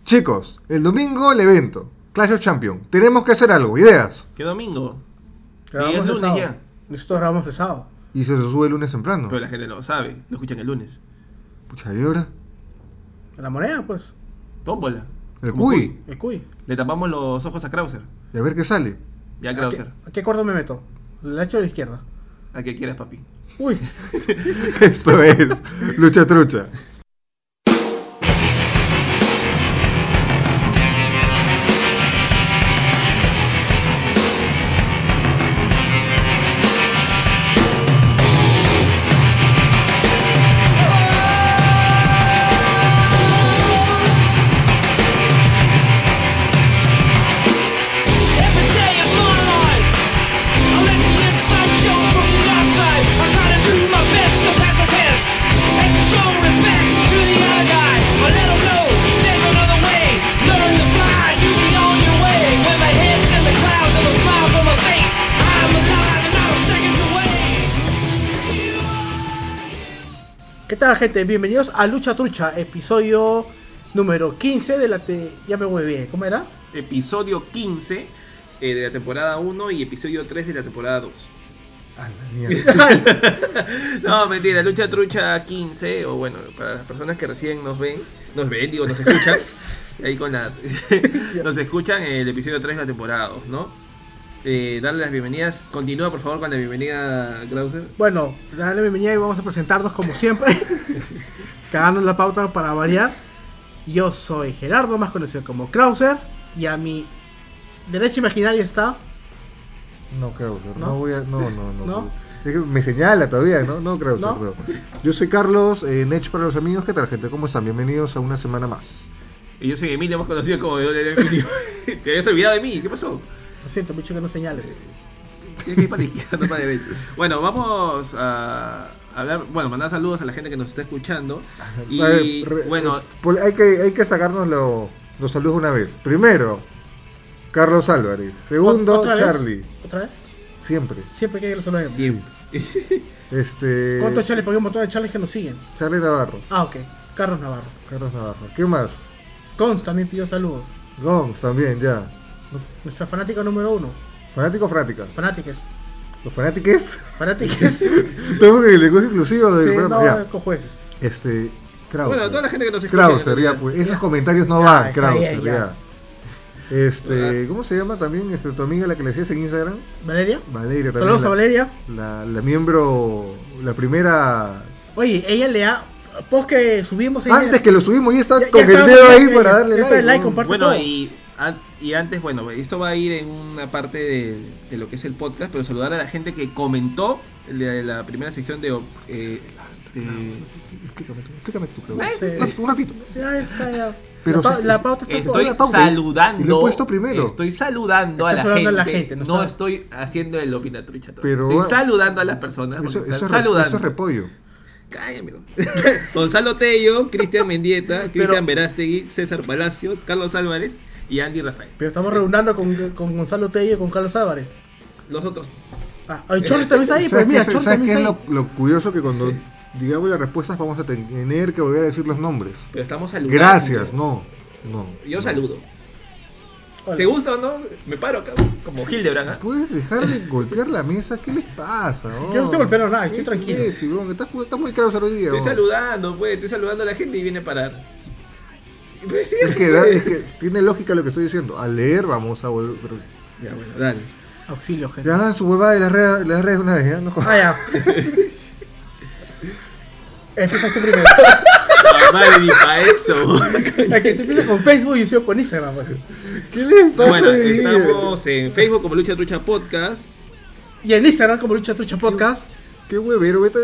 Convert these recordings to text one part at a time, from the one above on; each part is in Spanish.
Chicos, el domingo el evento, Clash of Champions. Tenemos que hacer algo, ideas. ¿Qué domingo? Sí, Grabamos es lunes sábado. ya. Nosotros grabamos el sábado. Y se sube el lunes temprano. Pero la gente lo sabe, lo escuchan el lunes. Pucha, ¿y ahora? La moneda, pues. Tómbola. El cuy. El cuy. Le tapamos los ojos a Krauser. Y a ver qué sale. Ya, ¿A Krauser. qué cuarto me meto? ¿La derecha o la izquierda? A que quieras, papi. Uy. Esto es Lucha Trucha. ¿Qué tal, gente? Bienvenidos a Lucha Trucha, episodio número 15 de la... Ya me voy bien, ¿cómo era? Episodio 15 de la temporada 1 y episodio 3 de la temporada 2. A la mierda. No, mentira, Lucha Trucha 15, o bueno, para las personas que recién nos escuchan, ahí con la... nos escuchan el episodio 3 de la temporada 2, ¿no? Darle las bienvenidas. Continúa, por favor, con la bienvenida, Krauser. Bueno, dale la bienvenida y vamos a presentarnos como siempre. Cagando la pauta para variar. Yo soy Gerardo, más conocido como Krauser. Y a mi derecha imaginaria está... No, Krauser, ¿No? no voy a... No. ¿No? Es que me señala todavía, ¿no? No, Krauser, ¿No? no. Yo soy Carlos, Nech para los amigos. ¿Qué tal, gente? ¿Cómo están? Bienvenidos a una semana más. Y yo soy Emilio, más conocido como Doble Emilio. Te habías olvidado de mí, ¿qué pasó? Lo siento, mucho que no señale. Tienes que ir para la izquierda, no para la derecha. Bueno, vamos a hablar, bueno, mandar saludos a la gente que nos está escuchando. Y A ver, bueno, hay que sacarnos los saludos una vez. Primero, Carlos Álvarez. Segundo, ¿Otra vez? Charlie. ¿Otra vez? Siempre. Siempre que lo saludemos. siempre. ¿Cuántos Charles? Porque hay un montón de Charles que nos siguen. Charlie Navarro. Ah, ok. Carlos Navarro. Carlos Navarro. ¿Qué más? Cons también pidió saludos. Gonz también, ya. Nuestra fanática número 1. ¿Fanático o fanática? Fanátiques. ¿Los fanátiques? Fanátiques. Tengo que el lenguaje exclusivo del Sí, programa. no, Ya. con jueces. Krauser. Bueno, toda la gente que nos escucha. Krauser, ya, pues. Esos comentarios no Ya, van, está Krauser, bien, ya. ya. ¿Cómo se llama también tu amiga, la que le decías en Instagram? ¿Valeria? Valeria también. Saludos a Valeria. La miembro, la primera. Oye, ella le ha... Post que subimos... Antes que lo subimos, ya está Ya con el estaba dedo con ahí ella, para ya darle está like. el like, ¿no? comparte Bueno, todo. y antes, bueno, esto va a ir en una parte de lo que es el podcast, pero saludar a la gente que comentó de la primera sección de Explícame tú, Krauser. Sí. Un ratito. Ya está, ya. Pero la sí, pauta está Estoy la pauta, y saludando. lo he puesto primero. Estoy saludando, Estás a saludando la a gente. la gente, no No está- estoy haciendo el opinatrucha. Pero, estoy saludando a las personas. Eso, porque eso, están es saludando. eso es repollo. Cállame. Gonzalo Tello, Cristian Mendieta, Cristian Pero- Verástegui, César Palacios, Carlos Álvarez y Andy Rafael. Pero estamos redundando con Gonzalo Tello y con Carlos Álvarez. Los otros. Ah, el Chorri también está ahí, ¿Sabes pues mira, qué, Chorri ¿sabes qué también es está ahí. lo curioso? Que cuando digamos las respuestas vamos a tener que volver a decir los nombres. Pero estamos saludando. Gracias, no. Yo saludo. Hola. ¿Te gusta o no? Me paro acá, como Hildebrand, ¿ah? ¿Puedes dejar de golpear la mesa? ¿Qué les pasa? Yo no estoy golpeando nada, estoy ¿Qué tranquilo. imbécil, bro? Estás muy caro hoy día. Estoy bro. saludando, pues, estoy saludando a la gente y viene a parar. Pues, sí, Es que tiene lógica lo que estoy diciendo. Al leer vamos a volver. pero Ya, bueno, dale. Auxilio, gente. ya hagan su huevada de las redes una vez, ¿ya? No jodas. Ah, ya. Empiezas tú primero. No, madre, ni para eso. Es que tú empiezas con Facebook y yo sigo con Instagram. Pues. ¿Qué les pasa Bueno, hoy día? estamos en Facebook como Lucha Trucha Podcast. Y en Instagram como Lucha Trucha Podcast. Qué huevero, vete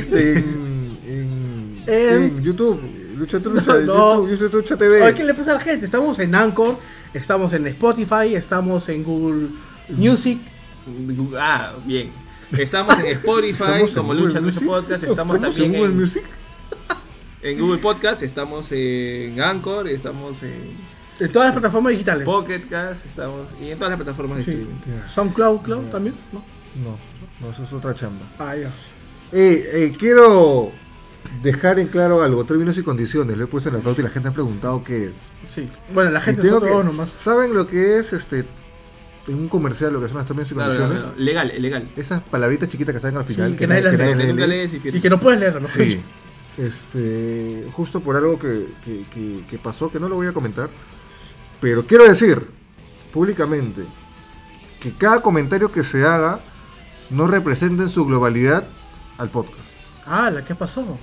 en YouTube. Lucha Trucha, No. YouTube, Lucha Trucha TV. Oye, ¿qué le pasa a la gente? Estamos en Anchor, estamos en Spotify, estamos en Google Music. Ah, bien. Estamos en Spotify Estamos en como Google Lucha Trucha Music. Podcast. Estamos en también Google Music. en Google Podcast. Estamos en Anchor. Estamos en En todas las plataformas digitales. Pocket Cast. Estamos y en todas las plataformas de Sí. streaming. SoundCloud también. ¿No? No, eso es otra chamba. Ah, ya. Quiero dejar en claro algo, términos y condiciones. Lo he puesto en la pauta y la gente ha preguntado qué es. Sí. Bueno, la gente Y tengo nosotros que- nomás. ¿Saben lo que es en un comercial lo que son las términos y Claro, condiciones? claro. Legal, legal. Esas palabritas chiquitas que salen al final Sí, que nadie las lee, Que lee. nunca lees y Y firmas. que no puedes leerlo, mejor Sí. dicho. Justo por algo que pasó, que no lo voy a comentar, pero quiero decir públicamente que cada comentario que se haga no representa en su globalidad al podcast. Ah, ¿qué pasó?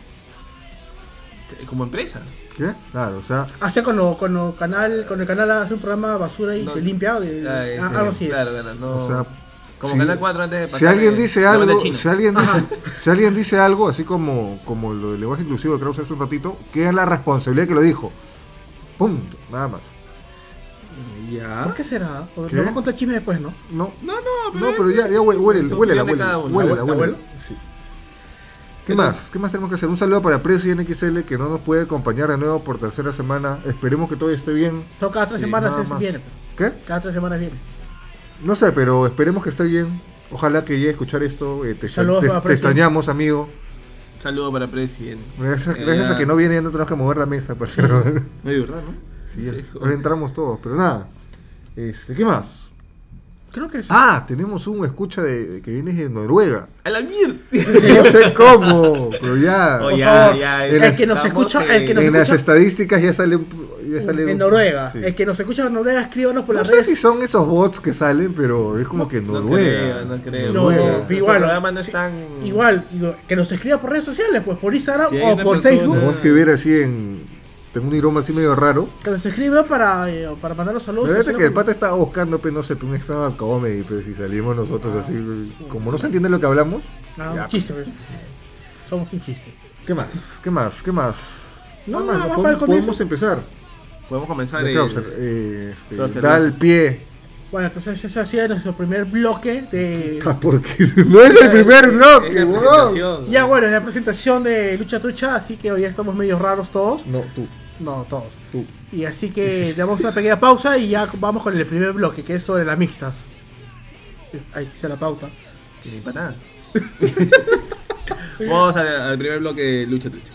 Como empresa. ¿Qué? Claro, o sea, Hasta cuando el canal hace un programa basura y No. se limpia. Algo así. Claro, claro. No. o sea, Como si- Canal 4 antes de si pasar alguien de- dice de banda algo, chino. si alguien dice algo, así como lo del lenguaje inclusivo que Krause hace un ratito, queda en la responsabilidad que lo dijo. Punto, nada más. Ya. ¿Por qué será? Porque ¿Qué? nos va a contar chisme después, ¿no? No, No, no, pero ya huele es la opinión de cada uno. huele. ¿Abuelo? Sí. ¿Qué más? ¿Qué más tenemos que hacer? Un saludo para Presi NXL que no nos puede acompañar de nuevo por tercera semana. Esperemos que todo esté bien. Todo cada 3 Sí, semanas nada se más. viene. ¿Qué? Cada 3 semanas viene. No sé, pero esperemos que esté bien. Ojalá que llegue a escuchar esto. Saludos para Te Presi. extrañamos, amigo. Saludo para President. Gracias a que no viene, ya no tenemos que mover la mesa. Pero... No es verdad, ¿no? sí, ya. Sí, Ahora entramos todos, pero nada. ¿Qué más? Creo que sí. Ah, tenemos un escucha que viene de Noruega. ¡A la mierda! No sé cómo, pero ya. Oh, Por ya, favor, ya, el que nos estamos escucha, el que nos En las escucha estadísticas ya sale en Noruega. sí. El que nos escucha en Noruega, escríbanos por No las sé redes. si son esos bots que salen, pero es como que Noruega. No creo. No, Noruega. igual. El programa no es tan... Igual, que nos escriba por redes sociales, pues por Instagram Si hay o una por persona- Facebook. Vamos a escribir así tengo un idioma así medio raro. Que nos escriba para mandar los saludos. La verdad es hacer que el un- pata estaba buscando, no sé, un examen comedy, pues si salimos nosotros así, como no se entiende lo que hablamos. Ah, ya, un chiste, ¿ves? Somos un chiste. ¿Qué más? ¿Qué más? ¿Qué más? No, Nada más, nada más ¿no? para el podemos comienzo. empezar. Podemos comenzar Krauser, Krauser, da el pie. Bueno, entonces ese ha sido nuestro primer bloque de... Ah, porque no es el primer bloque, es la weón. presentación. Ya bueno, es la presentación de Lucha Trucha, así que hoy ya estamos medio raros todos. No, tú. No, todos. Tú. Y así que damos una pequeña pausa y ya vamos con el primer bloque, que es sobre las mixtas. Ahí hice la pauta. Ni para nada. Vamos al primer bloque de Lucha Trucha.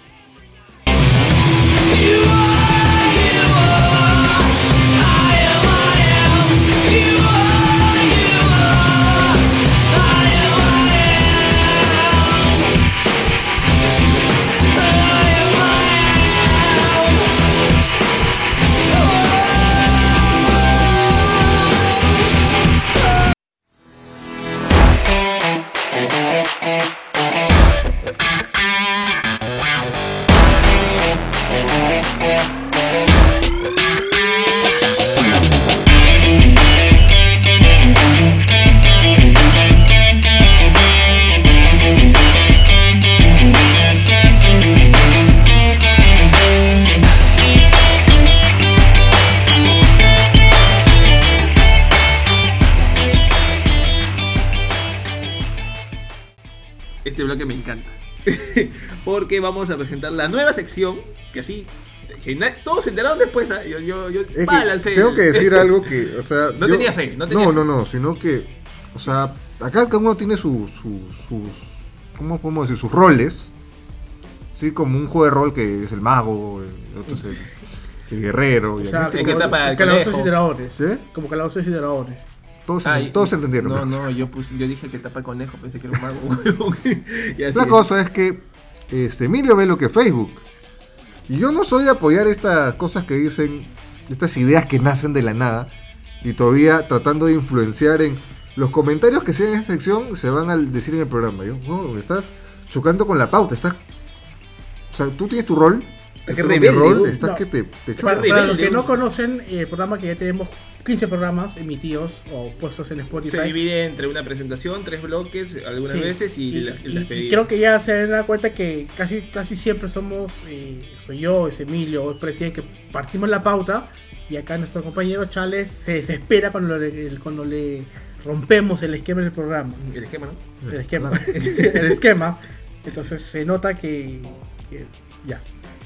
Este bloque me encanta. Porque vamos a presentar la nueva sección. Que así. Todos se enteraron después. ¿Ah? Yo Es que balancé. tengo que decir algo que, o sea... No tenía fe, no tenía fe. No, sino que, o sea, acá cada uno tiene sus, ¿cómo podemos decir? Sus roles. Sí, como un juego de rol que es el mago, el otro es el guerrero. O Y en sea, este ¿en qué caso- etapa? El calabozos conejo. y dragones. ¿Sí? Como calabozos y dragones. Todos entendieron. No, yo dije que tapa el conejo, pensé que era un mago. Y así La es. cosa es que Emilio ve lo que Facebook. Y yo no soy de apoyar estas cosas que dicen, estas ideas que nacen de la nada. Y todavía tratando de influenciar en los comentarios que sean en esta sección, se van a decir en el programa. Yo, me estás chocando con la pauta. O sea, tú tienes tu rol. Está que yo tengo mi rebelde, rol, güey. estás No. que te Para, choca. rebelde, para los que güey. no conocen el programa, que ya tenemos 15 programas emitidos o puestos en Spotify. Se divide entre una presentación, 3 bloques, algunas Sí. veces y las y pedidas. creo que ya se dan cuenta que casi siempre somos, soy yo, es Emilio o el presidente, que partimos la pauta, y acá nuestro compañero Chales se desespera cuando le rompemos el esquema del programa. El esquema, ¿no? El esquema. El esquema. Entonces se nota que ya.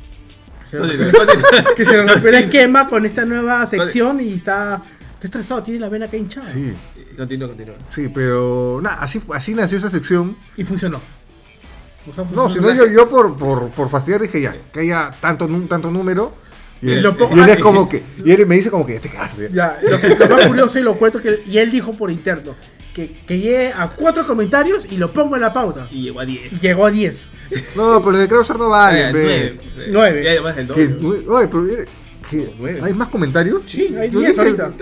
Que se rompió el esquema con esta nueva sección y está estresado, tiene la vena acá hinchada. Sí, Continúa. sí, pero nada, así nació esa sección. Y funcionó. No, sino yo por fastidiar dije ya, que haya tanto número. Y él es como que, y él me dice como que ya te cagaste. Ya, lo más curioso y lo cuento y él dijo por interno que llegue a 4 comentarios y lo pongo en la pauta. Y llegó a 10. Y llegó a 10. No, pero los de Krauser no valen, 9. Ya además el doble. Oye, pero ¿hay más comentarios? Sí, hay Yo 10 dije- ahorita.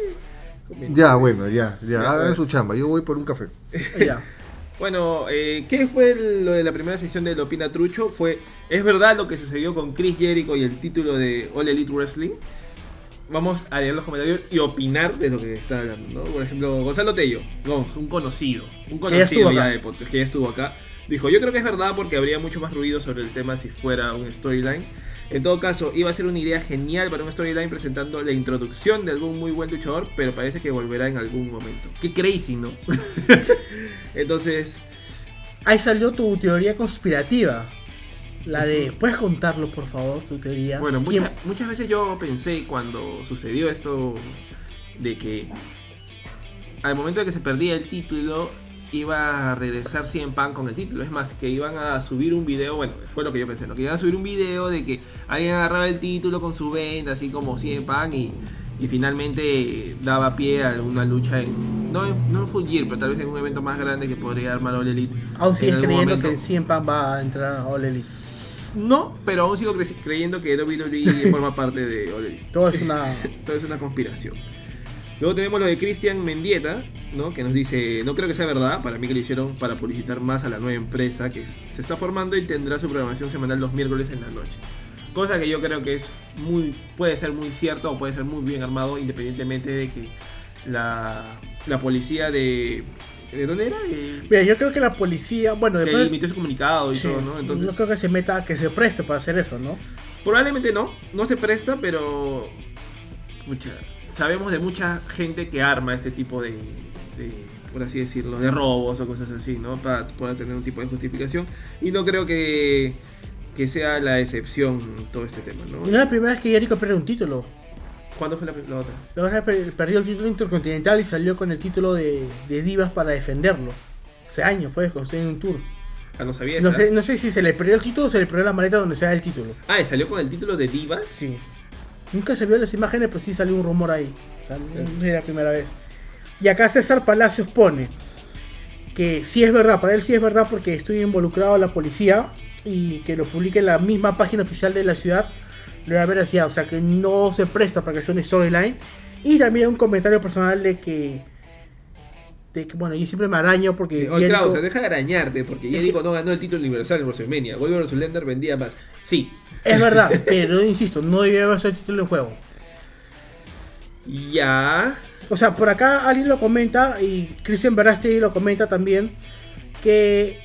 Ya, bueno, ya, Ya, hagan bueno. su chamba, yo voy por un café. Ya. Bueno, ¿qué fue lo de la primera sesión de Opina Trucho? ¿Es verdad lo que sucedió con Chris Jericho y el título de All Elite Wrestling? Vamos a leer los comentarios y opinar de lo que está hablando, ¿no? Por ejemplo, Gonzalo Tello, un conocido ya estuvo ya acá. de podcast, que ya estuvo acá, dijo, yo creo que es verdad porque habría mucho más ruido sobre el tema si fuera un storyline. En todo caso, iba a ser una idea genial para un storyline presentando la introducción de algún muy buen luchador, pero parece que volverá en algún momento. Qué crazy, ¿no? Entonces, Ahí salió tu teoría conspirativa. La de, ¿puedes contarlo por favor, tu teoría? bueno, ¿Quién- muchas veces yo pensé cuando sucedió esto de que al momento de que se perdía el título iba a regresar CM Punk con el título. Es más, que iban a subir un video, bueno, fue lo que yo pensé, ¿no? Que iban a subir un video de que alguien agarraba el título con su venta, así como CM Punk, y finalmente daba pie a una lucha no en Full Gear, pero tal vez en un evento más grande que podría armar All Elite. Aún sigues en algún creyendo momento. que CM Punk va a entrar a All Elite. No, pero aún sigo creyendo que WWE forma parte de All Elite. Todo es una... Todo es una conspiración. Luego tenemos lo de Cristian Mendieta, ¿no? Que nos dice, no creo que sea verdad, para mí que lo hicieron para publicitar más a la nueva empresa que se está formando y tendrá su programación semanal los miércoles en la noche. Cosa que yo creo que puede ser muy cierto o puede ser muy bien armado, independientemente de que la policía ¿de dónde era? Mira, yo creo que la policía, bueno, Que después... emitió su comunicado y Sí, todo, ¿no? Entonces, no creo que que se preste para hacer eso, ¿no? probablemente no se presta, pero pucha, sabemos de mucha gente que arma este tipo de, por así decirlo, de robos o cosas así, ¿no? Para poder tener un tipo de justificación. Y no creo que sea la excepción todo este tema, Y no ¿no? es la primera vez que Jericho pierde un título. ¿Cuándo fue la otra? La otra vez perdió el título intercontinental y salió con el título de Divas para defenderlo. Hace años fue cuando estoy en un tour. Ah, no sabía No esa. sé, no sé si se le perdió el título o se le perdió la maleta donde se da el título. Ah, ¿y salió con el título de Divas? Sí. Nunca se vio las imágenes, pero sí salió un rumor ahí. O sea, no es la primera vez. Y acá César Palacios pone que sí es verdad, para él sí es verdad porque estoy involucrado en la policía y que lo publique en la misma página oficial de la ciudad. Lo voy a ver así, o sea que no se presta para que sea una storyline. Y también un comentario personal de que bueno, yo siempre me araño porque Oye, Jericho- Krause, deja de arañarte, porque Jericho no ganó el título universal en WrestleMania. Goldberg vs. Lesnar vendía más. Sí. es verdad, pero insisto, no debía haber el título en juego. Ya. O sea, por acá alguien lo comenta y Christian Verasti lo comenta también que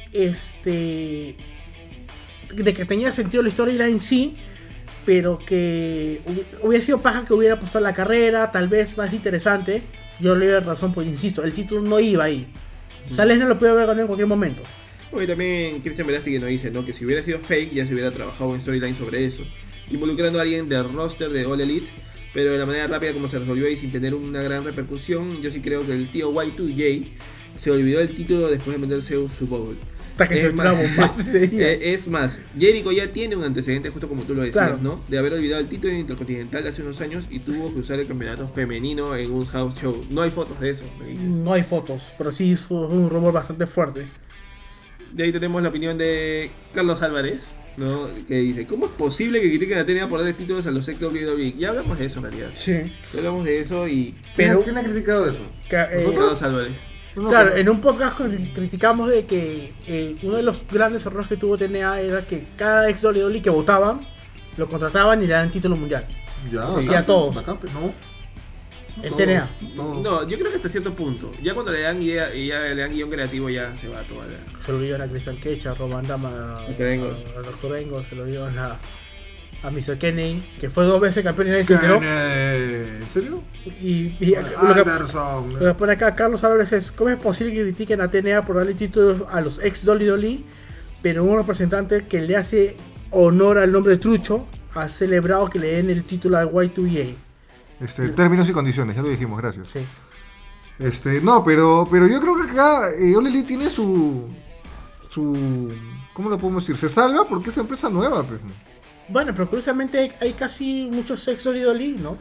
de que tenía sentido la storyline sí, pero que hubiera sido paja que hubiera apostado la carrera, tal vez más interesante. Yo le doy razón, pues insisto, el título no iba ahí. O sea, Lesnar lo puede haber ganado en cualquier momento. Oye, también Christian Verasti que nos dice, ¿no? Que si hubiera sido fake ya se hubiera trabajado en storyline sobre eso, involucrando a alguien del roster de All Elite, pero de la manera rápida como se resolvió y sin tener una gran repercusión. Yo sí creo que el tío Y2J se olvidó el título después de meterse un Super Bowl. Hasta que fue una bomba ese día. Es más, Jericho ya tiene un antecedente, justo como tú lo decías, Claro. ¿no? De haber olvidado el título intercontinental hace unos años y tuvo que usar el campeonato femenino en un house show. No hay fotos de eso, me dices. No hay fotos, pero sí fue un rumor bastante fuerte. De ahí tenemos la opinión de Carlos Álvarez, ¿no? Que dice, ¿cómo es posible que critiquen a TNA por darle títulos a los ex WWE? Ya hablamos de eso en realidad. Sí. Ya hablamos de eso y... Pero- ¿Quién ha criticado eso? Carlos Álvarez. No, Claro, pero- en un podcast criticamos de que uno de los grandes errores que tuvo TNA era que cada ex WWE que votaban, lo contrataban y le daban título mundial. Ya, Sí, bacán, a todos. bacán, pero no. En No, TNA. no. No, yo creo que hasta cierto punto. Ya cuando le dan idea y ya le dan guión creativo ya se va toda la... Se lo dieron a Christian Cage, a Roman Dama, a Rengo. Dr. Rengo, se lo dieron a Mr. Kenny, que fue 2 veces campeón y nadie se enteró. ¿En serio? Y lo que Anderson. pone acá Carlos Álvarez es: ¿cómo es posible que critiquen a TNA por darle títulos a los ex WWE, pero un representante que le hace honor al nombre de Trucho ha celebrado que le den el título al Y2J? Términos y condiciones, ya lo dijimos, gracias. Sí. No, pero yo creo que acá All Elite tiene su ¿cómo ¿cómo lo podemos decir? Se salva porque es empresa nueva, pues. Bueno, pero curiosamente hay casi muchos ex Dolly, ¿no?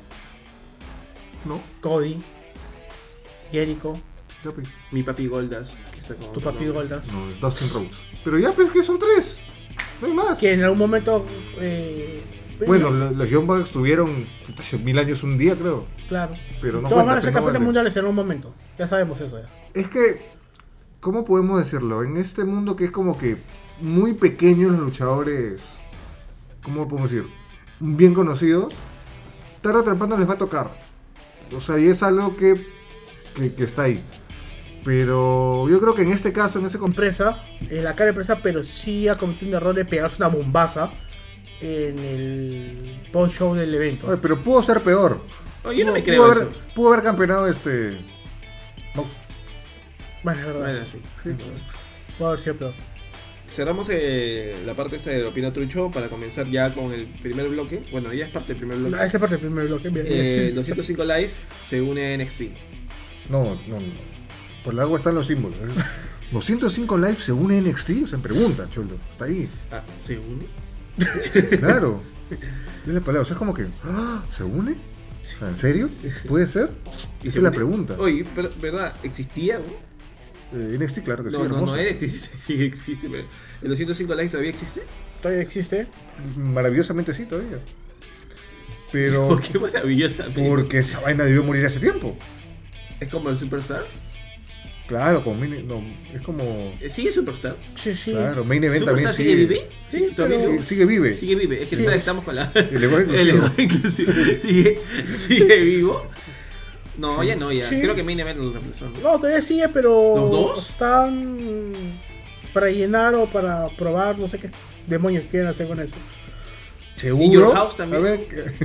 ¿No? Cody, Jericho, Ya, pues. Mi papi Goldas, que está con tu otro papi nombre. Goldas. No, es Dustin Rhodes. Pero ya, pues que son 3. No hay más. Que en algún momento. Bueno, los Young Bucks tuvieron hace 1000 años un día, creo. Claro. Pero no Todos cuenta, van a ser pues, no campeones vale. mundiales en un momento. Ya sabemos eso ya. Es que, ¿cómo podemos decirlo? En este mundo que es como que muy pequeños los luchadores, ¿cómo podemos decir? Bien conocidos, tarde o temprano les va a tocar. O sea, y es algo que está ahí. Pero yo creo que en este caso, en ese Empresa, la cara empresa, pero sí ha cometido un error de pegarse una bombaza en el post-show del evento. Oye, pero pudo ser peor. Oh, yo no me Pudo creo haber, eso. pudo haber campeonado Mox. Bueno, es verdad. Bueno, sí. Sí. Puede haber sido peor. Cerramos la parte esta de Opina Trucho para comenzar ya con el primer bloque. Bueno, ya es parte del primer bloque. Esa es parte del primer bloque. Bien. 205 Live se une a NXT. No. Por el agua están los símbolos. 205 Live se une a NXT, o sea, en pregunta, cholo. Está ahí. Ah, ¿se une? Claro. Es la palabra. O sea, es como que. ¿Ah? ¿Se une? O sea, ¿en serio? ¿Puede ser? ¿Y Esa se es la une? pregunta. Oye, ¿verdad? ¿Existía? ¿No? NXT, claro que sí, No, hermoso. existe, sí existe, pero ¿el 205 Live todavía existe? Todavía existe. Maravillosamente sí, todavía. Pero. Oh, qué maravillosa. Porque esa vaina debió morir hace tiempo. Es como el Superstars. Claro, como no, es como. ¿Sigue Superstars? Sí, sí. Claro, Main Event también ¿Superstars sigue vive? Sí, ¿Todavía pero- sigue? Sigue vive. Sigue vive, es que Sí, nosotros es- estamos con la. El lenguaje el inclusivo. lenguaje inclusivo. Sigue vivo. No, Sí. ya no, ya. Sí. Creo que Main Event lo reemplazó. ¿no? No, todavía sigue, pero. ¿Los dos? Están. Para llenar o para probar, no sé qué demonios quieren hacer con eso. ¿Seguro? ¿Y Your House también? A ver.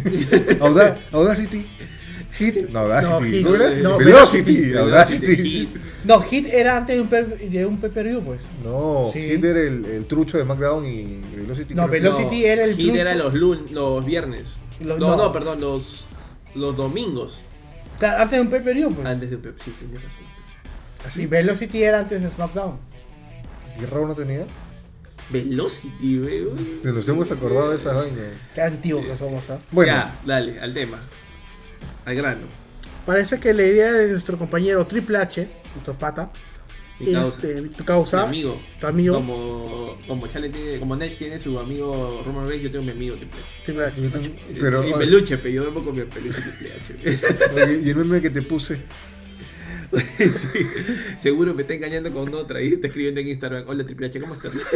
Audacity. Hit. No, Audacity. No, Hit. ¿No era? No, Velocity. Audacity. No, Hit era antes de un pay-per-view, pues. No, Sí. Hit era el trucho de SmackDown y Velocity. No, creo que- Velocity era el Hit trucho. era los viernes. Los- no, no. perdón, los domingos. Claro, antes de un pay-per-view, pues. Antes de sí, tenías razón. Y Velocity era antes de SmackDown. ¿Y Raw no tenía? Velocity, weón. Nos hemos acordado de esa vaina. Qué antiguos que somos, ¿ah? Bueno, Ya, dale, al tema. Al grano. Parece que la idea de nuestro compañero Triple H, nuestro pata, Mi causa. tu causa, Mi amigo. tu amigo, Como Chale tiene, como Nash tiene su amigo Roman Reigns, yo tengo mi amigo Triple H. Triple H. yo tengo- pero. y peluche, pero yo duermo con mi peluche Triple H. Oye, y el meme que te puse. Sí, seguro me está engañando con otra y está escribiendo en Instagram. Hola Triple H, ¿cómo estás?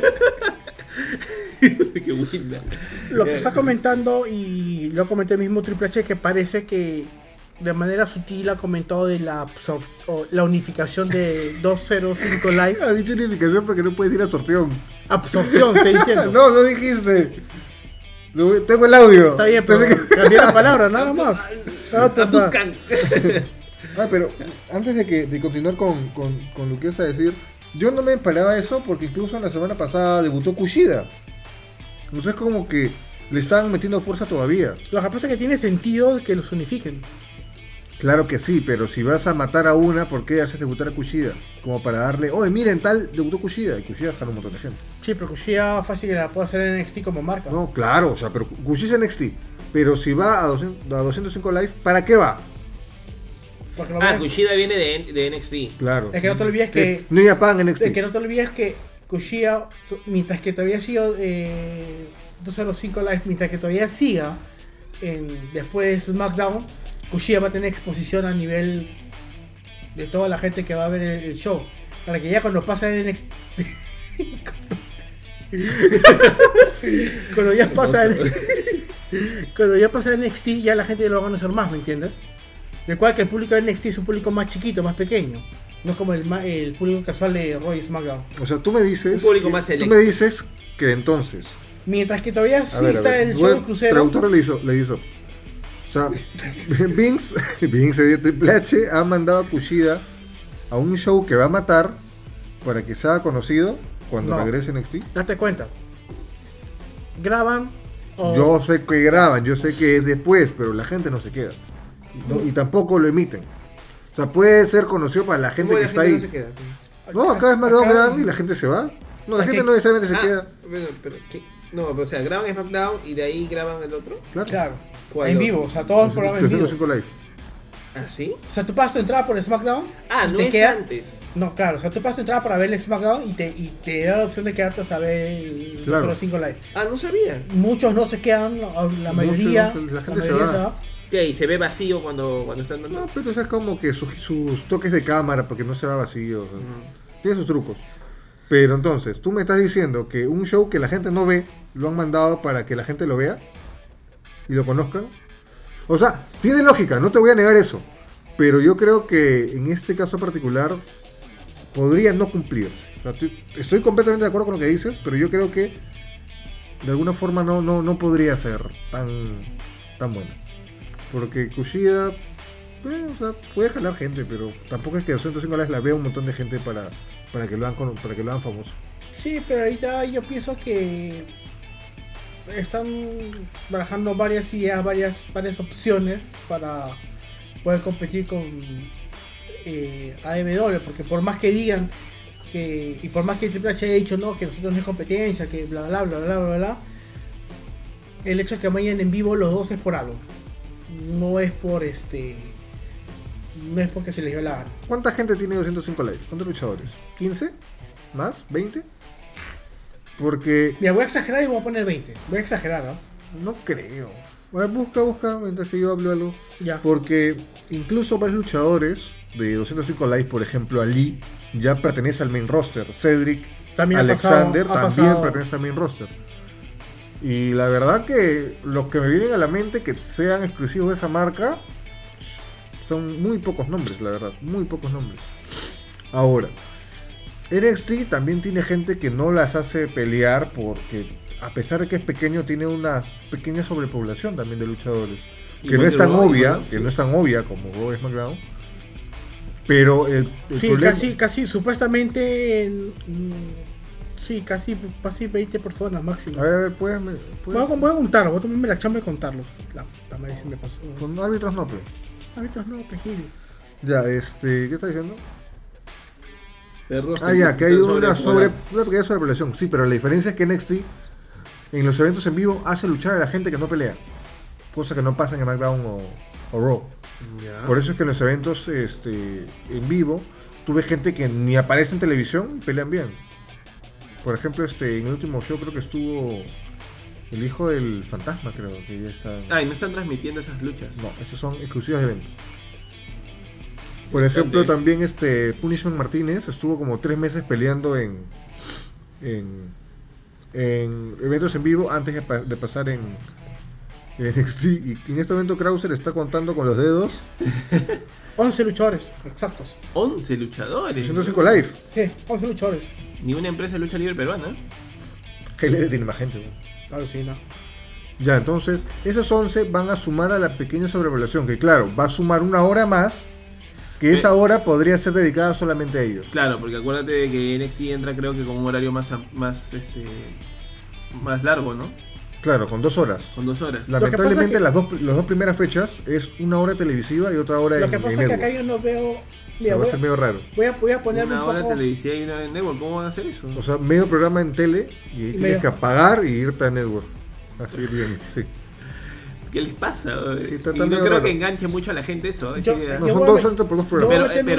Qué buena. Lo que está comentando, y lo comenté el mismo Triple H, que parece que de manera sutil ha comentado de la unificación de 205 Live. Ha dicho unificación porque no puedes ir a absorción. Absorción, estoy diciendo. No dijiste. Tengo el audio. Está bien, pero Entonces, cambié la palabra, nada más. Atuscan. pero antes de continuar con lo que ibas a decir, yo no me esperaba eso porque incluso la semana pasada debutó Kushida. No sé, es como que le están metiendo fuerza todavía. Lo que pasa es que tiene sentido que los unifiquen. Claro que sí, pero si vas a matar a una, ¿por qué haces debutar a Kushida? Como para darle, oye, miren, tal, debutó Kushida. Y Kushida jaló un montón de gente. Sí, pero Kushida fácil que la puede hacer en NXT como marca. No, claro, o sea, pero Kushida es NXT. Pero si va a 205 Live, ¿para qué va? Porque lo Ah, ven- Kushida viene de NXT. Claro. Es que no te olvides que- New Japan NXT. Es que no te olvides que Kushida, mientras que todavía siga 205 Live, mientras que todavía siga después de SmackDown, Kushida va a tener exposición a nivel de toda la gente que va a ver el show. Para que ya cuando pasa en NXT. cuando ya pasa cuando ya pasa en NXT, ya la gente ya lo va a conocer más, ¿me entiendes? De cual que el público de NXT es un público más chiquito, más pequeño. No es como el público casual de Raw y SmackDown. O sea, tú me dices. Un público más Tú selecto. me dices que entonces. Mientras que todavía sí A ver, está el show bueno, de crucero. Traductor Lady Soft. O sea, Vince de Triple H ha mandado a Kushida a un show que va a matar para que sea conocido cuando No. regrese en NXT. Date cuenta. Graban. o- Yo sé que graban, yo sé que es después, pero la gente no se queda. Y tampoco lo emiten. O sea, puede ser conocido para la gente ¿Cómo que la está gente ahí. no se queda? No, acá es más acá- grande y la gente se va. No, la gente no necesariamente se queda. Pero ¿qué? No, o sea, graban SmackDown y de ahí graban el otro. Claro. ¿Cuál En otro? vivo, o sea, todos los programas en vivo. 305 Live. ¿Ah, sí? O sea, tú pagas tu entrada por el SmackDown. Ah, y no te es queda- antes. No, claro, o sea, tú pagas tu entrada para ver el SmackDown y te da la opción de quedarte a saber el Claro. 5 Live. Ah, no sabía. Muchos no se quedan, la mayoría. Muchos, la gente la se mayoría va. ¿Qué? ¿Y se ve vacío cuando están dando? No, pero es como que sus toques de cámara, porque no se va vacío. O sea, tiene sus trucos. Pero entonces, tú me estás diciendo que un show que la gente no ve, lo han mandado para que la gente lo vea y lo conozcan. O sea, tiene lógica, no te voy a negar eso. Pero yo creo que en este caso particular podría no cumplirse. O sea, estoy completamente de acuerdo con lo que dices, pero yo creo que de alguna forma no podría ser tan bueno. Porque Kushida, o sea, puede jalar gente, pero tampoco es que 205 Live la vea un montón de gente para que lo hagan famoso. Sí, pero ahorita yo pienso que están barajando varias ideas, varias opciones para poder competir con AEW, porque por más que digan y por más que Triple H haya dicho no, que nosotros no es competencia, que bla bla bla bla bla bla, el hecho de que vayan en vivo los dos es por algo. No es por no es porque se les dio la gana. ¿Cuánta gente tiene 205 Live? ¿Cuántos luchadores? ¿15? ¿Más? ¿20? Porque Mira, voy a exagerar y voy a poner 20. Voy a exagerar, ¿no? no creo. A ver, busca mientras que yo hablo algo. Ya. Porque incluso varios luchadores de 205 Live, por ejemplo, Ali, ya pertenece al main roster. Cedric, También Alexander ha también pasado. pertenece al main roster. Y la verdad que los que me vienen a la mente que sean exclusivos de esa marca son muy pocos nombres, la verdad, muy pocos nombres. Ahora, NXT también tiene gente que no las hace pelear porque a pesar de que es pequeño tiene una pequeña sobrepoblación también de luchadores. Que Igual no es que tan Raw, obvia, igual, que sí. no es tan obvia como Raw y SmackDown. Pero el Sí, problema... casi, supuestamente, casi 20 personas máximo. A ver, puedes... Voy a contarlos, voy a tomarme la chamba de contarlos. La madre se me pasó. Con árbitros no, pero... Ahorita no, pejillo. Ya, ¿qué está diciendo? El roster Ah, ya, que hay está una pequeña sobrepoblación. Sí, pero la diferencia es que NXT en los eventos en vivo hace luchar a la gente que no pelea. Cosa que no pasa en SmackDown o Raw. Ya. Por eso es que en los eventos en vivo tuve gente que ni aparece en televisión y pelean bien. Por ejemplo, en el último show creo que estuvo el hijo del fantasma, creo que ya está. Ah, y no están transmitiendo esas luchas. No, esos son exclusivos de eventos. Por ejemplo, también Punishment Martínez estuvo como 3 meses peleando en eventos en vivo antes de pasar en NXT. Y en este momento Krauser está contando con los dedos 11 luchadores, exactos. 11 luchadores. 105 Live. Sí, 11 luchadores. Ni una empresa de lucha libre peruana. GLD tiene más gente, ¿no? Claro, sí, no. Ya, entonces, esos 11 van a sumar a la pequeña sobrepoblación, que claro, va a sumar una hora más, que esa hora podría ser dedicada solamente a ellos. Claro, porque acuérdate de que NXT entra creo que con un horario más largo, ¿no? Claro, con 2 horas. Con 2 horas. Lamentablemente Lo que pasa las dos primeras fechas es una hora televisiva y otra hora Lo en que pasa en es que network. acá yo no veo. O sea, Mira, va a ser medio raro. voy a ponerme Una un hora poco. televisiva y una en network. ¿Cómo van a hacer eso? O sea, medio programa en tele y tienes medio- que apagar y irte a network. Así bien, sí. ¿Qué les pasa? Sí, está y tan no medio creo raro. que enganche mucho a la gente eso. esa Yo- idea. No, yo son voy a 2 met- horas por 2 yo programas. voy a meter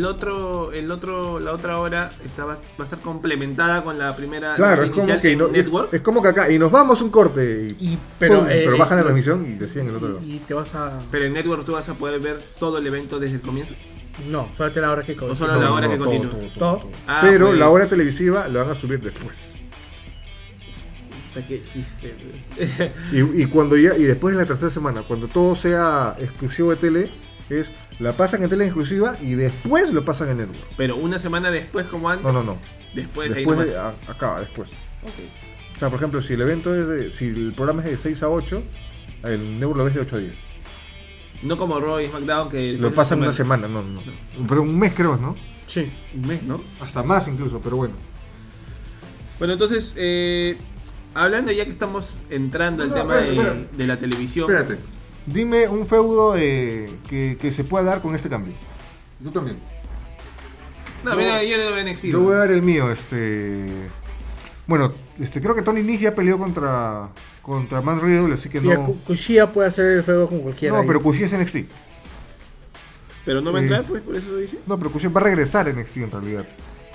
La otra hora va a estar complementada con la primera. Claro, la es como inicial que en network. es como que acá y nos vamos un corte y Pero, ¡pum! Pero bajan la transmisión y decían el otro lado. Y te vas a. Pero en network tú vas a poder ver todo el evento desde el comienzo. No, solamente la hora que O solo la hora que continúa. Todo. Ah, Pero pues. la hora televisiva la van a subir después. Puta, qué chiste, pues. Y cuando ya y después de la tercera semana, cuando todo sea exclusivo de tele, es la pasan en tele exclusiva y después lo pasan en network. Pero una semana después, como antes. No. Después de ahí Después nomás. acaba después. Ok. O sea, por ejemplo, si el evento si el programa es de 6 a 8, el network lo ves de 8 a 10. No como Raw y SmackDown que después Lo de pasan una una semana, no. Pero un mes creo, ¿no? Sí. Un mes, ¿no? Hasta más incluso, pero bueno. Bueno, entonces, hablando ya que estamos entrando al No, tema espera. de la televisión. Espérate. Dime un feudo que se pueda dar con este cambio. Tú también. No, mira, yo le doy NXT. Yo voy a dar el mío, Bueno, creo que Tony Nese ya peleó contra Man Riddle, así que Y no. Kushida puede hacer el feudo con cualquiera. No, ahí. pero Kushida es NXT. Pero no va a entrar, pues, por eso lo dije. No, pero Kushida va a regresar en NXT en realidad.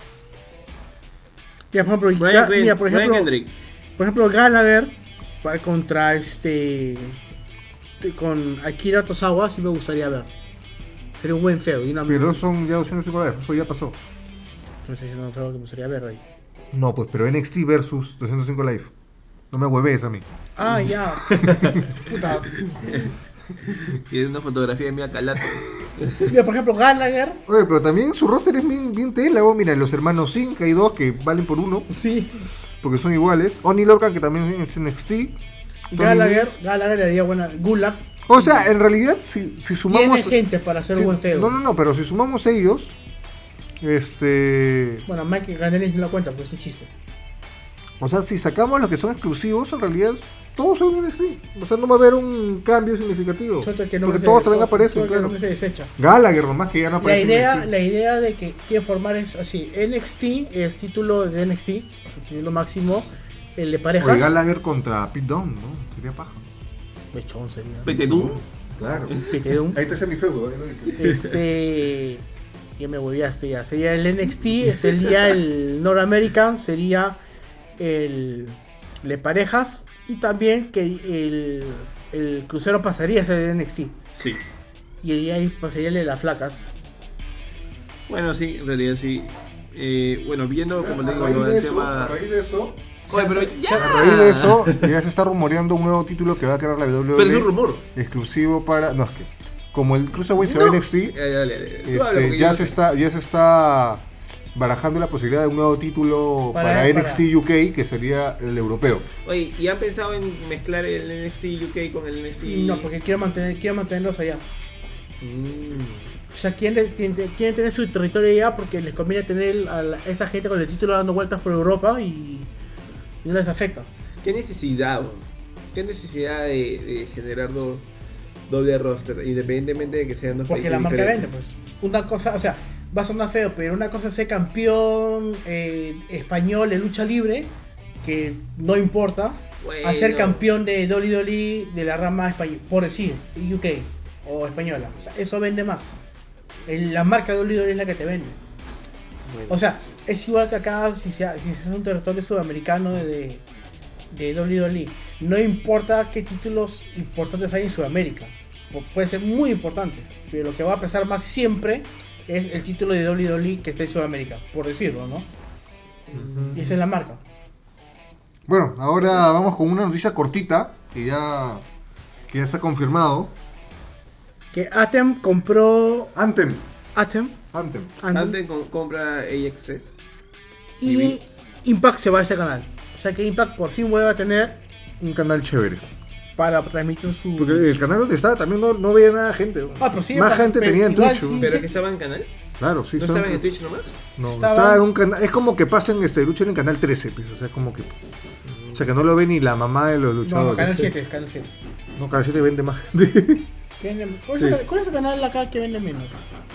Ya, por ejemplo, Brian por ejemplo, Kendrick. Gallagher contra con Akira Tozawa sí me gustaría ver. Sería un buen feo. Pero son ya 205 live, eso ya pasó. No sé si es un feo que me gustaría ver ahí. No, pues, pero NXT versus 205 live. No me hueves a mí. Ah, ya. Puta. Y es una fotografía de Mia Calato. Mira, por ejemplo, Gallagher. Oye, pero también su roster es bien tela. Mira, los hermanos Singh, hay dos que valen por uno, Sí. porque son iguales. Oni Lorcan, que también es NXT. Gallagher haría buena. Gulag. O sea, en realidad, si sumamos... Tiene gente para hacer si- un buen feo. No, pero si sumamos ellos, Bueno, Mike Ganelis no la cuenta porque es un chiste. o sea, si sacamos los que son exclusivos, en realidad todos son NXT. O sea, no va a haber un cambio significativo. Suerte que no porque se- todos también suerte aparecen, que claro. no se desecha. Gallagher nomás que ya no aparece en NXT. La idea de que quiere formar es así: NXT es título de NXT, su título máximo, el de parejas. Oye, Gallagher contra Pete Dunne, ¿no? Sería paja. Mechón sería. Petedú. Claro. Petedum. Ahí está mi feudo. Ya me hueveaste ya. Sería el NXT, sería el North American, sería el de parejas y también que el crucero pasaría a ser el NXT. Sí. Y ahí pasaría el de las flacas. Bueno, sí, en realidad sí. Bueno, viendo, como le digo, A raíz de el eso, tema. a raíz de eso, Oye, pero a ya. raíz de eso, ya se está rumoreando un nuevo título que va a crear la WWE. Pero es un rumor. Exclusivo para. No, es que. Como el Cruiserweight se va a NXT, Dale. Tú habla, porque ya yo se no sé. está barajando la posibilidad de un nuevo título para NXT UK, que sería el europeo. Oye, ¿y han pensado en mezclar el NXT UK con el NXT? No, porque quiero mantenerlos allá. O sea, quieren tener su territorio allá porque les conviene tener esa gente con el título dando vueltas por Europa y no les afecta. ¿Qué necesidad, bro? ¿Qué necesidad de generar doble roster? Independientemente de que sean dos Porque países la marca vende, diferentes. pues. Una cosa, o sea, va a sonar feo, pero una cosa es ser campeón español de lucha libre, que no importa, Bueno. a ser campeón de WWE de la rama española, por decir, UK o española. O sea, eso vende más. La marca WWE es la que te vende. Bueno. O sea, es igual que acá si se hace un territorio sudamericano de WWE. No importa qué títulos importantes hay en Sudamérica. Pueden ser muy importantes. Pero lo que va a pesar más siempre es el título de WWE que está en Sudamérica. Por decirlo, ¿no? Y esa es la marca. Bueno, ahora vamos con una noticia cortita que ya se ha confirmado. Que Atem compró... Anthem. Atem. Antes compra AXS. Y Impact se va a ese canal. O sea que Impact por fin vuelve a tener Un canal chévere. para transmitir su... Porque el canal donde estaba también no veía nada de gente. Ah, pero sí, Más gente pero tenía en igual Twitch. sí, ¿no? ¿Pero que estaba en canal? Claro, sí. ¿No son- estaban en Twitch nomás? No, Estaba- estaba en un canal. Es como que pasen lucha en el canal 13, pues, o sea, es como que. O sea, que no lo ve ni la mamá de los No, luchadores. no, canal 7, es canal 7. No, canal 7 vende más gente. ¿Cuál es el canal acá que vende menos?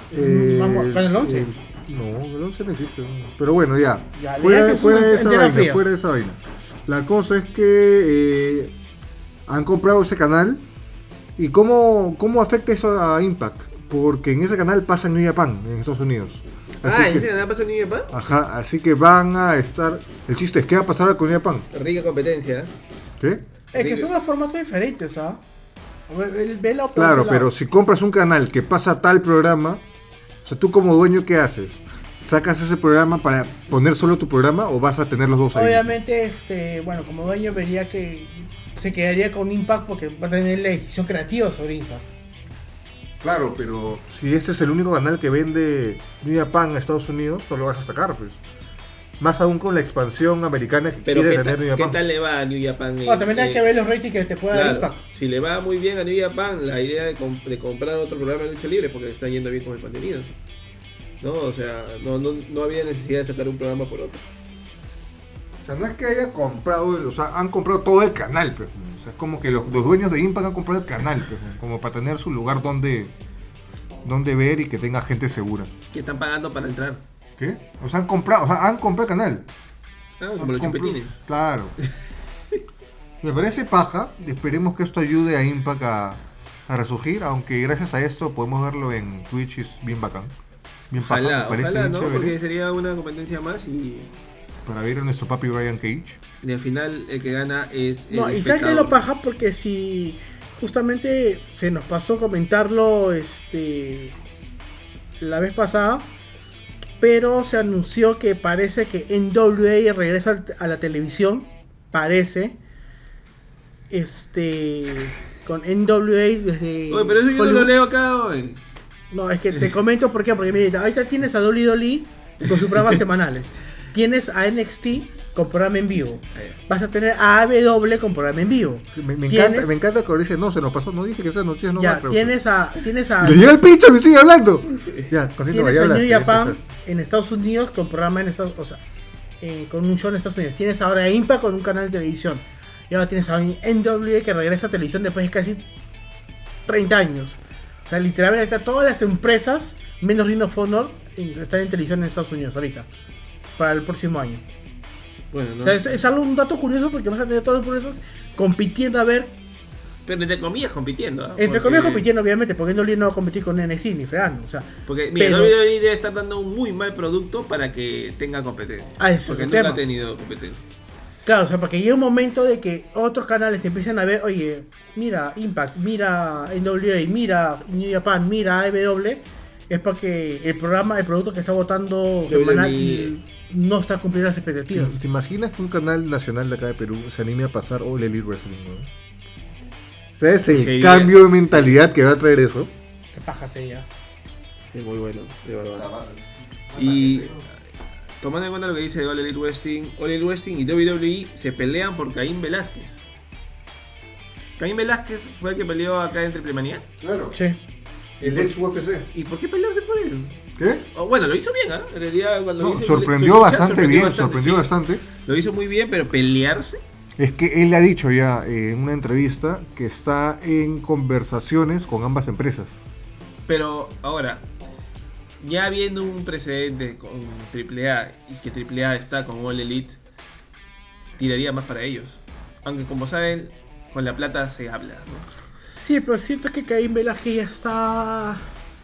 Eh, ¿Canal 11? No, el 11 no existe. ¿no? Pero bueno, ya. Ya, Fuera, ya que fuera fue de esa entera vaina, fría. fuera de esa vaina. La cosa es que han comprado ese canal. ¿Y cómo afecta eso a Impact? Porque en ese canal pasa New Japan en Estados Unidos. Así ¿En que- ese canal pasa New Japan? Ajá, así que van a estar. El chiste es: ¿qué va a pasar con New Japan? Rica competencia. ¿Eh? ¿Qué? Es que son los formatos diferentes, ¿ah? Velo por Claro, ese pero lado. si compras un canal que pasa tal programa, o sea, tú como dueño, ¿qué haces? ¿Sacas ese programa para poner solo tu programa o vas a tener los dos ahí? Obviamente, bueno, como dueño vería que se quedaría con Impact porque va a tener la decisión creativa sobre Impact. Claro, pero si este es el único canal que vende New Japan a Estados Unidos, no lo vas a sacar, pues. Más aún con la expansión americana que Pero quiere ¿qué, tener New ¿qué Japan. tal le va a New Japan? También hay que ver los ratings que te pueda dar Claro, Impact. si le va muy bien a New Japan, la idea de comprar otro programa de lucha libre porque le está yendo bien con el contenido. ¿No? O sea, no había necesidad de sacar un programa por otro. O sea, no es que haya comprado, o sea, han comprado todo el canal, pues. O sea, es como que los dueños de Impact han comprado el canal, pues, como para tener su lugar donde ver y que tenga gente segura. ¿Qué están pagando para entrar? ¿Qué? O sea, han comprado el canal. Como los chupetines. Claro. Me parece paja. Esperemos que esto ayude a Impact a resurgir, aunque gracias a esto podemos verlo en Twitch, es bien bacán. Bien paja, Ojalá, me parece ojalá, bien ¿no? chévere. Porque sería una competencia más y Para ver a nuestro papi Brian Cage. al final el que gana es No, el y sabes que espectador. lo paja porque si justamente se nos pasó comentarlo la vez pasada, pero se anunció que parece que NWA regresa a la televisión, parece, con NWA desde Oye, pero eso yo no lo Hollywood. leo acá hoy. No, es que te comento por qué, porque mira, ahorita tienes a WWE con sus programas semanales, tienes a NXT con programa en vivo, vas a tener a AEW con programa en vivo. Me Tienes- encanta que ahora dice, no, se nos pasó, no dije que esas noticias no Ya, van, pero- tienes a ¡Le llega el pincho, me sigue hablando! Ya, continúa, tienes ya a hablaste, New ya Japan empezaste. en Estados Unidos con programa en Estados Unidos, con un show en Estados Unidos. Tienes ahora a Impact con un canal de televisión. Y ahora tienes a NWA que regresa a televisión después de casi 30 años. O sea, literalmente todas las empresas, menos Ring of Honor, están en televisión en Estados Unidos ahorita. Para el próximo año. Bueno, no. O sea, es algo, un dato curioso porque vas a tener todos los progresos compitiendo a ver. Pero entre comillas compitiendo. ¿ah? Entre Porque- comillas compitiendo, obviamente, porque NWA no va a competir con NXT ni fregando. O sea, Porque mira, pero- WWE debe estar dando un muy mal producto para que tenga competencia. Ah, ese es porque el nunca tema. ha tenido competencia. Claro, o sea, para que llegue un momento de que otros canales empiecen a ver, oye, mira Impact, mira NWA, mira New Japan, mira AEW, es porque el producto que está votando semanal no está cumpliendo las expectativas. ¿Te imaginas que un canal nacional de acá de Perú se anime a pasar All Elite Wrestling, no? ¿Sabes el Sería- cambio de mentalidad que va a traer eso? Qué paja sería. Es muy bueno, de verdad. Y tomando en cuenta lo que dice All Elite Wrestling y WWE se pelean por Caín Velázquez. Caín Velázquez fue el que peleó acá en Triple Manía. Claro. Sí. El ex UFC. ¿Y por qué pelearse por él? ¿Qué? Oh, bueno, lo hizo bien, ¿ah? En realidad, cuando No, hizo sorprendió su lucha, bastante bien, sorprendió sí. bastante. Lo hizo muy bien, pero pelearse. Es que él ha dicho ya en una entrevista que está en conversaciones con ambas empresas. Pero ahora, ya habiendo un precedente con AAA y que AAA está con All Elite, tiraría más para ellos. Aunque como saben, con la plata se habla, ¿no? Sí, pero siento que Caín Velázquez ya está...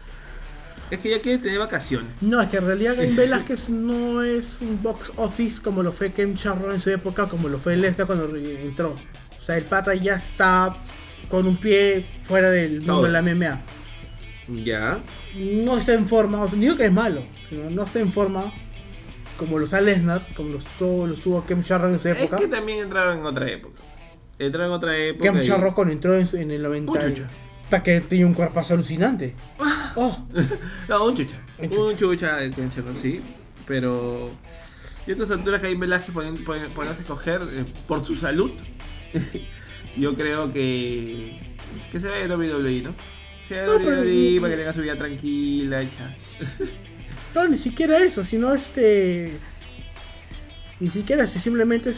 Es que ya quiere tener vacaciones. No, es que en realidad Caín Velázquez no es un box office como lo fue Ken Shamrock en su época, como lo fue Lesnar cuando entró. O sea, el pata ya está con un pie fuera del mundo Todo. de la MMA. Ya. No está en forma, o sea, no digo que es malo, sino no está en forma como lo está Lesnar, como lo estuvo Ken Shamrock en su Es época. que también entraron en otra época. Entraron en otra época. Ken y- Shamrock cuando entró en el 90. Un chucha. Hasta que tenía un cuerpazo alucinante. Oh, No, un chucha. Un Un chucha, el Ken Shamrock, sí. Pero. Y a estas alturas Caín Velázquez ponerse a escoger por su salud. Yo creo que. Que se vaya de WWE, ¿no? Se vaya de No, pero- WWE para que tenga su vida tranquila, hecha. no, ni siquiera eso, sino ni siquiera eso, simplemente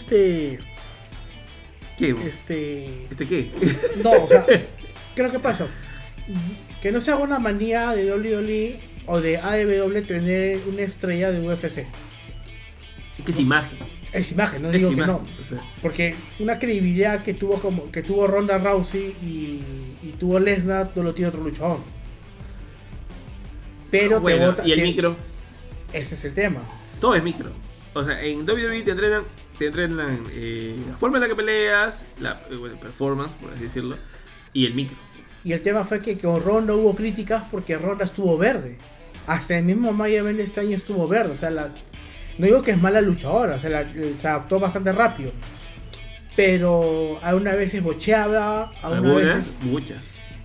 ¿Qué? bo? este ¿Qué? no, o sea, ¿qué es lo que pasa? Que no sea una manía de WWE o de AEW tener una estrella de UFC. Es que es imagen. Es imagen, no Es digo que imagen. no. O sea, Porque una credibilidad que tuvo Ronda Rousey y tuvo Lesnar no lo tiene otro luchador. Pero te bueno, bota- y el que- micro. Ese es el tema. Todo es micro. O sea, en WWE te entrenan la forma en la que peleas, la bueno, performance, por así decirlo, y el micro. Y el tema fue que con Ronda hubo críticas porque Ronda estuvo verde. Hasta el mismo Maya Event de este año estuvo verde. O sea, no digo que es mala luchadora, o sea, se adaptó bastante rápido. Pero a una vez bocheaba, a una Algunas, vez muchas.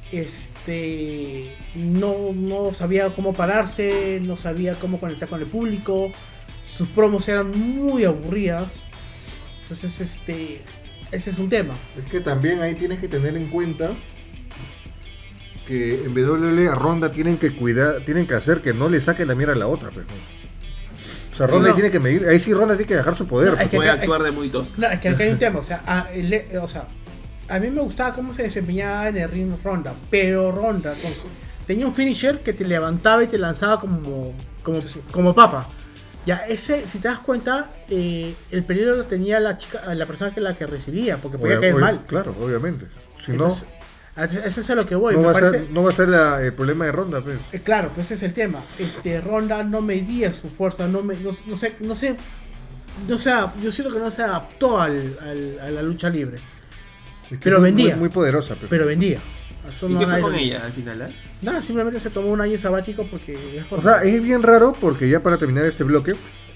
no sabía cómo pararse, no sabía cómo conectar con el público. Sus promos eran muy aburridas. Entonces, ese es un tema. Es que también ahí tienes que tener en cuenta que en WWE a Ronda tienen que hacer que no le saque la mierda a la otra, pues, ¿no? O sea, Ronda no. tiene que medir, ahí sí Ronda tiene que dejar su poder. No, pues. es que Puede acá- actuar de muy tosco. No, es que acá hay un tema, o sea, a mí me gustaba cómo se desempeñaba en el ring Ronda, pero Ronda tenía un finisher que te levantaba y te lanzaba como papa. Ya, ese, si te das cuenta, el peligro lo tenía la chica, la persona que la que recibía, porque podía caer mal. Claro, obviamente. Si Entonces, ese es a lo que voy. no, me va parece, no va a ser el problema de Ronda, pues. claro, pues ese es el tema. Ronda no medía su fuerza, no sé, yo siento que no se adaptó a la lucha libre. Es que Pero es vendía. Muy poderosa, pues. Pero vendía. Eso ¿Y no qué fue hay- con ella al final? Nada, simplemente se tomó un año sabático porque es O sea, es bien raro porque ya para terminar este bloque,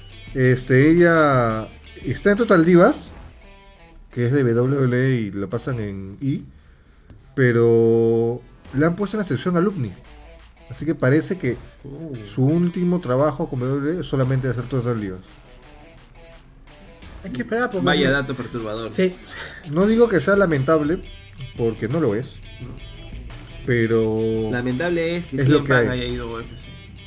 ella está en Total Divas, que es de WWE y lo pasan en E, pero le han puesto en la sección alumni. Así que parece que su último trabajo con WWE es solamente hacer Total Divas. hay que esperar porque Vaya dato perturbador. sí, No digo que sea lamentable, porque no lo es, pero Lamentable es que Es lo CM que Punk hay. haya ido a UFC.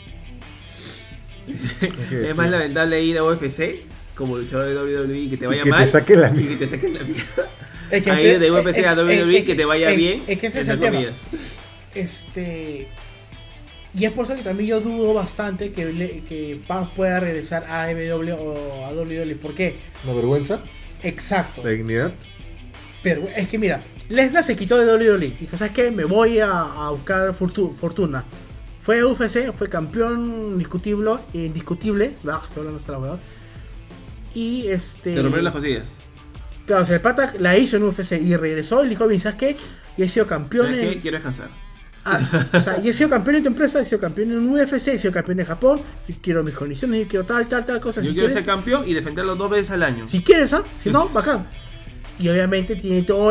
hay que Es más decir. lamentable ir a UFC como luchador de WWE y que te vaya que te mal. saquen la y mierda. que te saquen la mierda. es A ir de UFC a WWE que te vaya bien. Es que ese es entre el tema. comillas. Y es por eso que también yo dudo bastante que Punk pueda regresar a AEW o a WWE. ¿Por qué? Una vergüenza, Exacto. la dignidad. Pero es que mira, Lesnar se quitó de WWE. Dijo, ¿sabes qué? Me voy a buscar fortuna. Fue a UFC, fue campeón indiscutible. Estoy hablando hasta las huevas. Y Te rompieron las cosillas. claro, o sea, el pata la hizo en UFC y regresó y dijo, ¿sabes qué? Y he sido campeón ¿Sabes en... qué? Quiero descansar. O sea, y he sido campeón en tu empresa, he sido campeón en UFC, he sido campeón en Japón, y quiero mis condiciones, yo quiero tal cosa. Yo Si quiero quieres, ser campeón y defenderlo 2 veces al año. si quieres, ¿ah? Si no, bacán. Y obviamente tiene todo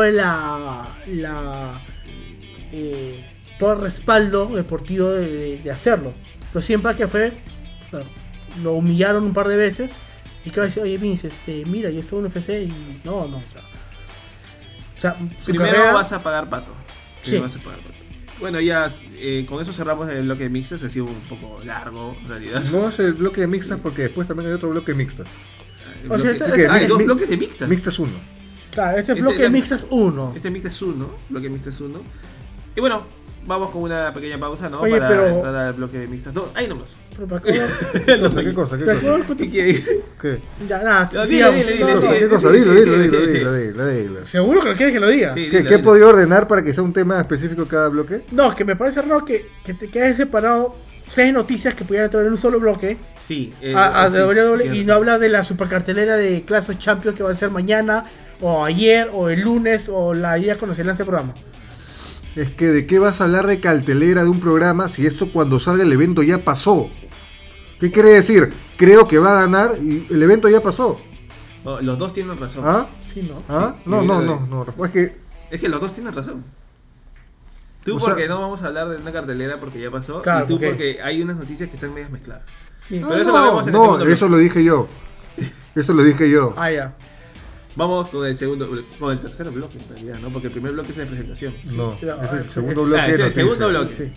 todo el respaldo deportivo de hacerlo. Pero siempre que fue, claro, lo humillaron un par de veces. Y que va a decir, oye Vince, mira, yo estuve en UFC y no, o sea, su Primero carrera, vas a pagar pato. Primero Sí. vas a pagar pato. Bueno, ya con eso cerramos el bloque de mixtas. Ha sido un poco largo, en realidad. No es el bloque de mixtas porque después también hay otro bloque de mixtas. El O sea, bloque- este- hay mi- 2 mi- bloques de mixtas. Mixtas 1. claro, este Este bloque era- mixtas 1. Este mixta es 1, bloque mixta es 1. Y bueno, vamos con una pequeña pausa, ¿no? Oye, para pero- entrar al bloque de mixtas. No, ahí nomás. Pero para acabar- ¿Qué cosa? para acabar con ¿Qué tu- quiere? ¿Qué? Ya, nada, No, sigamos. dile, ¿Qué dile, cosa? dile. ¿Qué cosa? Dilo. ¿Seguro que lo quieres que lo diga? Sí. ¿Qué Dilo. he podido ordenar para que sea un tema específico cada bloque? No, que me parece raro que te quedes separado 6 noticias que pudieran entrar en un solo bloque Sí. a sí, WWE y cierto. no hablas de la supercartelera de Clash of Champions que va a ser mañana, o ayer, o el lunes, o la día cuando se lance el programa. Es que ¿de qué vas a hablar de cartelera de un programa si esto cuando salga el evento ya pasó? ¿Qué quiere decir? Creo que va a ganar y el evento ya pasó. No, los dos tienen razón. ¿Ah? Sí, ¿no? ¿Ah? Sí, No. Es que Es que los dos tienen razón. Tú O sea- porque no vamos a hablar de una cartelera porque ya pasó. Claro, y tú porque- porque hay unas noticias que están medias mezcladas. Sí. Pero eso lo vemos en el no, segundo eso lo dije yo. Eso lo dije yo. Ah, ya. Vamos con el tercer bloque en realidad, ¿no? Porque el primer bloque es de presentación. No, Ya, es el es- segundo es- bloque. Ah, de es el noticias. segundo bloque. Sí.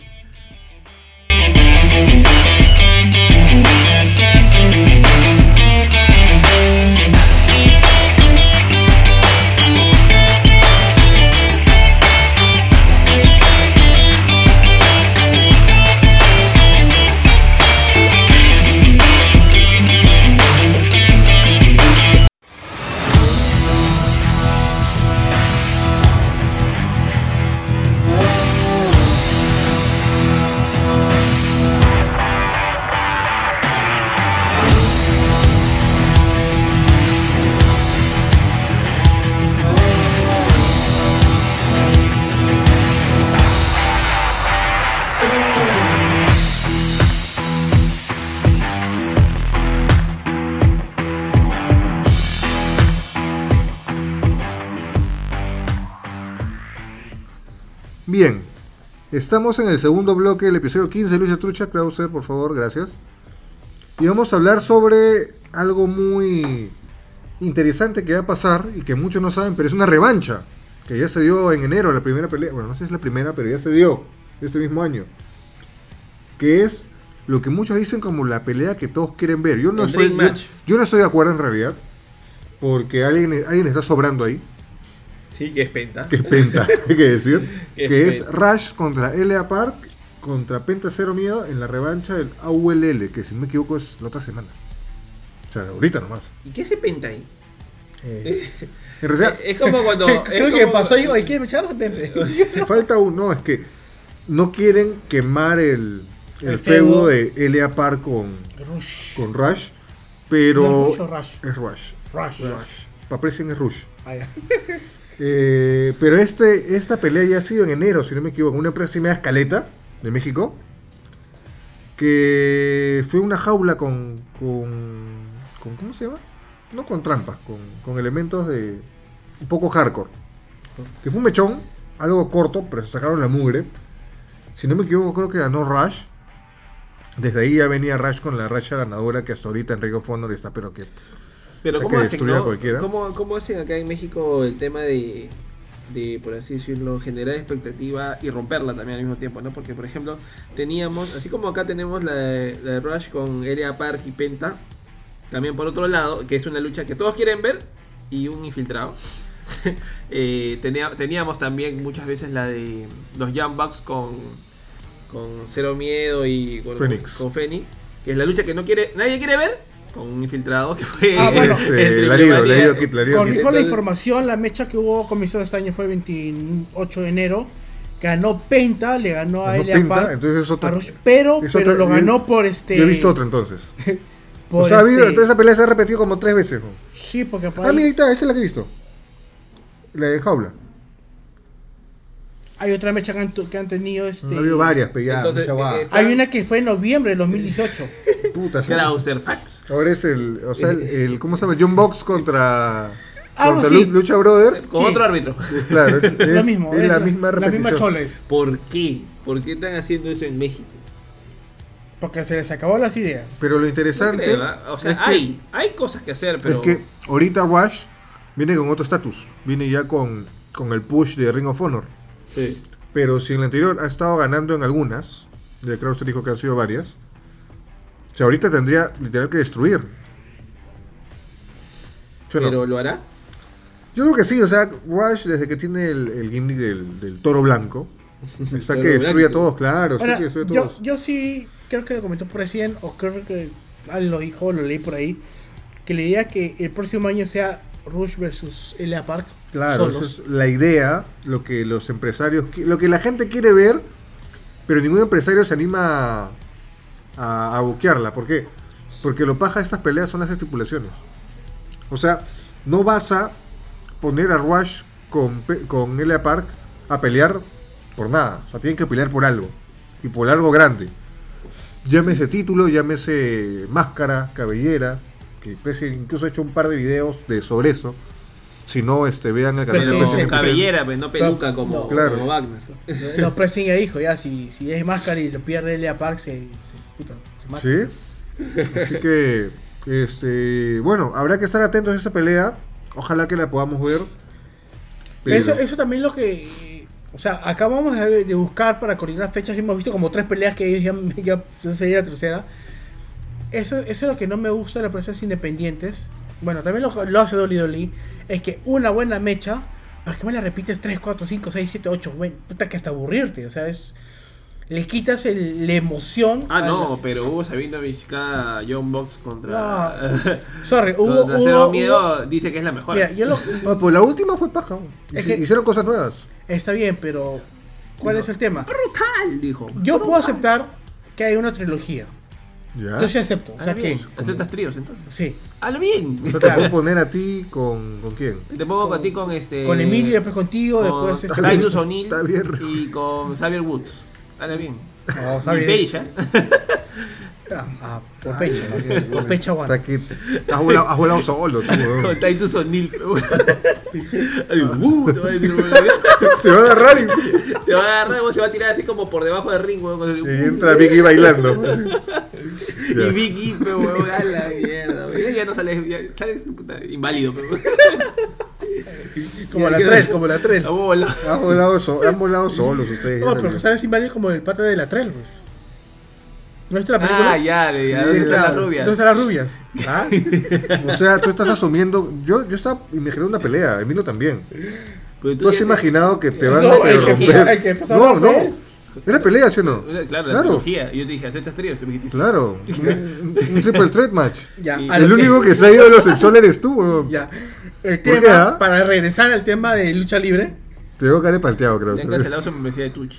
Bien, estamos en el segundo bloque del episodio 15 de Lucha Trucha. Krauser, por favor, gracias. Y vamos a hablar sobre algo muy interesante que va a pasar y que muchos no saben, pero es una revancha que ya se dio en enero, la primera pelea. Bueno, no sé si es la primera, pero ya se dio este mismo año. Que es lo que muchos dicen como la pelea que todos quieren ver. Yo no, El estoy, Dream yo, Match. yo no estoy de acuerdo en realidad, porque alguien está sobrando ahí. Sí, que es penta. Que es Penta, hay que decir. Que Que es es Penta. Rush contra LA Park contra Penta Cero Miedo en la revancha del AULL, que si no me equivoco es la otra semana. O sea, ahorita nomás. ¿Y qué hace Penta ahí? En realidad, Es como cuando. Creo es que como- pasó y quiere echar repente. falta uno, es que no quieren quemar el El feudo feudo. de Elia Park con Rush. Rush, pero... ¿No es Rush o Rush? Es Rush. Rush. Parecen es Rush. Ah, ya. Pero esta pelea ya ha sido en enero, si no me equivoco, una empresa llamada Escaleta, de México, que fue una jaula con ¿cómo se llama? No con trampas, con elementos de un poco hardcore. Que fue un mechón, algo corto, pero se sacaron la mugre. Si no me equivoco, creo que ganó Rush. Desde ahí ya venía Rush con la racha ganadora que hasta ahorita en Ring of Honor está, pero que... Pero hay ¿cómo que hacen, destruir a no? cualquiera. ¿Cómo hacen acá en México el tema de, por así decirlo, generar expectativa y romperla también al mismo tiempo, ¿no? Porque, por ejemplo, teníamos, así como acá tenemos la de Rush con Elia Park y Penta, también por otro lado, que es una lucha que todos quieren ver y un infiltrado. Teníamos también muchas veces la de los Young Bucks con Cero Miedo y con Fénix, que es la lucha que nadie quiere ver, con un infiltrado que fue Bueno, entre Larido Giovanni- Kid. Corrijo la Entonces- información, la mecha que hubo comenzó este año fue el 28 de enero. Ganó Penta, le ganó a Ganó Elia Penta, Park, entonces es otra- a Rush, pero es lo otra- ganó por este... Yo he visto otro entonces. por O sea, este- entonces esa pelea se ha repetido como 3 veces. ¿No? Sí, porque por Ah, ahí mira, ahí está, esa es la que he visto. La de jaula. hay otra mecha que han tenido este... Ha habido varias, pero ya, Entonces, mucha guada. Hay una que fue en noviembre de 2018. Puta, sí. Krauser Facts. Ahora es el ¿cómo se llama? John Box contra Algo contra así. Lucha Brothers. Con Sí. otro árbitro. Claro, es, Lo mismo, es la misma la repetición. misma choles. ¿Por qué? ¿Por qué están haciendo eso en México? Porque se les acabó las ideas. Pero lo No interesante creo, ¿ah? O sea, es hay cosas que hacer, pero... es que ahorita Rush viene con otro estatus, viene ya con el push de Ring of Honor. Sí. Pero si en la anterior ha estado ganando en algunas, de Krauser dijo que han sido varias, o sea, ahorita tendría literal que destruir. ¿Sí o no? Pero ¿lo hará? Yo creo que sí, o sea, Rush desde que tiene el gimmick del toro blanco, está Toro que destruye a blanco. todos, claro, sí Ahora, que destruye a todos. yo sí creo que lo comentó por recién, o creo que alguien lo dijo, lo leí por ahí, que la idea que el próximo año sea Rush versus Elia Park. Claro, solos. esa es la idea, lo que los empresarios, lo que la gente quiere ver, pero ningún empresario se anima a buquearla. ¿Por qué? Porque lo paja de estas peleas son las estipulaciones. O sea, no vas a poner a Rush con Elia Park a pelear por nada. O sea, tienen que pelear por algo. Y por algo grande. Llámese título, llámese máscara, cabellera. Que Presi incluso ha hecho un par de videos sobre eso. Si no, vean el canal Pero de Pero sí, Presi sí, que cabellera, pues, no peluca No, como, claro. como Wagner. Los Pressing ya dijo, ya, si es máscara y lo pierde Elia Park, se mata. Sí. Así que, bueno, habrá que estar atentos a esa pelea. Ya la podamos ver. Pero, Eso también lo que... O sea, acabamos de buscar para coordinar fechas y hemos visto como 3 peleas que ya sería la tercera. Eso es lo que no me gusta de las empresas independientes. Bueno, también lo hace WWE. Es que una buena mecha, ¿para qué me la repites 3, 4, 5, 6, 7, 8? Bueno, puta que hasta aburrirte. O sea, le quitas la emoción. No, pero Hugo Sabinovich cada John Box contra... Sorry, contra Cero Miedo dice que es la mejor. Mira, pues la última fue paja. Es que- Hicieron cosas nuevas. está bien, pero ¿cuál es el tema? Brutal, dijo. Yo puedo aceptar que hay una trilogía. Ya. Yo sí acepto. O sea que, ¿Aceptas tríos entonces? sí. ¡Hazlo bien! O sea, te puedo poner a ti con quién. Te pongo a ti con Con Emilio, después contigo, con después Titus O'Neill Está bien. y con Xavier Woods. Hazlo bien. No, Y Xavier- Page, ¿eh? por pecho. Por pecho Hasta aguanta. que has volado solo, tú, weón. Con Titus O'Neill. Ay, te va a decir, weón. Te va a agarrar y Te va a agarrar, weón, se va a tirar así como por debajo del ring, weón. con el- entra Vicky bailando. Y Big E, pero weón, a la mierda, weón. Ya no sale, ya sale puta, inválido, pero Como la tren, como la tren. La bola. Han volado solos ustedes. No, pero sabes inválido como el pata de la tren, pues. ¿No viste la película? Ah, ya, de Sí, ¿dónde están claro. las rubias? ¿Dónde están las rubias? ¿Ah? O sea, tú estás asumiendo. Yo estaba imaginando una pelea, Emilio también. Pero Tú has ya- imaginado que te van No, a el que romper. el que pasó No, Rafael. no. ¿Era pelea, sí o no? Claro, la trilogía. Y yo te dije, ¿aceptas tríos? Tú me dijiste, sí. Claro, un triple threat match. Ya, Y el único que se ha ido de lo sexual eres tú, weón. Ya. El ¿Por qué, tema, para regresar al tema de lucha libre. Te veo cara palteado, creo. Le han cancelado su membresía de Twitch.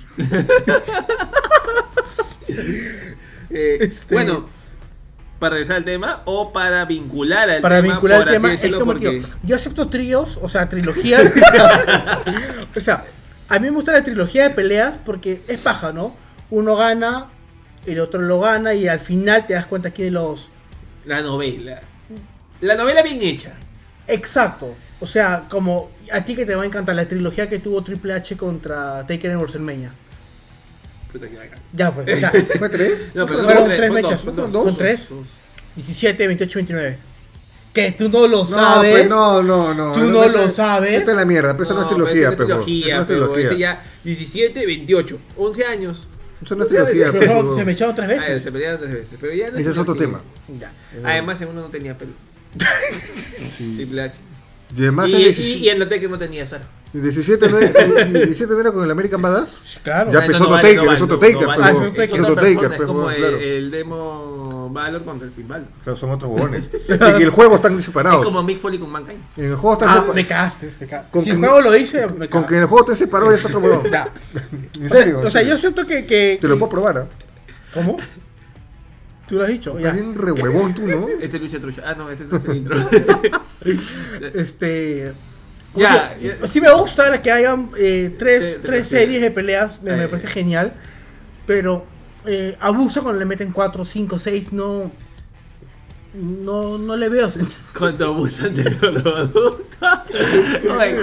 Bueno, para regresar al tema o para vincular al Para tema. vincular por el así tema, es decirlo, como porque... que yo acepto tríos, o sea, trilogías. O sea, a mí me gusta la trilogía de peleas porque es paja, ¿no? Uno gana, el otro lo gana y al final te das cuenta quién de los... La novela. La novela bien hecha. Exacto. O sea, como a ti que te va a encantar la trilogía que tuvo Triple H contra Taker en WrestleMania. Puta que bacán. Ya, pues, o sea, ¿Fue 3? No, pero fueron son tres son mechas. dos, ¿Son tres? 17, 28, 29. Que tú no lo No, sabes. pues no. Tú no lo sabes. Esta es la mierda, pero eso no es trilogía, pero pero. es trilogía, pero este ya 17, 28, 11 años. Eso no es trilogía, Pero pero. se me echaron 3 veces. Se pelearon 3 veces, pero ya no Ese es otro trilogía. tema. Ya. Además, en uno no tenía pelo. Triple H. Y además Y, el y, 17 y el Undertaker no tenía Sara. el 17 no era con el American Badass. Claro. Ya empezó otro Taker, es otro Taker, vale. pero- Es otra es otro persona, Taker, es pero, como claro. el demo Valor contra el Finn Balor. O sea, son otros huevones. Y el juego están separados. Es como Mick Foley con Mankind. En el juego están Ah, separados. me cagaste. Con Si que- el juego lo dice, me Con que cagaste. en el juego te separado es otro huevón. Ya. En serio. O sea, yo siento que Te lo puedo probar, ¿ah? ¿Cómo? Tú lo has dicho. Estás Ya. bien re huevón tú, ¿no? Este es lucha trucha. Ah, no, este es el intro. Ya. Ya, Sí me gusta que hayan tres Tres series de peleas. Me Eh. parece genial. Pero abusa cuando le meten 4, 5, 6. No le veo sentido. Cuando abusan de los adultos. Oye,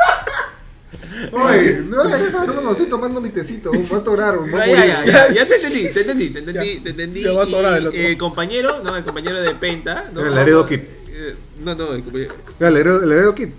Oye, no hagas esa broma, estoy tomando mi tecito. Voy a atorar, voy a ya morir. te entendí. Se va a atorar el otro. El compañero de Penta. ¿no? El Laredo Kid. No, el compañero. El Heredo Kid.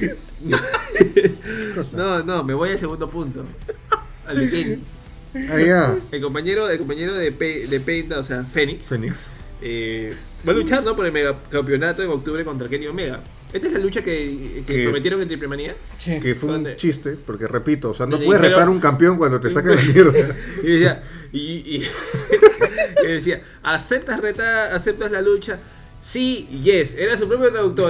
No, me voy al segundo punto. Al de Kenny. Allá. El compañero de Penta, o sea, Fénix. Fénix. Va a luchar, ¿no? Por el megacampeonato en octubre contra Kenny Omega. Esta es la lucha que prometieron en Triple Manía. Sí. Que fue un ¿Dónde? chiste, porque repito, o sea, no Donde puedes dijeron- retar a un campeón cuando te sacan la mierda. Y decía, y decía, ¿aceptas la lucha? Sí, yes. Era su propio traductor.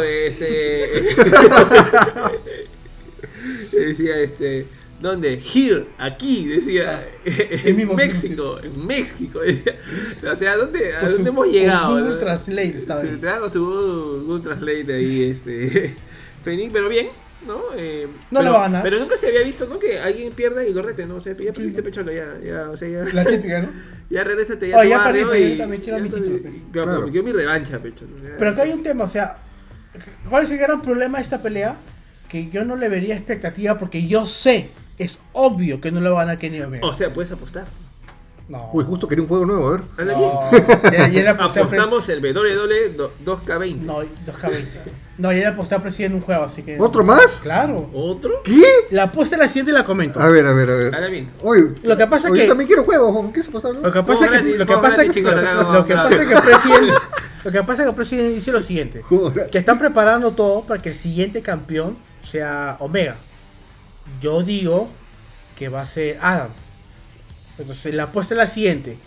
Decía, ¿dónde? Here, aquí, decía, en mismo. México, decía. O sea, ¿a dónde Con su- hemos llegado? con Google ¿no? Translate estaba ahí. Te hago su Google Translate ahí, Fénix, pero bien, ¿no? No lo va a ganar. Pero nunca se había visto, ¿no? Que alguien pierda y lo rete, ¿no? O sea, ya perdiste pecholo, ya, o sea, ya. La típica, ¿no? Ya regrésate Oh, a tu ya barrio perdí, pero y- yo también quiero ya mi perdí. título, Claro, Claro. quiero mi revancha, pecho. Pero acá hay un tema, o sea, ¿cuál es el gran problema de esta pelea? Que yo no le vería expectativa porque yo sé, es obvio que no le va a ganar Kenny Omega. O sea, puedes apostar. No. Uy, justo quería un juego nuevo, a ver. Habla No. bien. Y él aposté a Apostamos el WWE 2K20. No, 2K20. No, y él aposté a presidir en un juego, así que. ¿Otro más? Claro. ¿Otro? ¿Qué? La apuesta es la siguiente y la comento. A ver. Habla bien. Oye, Lo que pasa oye, que- yo también quiero juegos, Juan. ¿Qué se pasa? Lo que pasa es que. gratis, Lo que juego pasa gratis, es que. chicos, acá no, Lo que claro. pasa es que President. Lo que pasa es que President dice lo siguiente. Joder. Que están preparando todo para que el siguiente campeón sea Omega. Yo digo que va a ser Adam. Entonces la apuesta es la siguiente.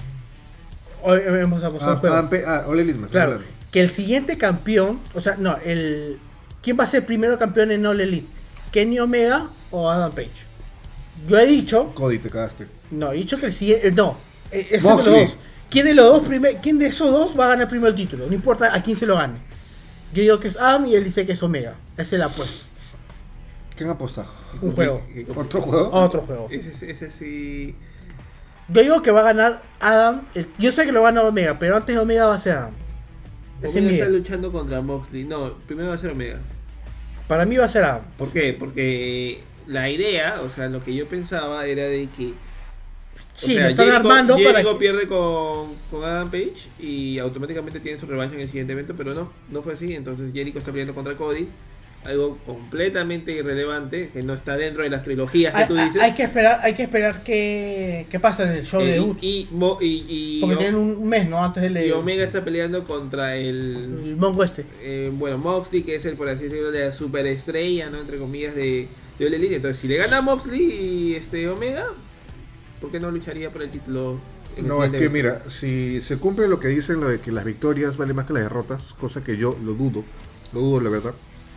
Hoy hemos apostado un juego. Ole Lidman. Claro. Que el siguiente campeón, o sea, no, ¿quién va a ser primero campeón en All Elite? ¿Kenny Omega o Adam Page? Yo he dicho, Cody, te cagaste. no, he dicho que el siguiente, no, es de los Moxley. dos. ¿Quién de esos dos va a ganar primero el título? No importa a quién se lo gane. Yo digo que es Adam y él dice que es Omega. Esa es la apuesta. ¿Quién ha apostado? Un juego. ¿Otro juego? Otro juego. Ese sí. Yo digo que va a ganar Adam. Yo sé que lo va a ganar Omega, pero antes de Omega va a ser Adam. Ese es Omega mi está idea. luchando contra Moxley. No, primero va a ser Omega. Para mí va a ser Adam. ¿Por qué? Porque la idea, o sea, lo que yo pensaba era de que. Sí, lo están armando para Jericho que- pierde con Adam Page y automáticamente tiene su revancha en el siguiente evento, pero no fue así. Entonces Jericho está peleando contra Cody. Algo completamente irrelevante, que no está dentro de las trilogías que tú dices. Hay que esperar qué pasa en el show de debut. Y Porque tienen un mes, ¿no? Antes del y Omega está peleando contra el Mongo este. Moxley, que es el, por así decirlo, de la superestrella, ¿no? Entre comillas, de All Elite. Entonces, si le gana Moxley y Omega, ¿Por qué no lucharía por el título? En el No, es siguiente que evento? mira, si se cumple lo que dicen, lo de que las victorias valen más que las derrotas, cosa que yo lo dudo la verdad.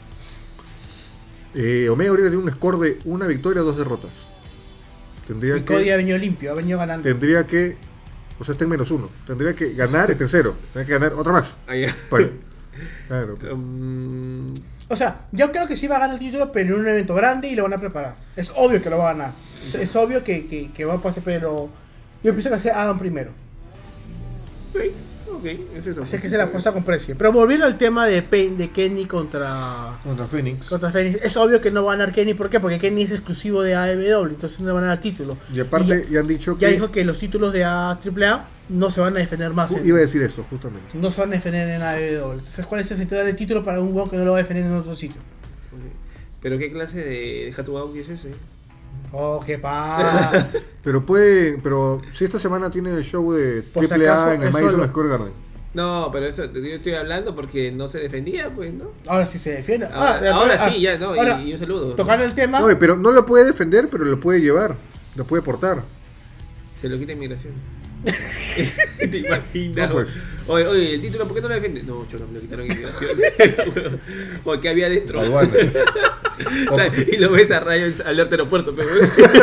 Omega ahorita tiene un score de una victoria, 2 derrotas. Y Cody ha venido limpio, ha venido ganando. Tendría que, o sea, está en -1. Tendría que ganar el tercero. Tendría que ganar otra más. Ah, ya. Claro. O sea, yo creo que sí va a ganar el título, pero en un evento grande y lo van a preparar. Es obvio que lo va a ganar. Es obvio que va a pasar, pero yo pienso que se hagan primero. Ok, es eso. Así que se la apuesta con precio. Pero volviendo al tema de Kenny contra Phoenix. Phoenix, es obvio que no va a ganar Kenny. ¿Por qué? Porque Kenny es exclusivo de AEW, entonces no le van a dar título. Y aparte, ya han dicho ya que. dijo que los títulos de AAA no se van a defender más. Iba a decir eso, justamente. No se van a defender en AEW. Entonces, ¿cuál es el sentido de darle título para un hueón que no lo va a defender en otro sitio? Pero ¿qué clase de Hatugauki es ese? Oh, qué pa. Pero si esta semana tiene el show de Por si AAA acaso, en el eso Madison lo- Square Garden. No, pero eso yo estoy hablando porque no se defendía, pues, ¿no? Ahora sí se defiende. Ahora sí, ya, no, ahora, y un saludo. Tocando el tema. Oye, pero no lo puede defender, pero lo puede llevar. Lo puede portar. Se lo quita inmigración. ¿Te imaginas? No, pues. Oye, el título, ¿por qué no lo defiende? No, cholo, me lo quitaron inmigración. O ¿qué había adentro? Aduana. O sea, y lo ves a Rayo alerta aeropuerto, pero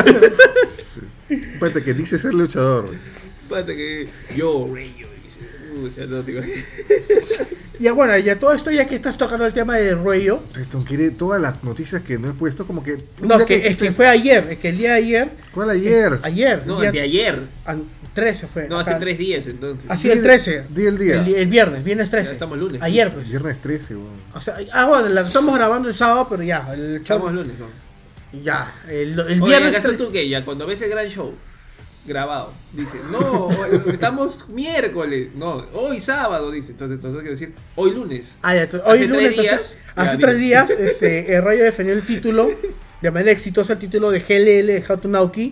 Espérate, que dice ser luchador. pasa que yo, Rayo, o sea, no te imaginas. Ya bueno, ya todo esto, ya que estás tocando el tema de Ruello. Esto quiere todas las noticias que no he puesto, como que. No, es que fue ayer, es que el día de ayer. ¿Cuál ayer? Ayer. No, el de día ayer. 13 fue. No, hace 3 días entonces. Ha sido el 13. Di el día. El viernes 13. Ya estamos lunes. Ayer, pues. Viernes 13, weón. O sea, bueno, la estamos grabando el sábado, pero ya. Estamos lunes, ¿no? Ya. El Oye, viernes. ¿acaso tú qué? Ya cuando ves el gran show grabado, dice, no, estamos miércoles, no, hoy sábado, dice, entonces quiere decir, hoy lunes. Ah, ya, hoy Hace lunes, 3 días, entonces, hace ya, 3 días, el Rayo defendió el título, de manera exitosa, el título de GLL de Hatunauki,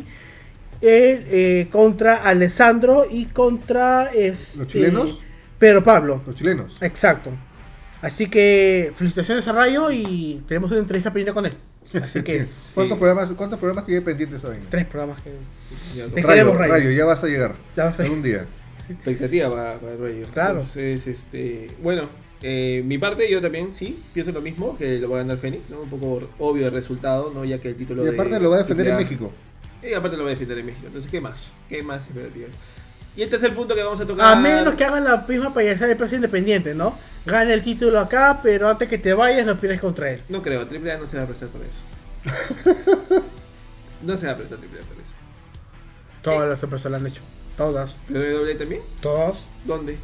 contra Alessandro y contra ¿Los chilenos? Pedro Pablo. Los chilenos. Exacto. Así que felicitaciones a Rayo y tenemos una entrevista pendiente con él. Así que ¿Cuántos programas tiene pendientes hoy? 3 programas que Ya, Te queremos, Rayo. Rayo, ya vas a llegar. Ya vas a- Algún día. expectativa para el Rayo. Claro. Entonces, bueno, mi parte yo también sí, pienso lo mismo, que lo va a ganar Fénix, ¿no? Un poco obvio el resultado, ¿no? Ya que el título Y aparte lo va a defender en AAA México. Y aparte lo va a defender en México. Entonces, ¿qué más? ¿Qué más expectativas? Y este es el punto que vamos a tocar. A menos que hagan la misma payasada de precio independiente, ¿no? Gane el título acá, pero antes que te vayas lo pierdes contra él. No creo, AAA no se va a prestar por eso. No se va a prestar AAA por eso. Todas las empresas lo han hecho. Todas. ¿Pero WWE también? Todas. ¿Dónde?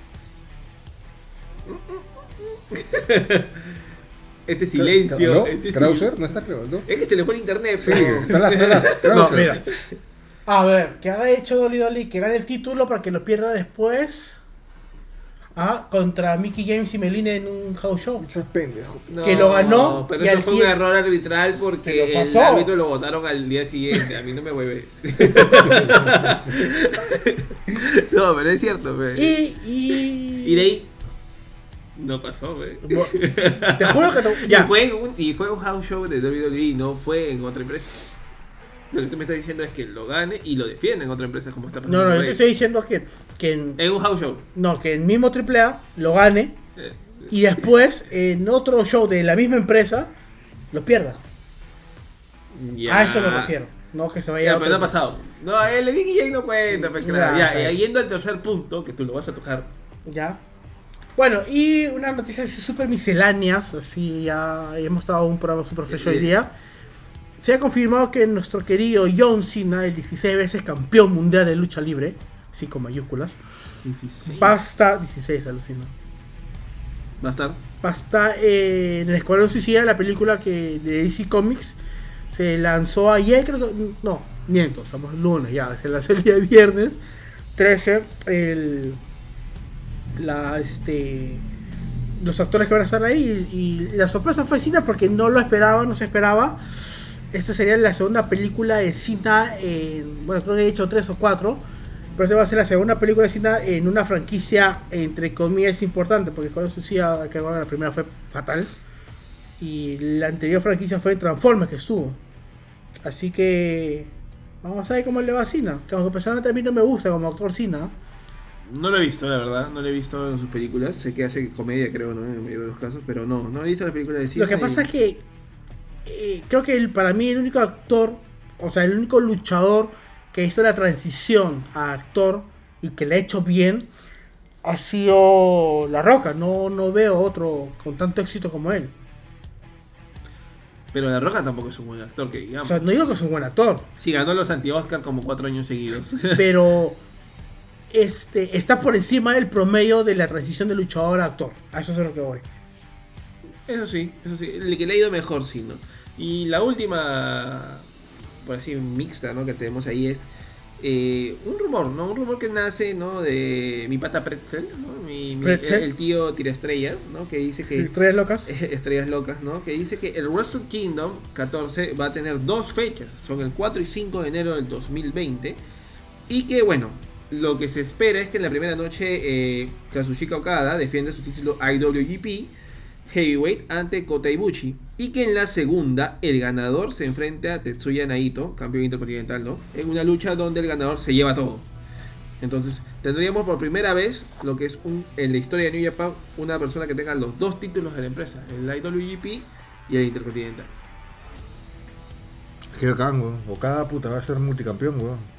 Este silencio. ¿No? Este ¿Krauser? silencio. ¿No está Krauser? ¿No? Es que se le fue el internet. Sí, pero- está No, Krauser. mira. A ver, que haga hecho WWE, que gane el título para que lo pierda después. Contra Mickey James y Melina en un house show. Ese pendejo. No, Que lo ganó pero y eso al fue un siguiente- error arbitral Que porque lo el pasó. árbitro lo votaron al día siguiente. A mí no me hueves. No, pero es cierto, pe. Y de ahí no pasó, pe. Te juro que no. Ya. Y fue un house show de WWE, no fue en otra empresa. Lo que tú me estás diciendo es que lo gane y lo defiende en otra empresa como está pasando. No, yo Rey. te estoy diciendo que En un house show. que el mismo AAA lo gane Eh, y después en otro show de la misma empresa lo pierda. ya. A eso me refiero. No que se vaya Ya, a pero no ha otro. pasado. No, el DJ no cuenta, pues claro. Ya, Ya, está yendo al tercer punto, que tú lo vas a tocar. Ya. Bueno, y unas noticias súper misceláneas, así ya hemos estado un programa super fresh hoy día. Se ha confirmado que nuestro querido John Cena, el 16 veces campeón mundial de lucha libre, así con mayúsculas, 16. basta, 16 alucino, Va a estar. basta en el Escuadrón Suicida, la película que de DC Comics, se lanzó ayer, creo que, no, miento, estamos lunes ya, se lanzó el día viernes 13, los actores que van a estar ahí y la sorpresa fue Cena porque no lo esperaba, no se esperaba. Esta sería la segunda película de Cena bueno, creo que he hecho 3 o 4, pero esta va a ser la segunda película de Cena en una franquicia entre comillas importante, porque con Suicida, que bueno, la primera fue fatal y la anterior franquicia fue Transformers que estuvo. Así que Vamos a ver cómo le va a Cena. Que aunque personalmente a mí no me gusta como actor Cena. No lo he visto, la verdad, no lo he visto en sus películas. Sé que hace comedia, creo, ¿no? En la mayoría de los casos, pero no he visto las películas de Cena. Lo que pasa es que creo que para mí el único actor, o sea, el único luchador que hizo la transición a actor y que le ha hecho bien ha sido La Roca. No veo otro con tanto éxito como él. Pero La Roca tampoco es un buen actor, que digamos. O sea, no digo que es un buen actor, Sí, ganó los anti-Oscar como 4 años seguidos. pero está por encima del promedio de la transición de luchador a actor. A eso es a lo que voy. Eso sí, el que le ha ido mejor, sí, ¿no? Y la última, por así mixta, ¿no? Que tenemos ahí es un rumor, ¿no? Un rumor que nace, ¿no? De mi pata Pretzel, ¿no? Pretzel. El tío Tiraestrellas, ¿no? Que dice que... ¿Estrellas locas? Estrellas locas, ¿no? Que dice que el Wrestle Kingdom 14 va a tener 2 fechas. Son el 4 y 5 de enero del 2020. Y que, bueno, lo que se espera es que en la primera noche Kazuchika Okada defiende su título IWGP Heavyweight ante Kota Ibushi, y que en la segunda el ganador se enfrenta a Tetsuya Naito, campeón intercontinental, ¿no? En una lucha donde el ganador se lleva todo. Entonces tendríamos por primera vez lo que es en la historia de New Japan una persona que tenga los 2 títulos de la empresa, el IWGP y el intercontinental. Qué bacán, weón. Okada, puta, va a ser multicampeón, weón.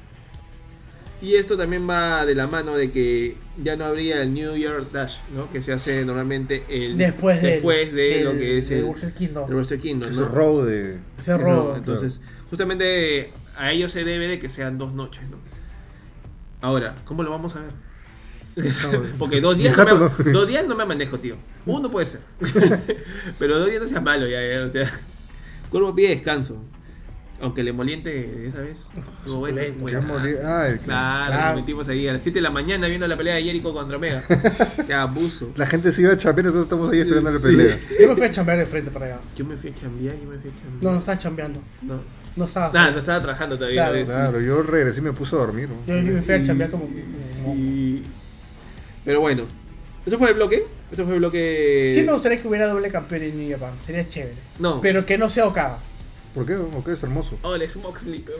Y esto también va de la mano de que ya no habría el New Year Dash, ¿no? Que se hace normalmente Después de lo que es el Wrestle Kingdom. el Wrestle Kingdom, Ese ¿no? robo de... Ese robo. Entonces, justamente a ello se debe de que sean 2 noches, ¿no? Ahora, ¿cómo lo vamos a ver? Porque 2 días, Mi jato no no. 2 días no me manejo, tío. 1 puede ser. Pero 2 días no sea malo, ya. O sea, cuerpo pide descanso. Aunque le moliente esa vez. Estuvo bueno. Suculento. Ya morí. Ah, el que- Claro, Claro. nos metimos ahí a las 7 de la mañana viendo la pelea de Jericho contra Omega. Qué abuso. La gente se iba a chambear, nosotros estamos ahí esperando la Sí. pelea. Yo me fui a chambear de frente para allá. Yo me fui a chambear. No estaba chambeando. No. No estaba. No estaba trabajando todavía. Claro. ¿ves? Claro, yo regresé y me puse a dormir, ¿no? Yo me fui a chambear como. Sí. Pero bueno, eso fue el bloque. Eso fue el bloque. Sí me gustaría que hubiera doble campeón en New Japan. Sería chévere. No. Pero que no sea Okada. ¿Por qué? Porque es hermoso. Ole, es un Moxley, pero...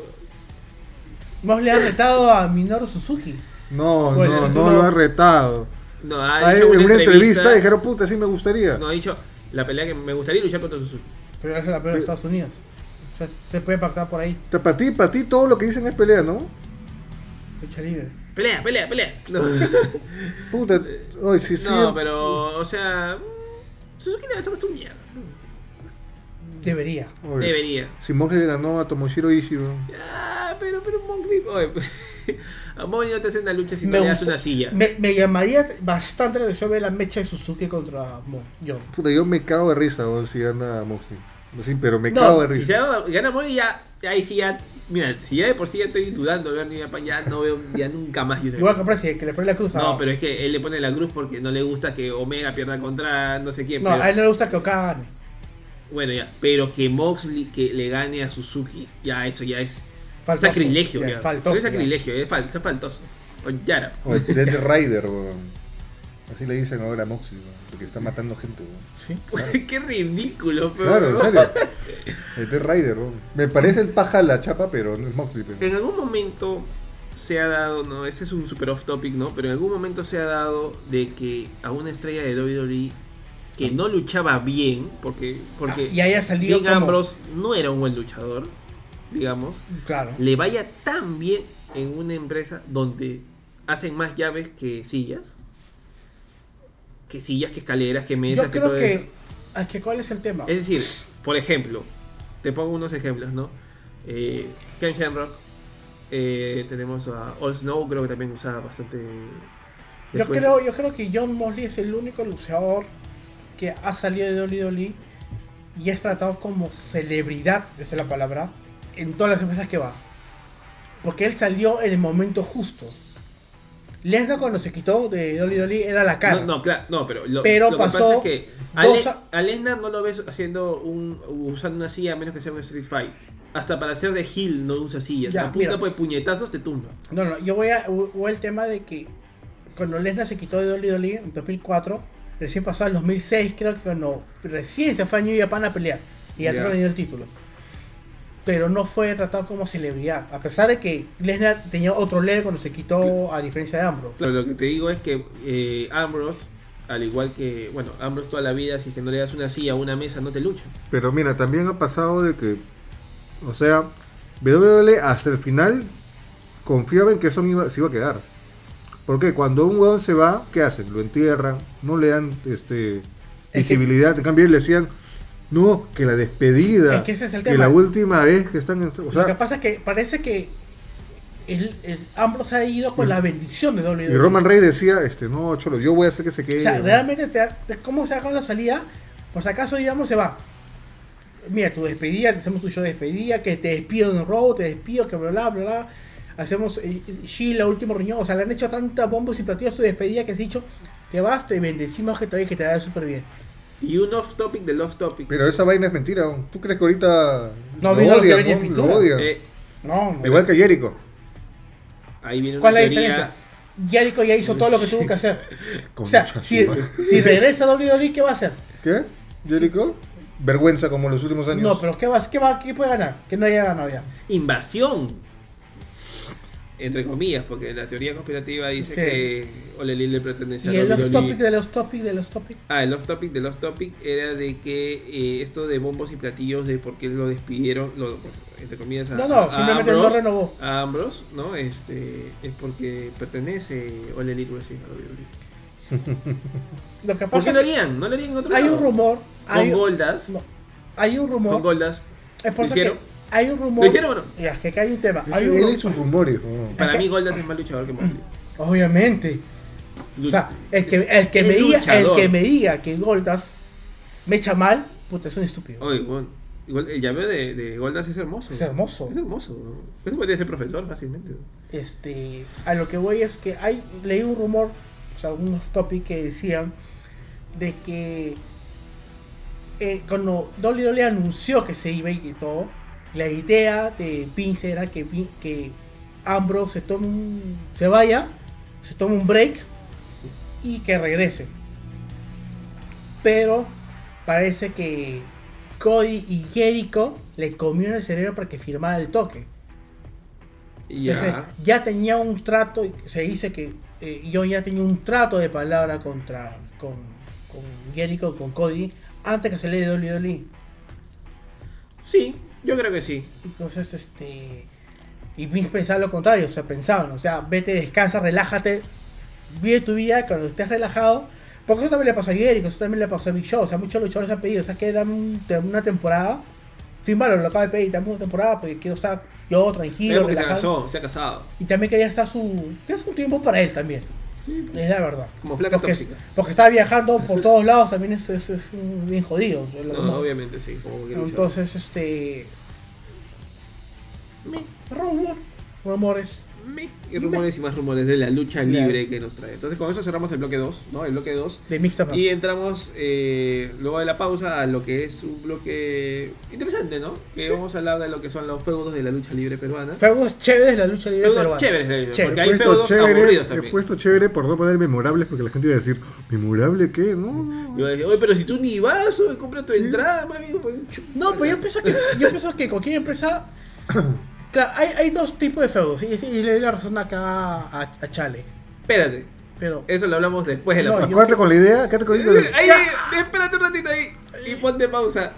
Nos le ha retado a Minoru Suzuki. No, Bueno, no, tú no no- lo ha retado. No, ha Ahí, dicho en una entrevista dijeron, puta, sí me gustaría. No, ha dicho la pelea que me gustaría luchar contra Suzuki. Pero es la pelea de Estados Unidos. O sea, se puede pactar por ahí. Para ti todo lo que dicen es pelea, ¿no? Lucha libre. Pelea. No, Puta, ay, sí, sí. no, pero, o sea... Suzuki debe ser su mierda. Debería. Oye, Debería. Si Moxley le ganó a Tomoshiro Ishii, weón. Ah, pero Moxley... Oye, a Moxley no te hace una lucha si no le das gusta- una silla. me llamaría bastante la atención ver la mecha de Suzuki contra Yo. Puta, yo me cago de risa, weón, si gana Moxley. Sí, pero me No, cago de Si se risa. gana Moxley ya... Ahí sí ya... Mira, si ya de por sí ya estoy dudando de ver New Japan, ya no veo ya nunca más United. Igual que Presi, que le pone la cruz. No, pero es que él le pone la cruz porque no le gusta que Omega pierda contra no sé quién. No, pero- a él no le gusta que Okada gane. Bueno, ya. Pero que Moxley que le gane a Suzuki, ya eso ya es Faltoso. sacrilegio. Ya, Ya. faltoso, es ya. sacrilegio, es faltoso. O Yara. Oye, Dead Rider, weón. Así le dicen ahora a Moxley, weón, porque está matando gente, weón. ¿Sí? Qué ridículo, pero. Claro, en serio. El Dead Rider, weón. Me parece el paja a la chapa, pero no es Moxley, pero. En algún momento se ha dado, no, ese es un super off topic, ¿no? Pero en algún momento se ha dado de que a una estrella de WWE que no luchaba bien, porque Y haya salido Dean como... Ambrose no era un buen luchador, digamos, Claro. le vaya tan bien en una empresa donde hacen más llaves que sillas, que escaleras, que mesas, Yo que creo todo que... eso. Es que ¿cuál es el tema? Es decir, por ejemplo, te pongo unos ejemplos, ¿no? Ken Shamrock, tenemos a All Snow, creo que también usaba bastante. Yo Después- creo que John Mosley es el único luchador que ha salido de WWE y es tratado como celebridad, esa es la palabra, en todas las empresas que va. Porque él salió en el momento justo. Lesnar cuando se quitó de WWE era la cara. No, claro, no, pero lo Pero que pasó pasa es que dos a- a Lesnar no lo ves usando una silla a menos que sea un Street Fight. Hasta para ser de heel no usa sillas. Ya, A punta mira. pues puñetazos te tumba. No, yo voy el tema de que cuando Lesnar se quitó de WWE en 2004, recién pasó el 2006, creo que cuando recién se fue a New Japan a pelear y ya Ya. ganó el título. pero no fue tratado como celebridad. A pesar de que Lesnar tenía otro level cuando se quitó, a diferencia de Ambrose. Pero lo que te digo es que Ambrose, al igual que, bueno, Ambrose toda la vida, si es que no le das una silla o una mesa, no te lucha. Pero mira, también ha pasado de que, o sea, WWE hasta el final confiaba en que eso se iba a quedar. Porque cuando un huevón se va, ¿qué hacen? Lo entierran, no le dan visibilidad. En cambio, le decían, no, que la despedida, Es que ese es el que tema. la última vez que están en... O Lo que sea, pasa es que parece que el Ambrose ha ido con la bendición de WWE. y Roman Reigns decía, no, cholo, yo voy a hacer que se quede. O sea, ¿no? realmente, ¿cómo se haga la salida? Por si acaso, digamos, se va. Mira, tu despedida, hacemos tu show de despedida, que te despido en Raw, te despido, que bla, bla, bla, bla. Hacemos Sheila, último riñón. O sea, le han hecho tantas bombos y platillos tu despedida que has dicho, te vas, te bendecimos, que te vaya súper bien. Y un off topic del off topic. Pero esa vaina es mentira. ¿No? ¿Tú crees que ahorita No, mira lo que venía en ¿no? pintura. Lo odian? No, no. Igual que Jericho. Ahí viene una ¿Cuál es la teoría. diferencia? Jericho ya hizo todo lo que tuvo que hacer. O sea, Concha si su madre. regresa a WWE, ¿qué va a hacer? ¿Qué? ¿Jericho? Vergüenza como en los últimos años. No, pero ¿qué puede ganar? Que no haya ganado ya. Invasión. Entre comillas, porque la teoría conspirativa dice Sí. que Ole Elite le pertenece a Y el off WWE. topic de los topic. Ah, el off topic del off topic era de que esto de bombos y platillos de por qué lo despidieron, entre comillas, a, No, a simplemente Ambrose, no renovó. A Ambrose, ¿no? Es porque pertenece Ole Elite Wrestling a WWE. Lo que ¿Por pasa qué lo es que harían? ¿No lo harían en otro hay lado? un rumor. Con Goldas. No, hay un rumor. Con Goldas. Es por ¿Lo eso que hicieron? hay un rumor. ¿Lo hicieron o no? Ya, que acá hay un tema. Hay Él un y sus rumores. ¿no? Para Es que- mí Goldas es más luchador que Moxley. Obviamente. O sea, el que Es me diga que Goldas me echa mal, puta, es un estúpido. Oye, bueno, igual el llameo de Goldas es hermoso. Es hermoso. Es hermoso. Eso podría ser profesor fácilmente. A lo que voy es que leí un rumor, o sea, un off topic que decían de que cuando WWE anunció que se iba y todo, la idea de Vince era que Ambrose se vaya, se tome un break y que regrese. Pero parece que Cody y Jericho le comieron el cerebro para que firmara el toque. Entonces Ya. ya tenía un trato, se dice que yo ya tenía un trato de palabra con Jericho, con Cody, antes que se le de WWE. Sí, yo creo que sí. Entonces, y Vince pensaba lo contrario, o sea, pensaban, o sea, vete, descansa, relájate, vive tu vida cuando estés relajado, porque eso también le pasó a Jericho, eso también le pasó a Big Show, o sea, muchos luchadores han pedido, o sea, que dame una temporada, Finn Balor lo acaba de pedir, dame una temporada porque quiero estar yo tranquilo, Porque se relajado, se ha casado. y también quería estar un tiempo para él también, Sí, es la verdad. como flaca Porque, tóxica. porque estaba viajando por todos lados, también es bien jodido. O sea, No, obviamente sí, como cualquier luchador. entonces, rumores. Y rumores y más rumores de la lucha libre que nos trae. Entonces con eso cerramos el bloque 2, ¿no? El bloque 2. De Mixta Más. Y entramos luego de la pausa a lo que es un bloque interesante, ¿no? Que vamos a hablar de lo que son los feudos de la lucha libre peruana. Feudos chéveres de la lucha libre Feudos peruana. chéveres de la lucha, Chévere. porque hay feudos aburridos He también. puesto chévere por no poner memorables porque la gente iba a decir, ¿memorable qué? No. Y voy a decir, oye, pero si tú ni vas, oye, compra tu entrada, mami. Pues, No, pero yo pienso que cualquier empresa. Claro, hay dos tipos de feudos. Y le doy la razón acá a Chale. Espérate, Pero. eso lo hablamos después de la No, pausa. Quédate con la idea, quédate con la idea. Ahí, espérate un ratito ahí y ponte pausa.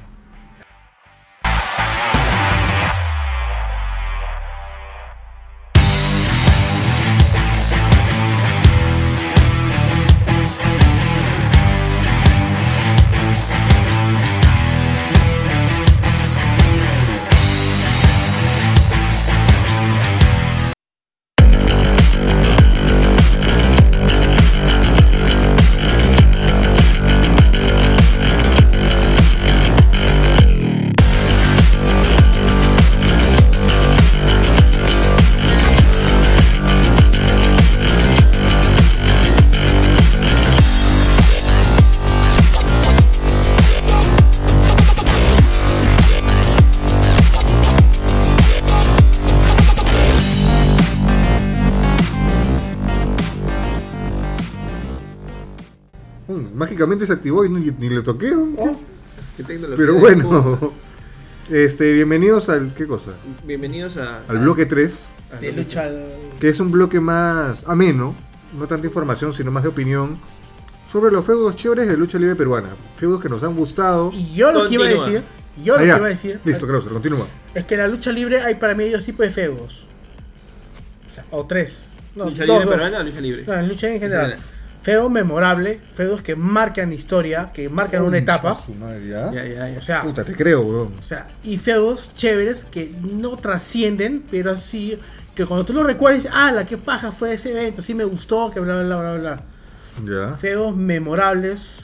Mágicamente se activó y ni le toqué. Oh, ¿Qué tecnología Pero de bueno. punta? Bienvenidos al... ¿Qué cosa? Bienvenidos Al bloque 3, De lucha que es un bloque más ameno, no tanta información, sino más de opinión, sobre los feudos chéveres de lucha libre peruana. Feudos que nos han gustado. Y yo lo que iba a decir, Listo, Krauser, continúa. es que en la lucha libre hay para mí dos tipos de feudos. O tres. No, ¿Lucha dos, libre dos. peruana o lucha libre? No, en lucha en general. Feudo memorable, feudos que marcan historia, que marcan una etapa. Su madre, ¿ya? Ya. O sea, Puta, te creo, weón. y feudos chéveres que no trascienden, pero sí que cuando tú lo recuerdes, la qué paja fue ese evento, sí me gustó, que bla bla bla bla. Ya. Feudos memorables,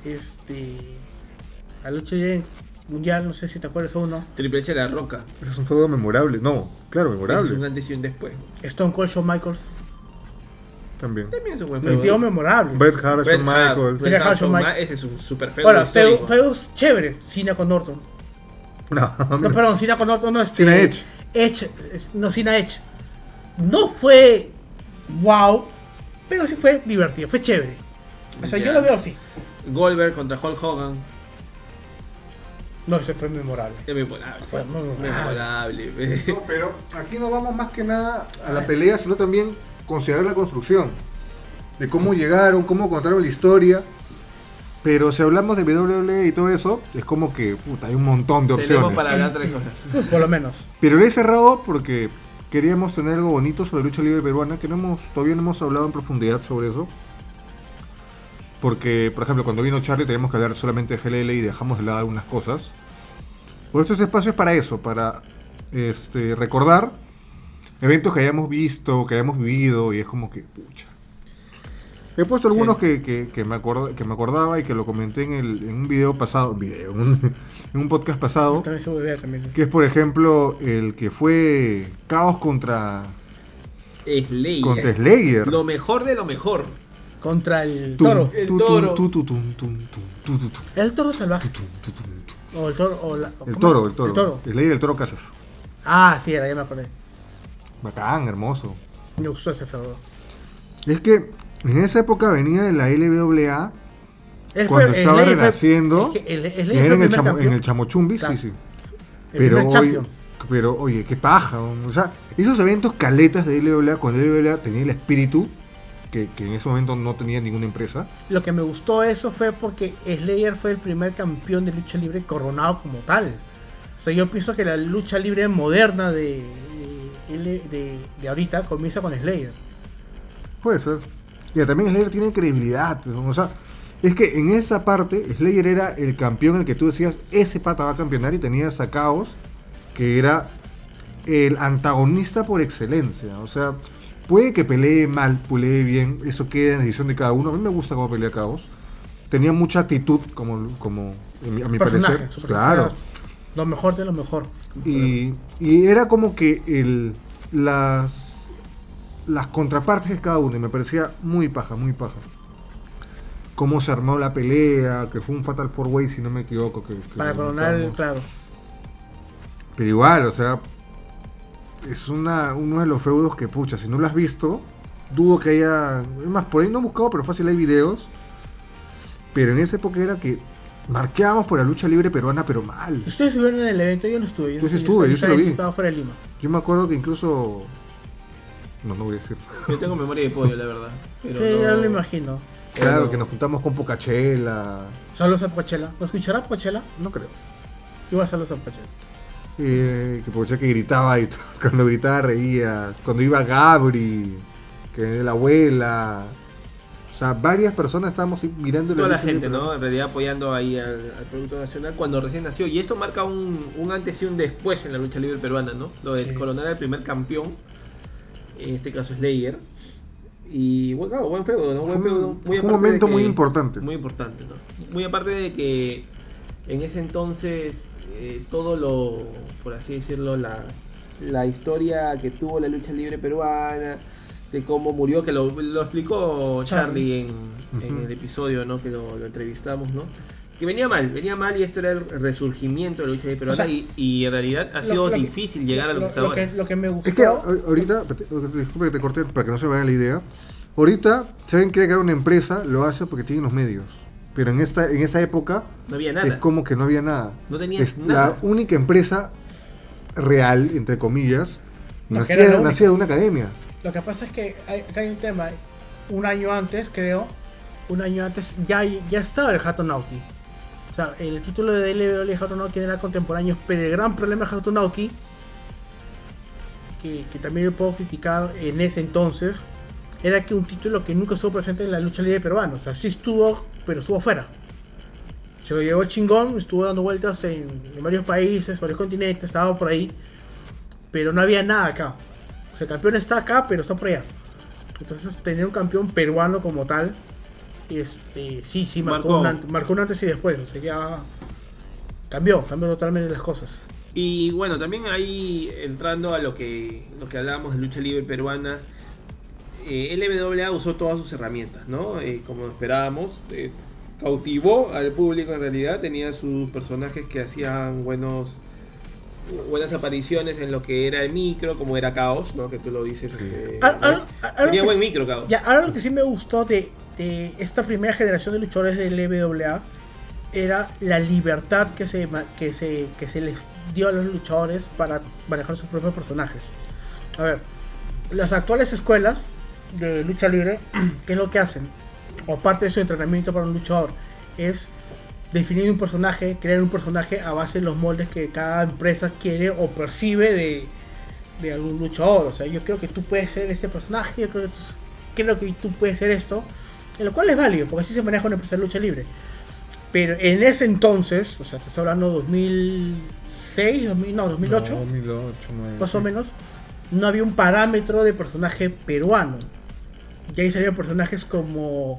la lucha libre mundial, no sé si te acuerdas de uno. Triple H La Roca. Ese es un feudo memorable. No, claro, Es un memorable. antes y un después. Stone Cold Shawn Michaels. También. También es un buen Me feudo. pido memorables. Bret Hart, Shawn Michaels. Bret Hart, Shawn Michaels. Ese es un super feudo. Ahora, histórico. feudos chéveres. Cena con Norton. No, No, perdón, Cena con Norton no Cena Edge. No, Cena Edge. No fue wow, pero sí fue divertido, fue chévere. O sea, Ya. yo lo veo así. Goldberg contra Hulk Hogan. No, ese fue memorable. Es memorable. Fue muy Memorable. No, pero aquí no vamos más que nada a la pelea, sino también considerar la construcción. De cómo llegaron, cómo contaron la historia. Pero si hablamos de WWE y todo eso, es como que puta, hay un montón de Tenemos opciones. para hablar 3 horas. Por lo menos. Pero le he cerrado porque queríamos tener algo bonito sobre lucha libre peruana, que todavía no hemos hablado en profundidad sobre eso. Porque, por ejemplo, cuando vino Charlie teníamos que hablar solamente de GLL y dejamos de lado algunas cosas. Por estos espacios es para eso, para recordar eventos que hayamos visto, que hayamos vivido, y es como que, pucha. He puesto algunos que me acordaba y que lo comenté en un video pasado, en un podcast pasado, También se volvió también. que es por ejemplo el que fue Caos contra Slayer. Lo mejor de lo mejor. Contra el Tum, toro. El tu, toro. tum, tu, tum, tum, tum, tu, tu, tum, El toro salvaje. tum, tu, tum, tum. O el toro. O la, El ¿cómo? toro. Slayer, el toro Casas. Ah, sí, era, ya me acordé. Bacán, hermoso. Me gustó ese feudo. Es que en esa época venía de la LWA, Él cuando fue- estaba Slayer fue- renaciendo, es que el y Slayer era fue en el, primer campeón. en el Chamochumbi, Claro. sí, sí. El primer champion. Pero oye, qué paja. O sea, esos eventos caletas de LWA, cuando LWA tenía el espíritu, que en ese momento no tenía ninguna empresa. Lo que me gustó eso fue porque Slayer fue el primer campeón de lucha libre coronado como tal. O sea, yo pienso que la lucha libre moderna de ahorita comienza con Slayer. Puede ser. Y también Slayer tiene credibilidad. O sea, es que en esa parte Slayer era el campeón el que tú decías, ese pata va a campeonar, y tenías a Caos, que era el antagonista por excelencia. O sea, puede que pelee mal, pelee bien, eso queda en decisión de cada uno. A mí me gusta cómo pelea Caos. Tenía mucha actitud, como a mi Personaje, parecer. su Claro. personaje era lo mejor de lo mejor. Y era como que las contrapartes de cada uno, y me parecía muy paja, muy paja. Cómo se armó la pelea, que fue un Fatal 4-Way, si no me equivoco. Que Para lo coronar, montamos. claro. Pero igual, o sea, es uno de los feudos que, pucha, si no lo has visto, dudo que haya... Es más, por ahí no he buscado, pero fácil hay videos. Pero en esa época era que marqueábamos por la lucha libre peruana, pero mal. Ustedes estuvieron en el evento, yo no estuve. Yo sí estuve, yo sí lo vi. Estaba fuera de Lima. Yo me acuerdo que incluso... No voy a decir. Yo tengo memoria de pollo, la verdad. Pero Sí, no- ya lo imagino. Claro, Pero- que nos juntamos con Pocachela. Saludos a Pochela. ¿Lo escuchará Pochela? No creo. Igual saludos a Pochela. Que Pocachela que gritaba y cuando gritaba reía. Cuando iba Gabri, que la abuela. O sea, varias personas estábamos ahí mirando Toda la lucha libre gente, ¿no? peruana. En realidad apoyando ahí al Producto Nacional cuando recién nació. Y esto marca un antes y un después en la lucha libre peruana, ¿no? Lo de Sí. coronar al primer campeón, en este caso Slayer. Y bueno, claro, buen feudo, ¿no? Buen feudo. Fue un aparte de momento que- muy importante. Muy importante, ¿no? Muy aparte de que en ese entonces todo lo, por así decirlo, la historia que tuvo la lucha libre peruana, de cómo murió, que lo explicó Charlie en el episodio, ¿no? Que lo entrevistamos, ¿no? Que venía mal y esto era el resurgimiento de la lucha libre peruana, O sea, y en realidad ha sido difícil llegar a lo que está ahora. Lo que me gustó. Es que ahorita, disculpe que te corté para que no se vaya la idea. Ahorita, si alguien quiere crear una empresa, lo hace porque tiene los medios. Pero en esa época No había nada. es como que no había nada. No tenías Es nada. la única empresa real, entre comillas, No, que era la única. nacida de una academia. Lo que pasa es que acá hay un tema. Un año antes, creo, ya estaba el Hatonauki. O sea, el título de LWL Hatonauki era contemporáneo, pero el gran problema de Hatonauki, que también lo puedo criticar en ese entonces, era que un título que nunca estuvo presente en la lucha libre peruana. O sea, sí estuvo, pero estuvo fuera. Se lo llevó el chingón, estuvo dando vueltas en varios países, varios continentes, estaba por ahí, pero no había nada acá. O sea, el campeón está acá, pero está por allá. Entonces, tener un campeón peruano como tal, sí, marcó un antes y después. O sea, ya cambió totalmente las cosas. Y bueno, también ahí entrando a lo que hablábamos de lucha libre peruana, LWA usó todas sus herramientas, ¿no? Como esperábamos, cautivó al público en realidad, tenía sus personajes que hacían buenas apariciones en lo que era el micro, como era Caos, ¿no? Que tú lo dices. Sí. Tenía buen micro, Caos. Ya, ahora lo que sí me gustó de esta primera generación de luchadores de LWA era la libertad que se les dio a los luchadores para manejar sus propios personajes. A ver, las actuales escuelas de lucha libre, ¿qué es lo que hacen? O parte de su entrenamiento para un luchador es definir un personaje, crear un personaje a base de los moldes que cada empresa quiere o percibe de algún luchador. O sea, yo creo que tú puedes ser este personaje, yo creo que tú puedes ser esto, en lo cual es válido, porque así se maneja una empresa de lucha libre. Pero en ese entonces, o sea, te estoy hablando 2006, 2008, 2008, más o menos, no había un parámetro de personaje peruano. Y ahí salían personajes como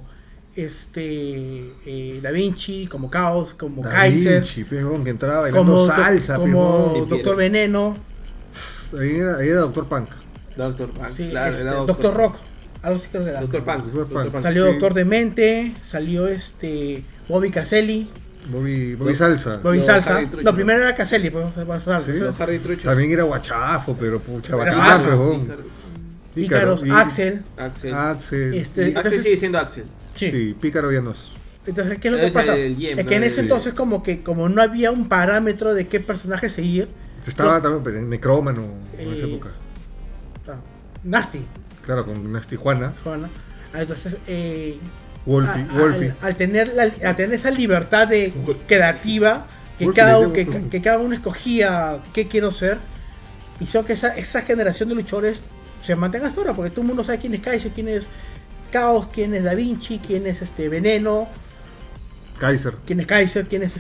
Da Vinci, como Caos, como Kaiser, Vinci, pejón, que entraba bailando salsa, como pejón. Doctor Veneno, Ahí era Doctor Punk. Doctor Punk, sí, claro, era Doctor Rock, algo así creo que era. Doctor Punk. Doctor Punk. Salió Sí. Doctor Demente, salió Bobby Caselli, Bobby Salsa. Bobby No, Salsa. Harry Trucho. No, primero era Caselli, pues vamos a hablar. Sí. O sea, Harry Trucho. También era guachafo, pero pucha, Era bacán, bajo. pejón. Pícaros, y- Axel. Axel. Axel. Axel Entonces, sigue siendo Axel. sí. Sí, Pícaro ya no es. Entonces, ¿qué es lo que Es pasa? el Yem, Es que en ¿no? ese entonces como no había un parámetro de qué personaje seguir. Estaba también pero en Necrómano en esa época. Nasty, Claro, con Nasty Juana, Juana. Entonces, Wolfie. al tener esa libertad creativa, que Wolfie, cada, le que, decíamos. que cada uno escogía qué quiero ser, hizo que esa generación de luchadores se mantenga hasta ahora, porque todo el mundo sabe quién es Kaiser, quién es Caos, quién es Da Vinci, quién es Veneno, Kaiser. quién es Kaiser, quién es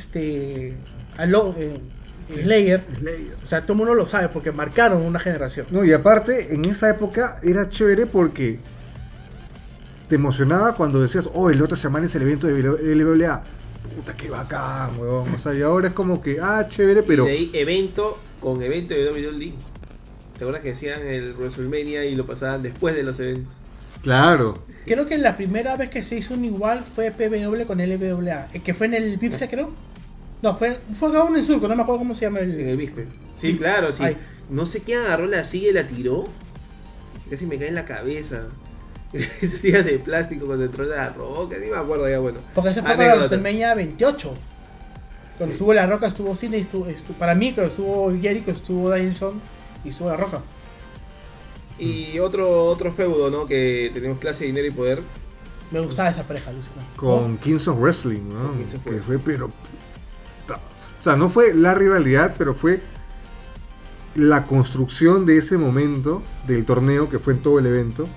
Slayer. O sea, todo el mundo lo sabe porque marcaron una generación. No, y aparte, en esa época era chévere porque te emocionaba cuando decías, oh, la otra semana es el evento de LWA. Puta, qué bacán, weón. O sea, y ahora es como que, chévere, pero. Y de ahí evento de WWE. ¿Te acuerdas que decían el WrestleMania y lo pasaban después de los eventos? Claro. Creo que la primera vez que se hizo un igual fue PW con LWA, que fue en el Vipse, creo. No, fue acá uno en Surco, no me acuerdo cómo se llama En el Bispe. Sí, claro, sí. Ay. No sé quién agarró la silla y la tiró. Casi me cae en la cabeza. Esa silla de plástico cuando entró la roca, ni me acuerdo ya, bueno. Porque ese fue para Anécdota. WrestleMania 28. Cuando Sí. estuvo La Roca, estuvo Cine, para mí, creo, estuvo Jericho, estuvo Danielson y estuvo La Roca. Y otro feudo, ¿no? Que tenemos clase, dinero y poder. Me gustaba esa pareja, Luciano. Con Kings of Wrestling, ¿no? Con Kings of Que Wrestling. fue, pero. O sea, no fue la rivalidad, pero fue la construcción de ese momento del torneo que fue en todo el evento.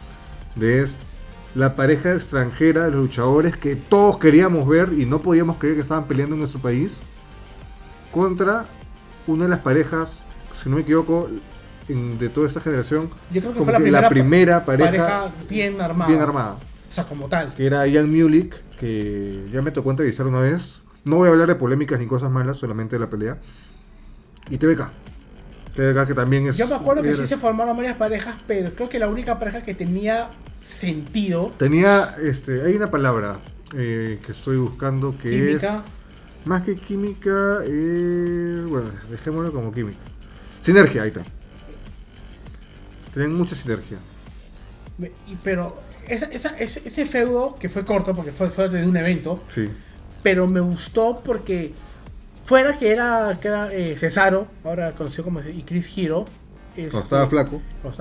La pareja extranjera de los luchadores que todos queríamos ver y no podíamos creer que estaban peleando en nuestro país. Contra una de las parejas, si no me equivoco, de toda esta generación. Yo creo que como fue la primera pareja bien armada. bien armada. O sea, como tal. Que era Ian Mulick, que ya me tocó entrevistar una vez. No voy a hablar de polémicas ni cosas malas, solamente de la pelea. Y TBK. TBK que también es... Yo me acuerdo que era- sí se formaron varias parejas, pero creo que la única pareja que tenía sentido, Tenía, hay una palabra que estoy buscando que química, es... Más que química, bueno, dejémoslo como química. Sinergia, ahí está. Tenían mucha sinergia. Pero ese feudo, que fue corto porque fue de un evento, Sí. pero me gustó porque fuera que era Cesaro, ahora conocido como y Chris Hero, Cuando estaba flaco.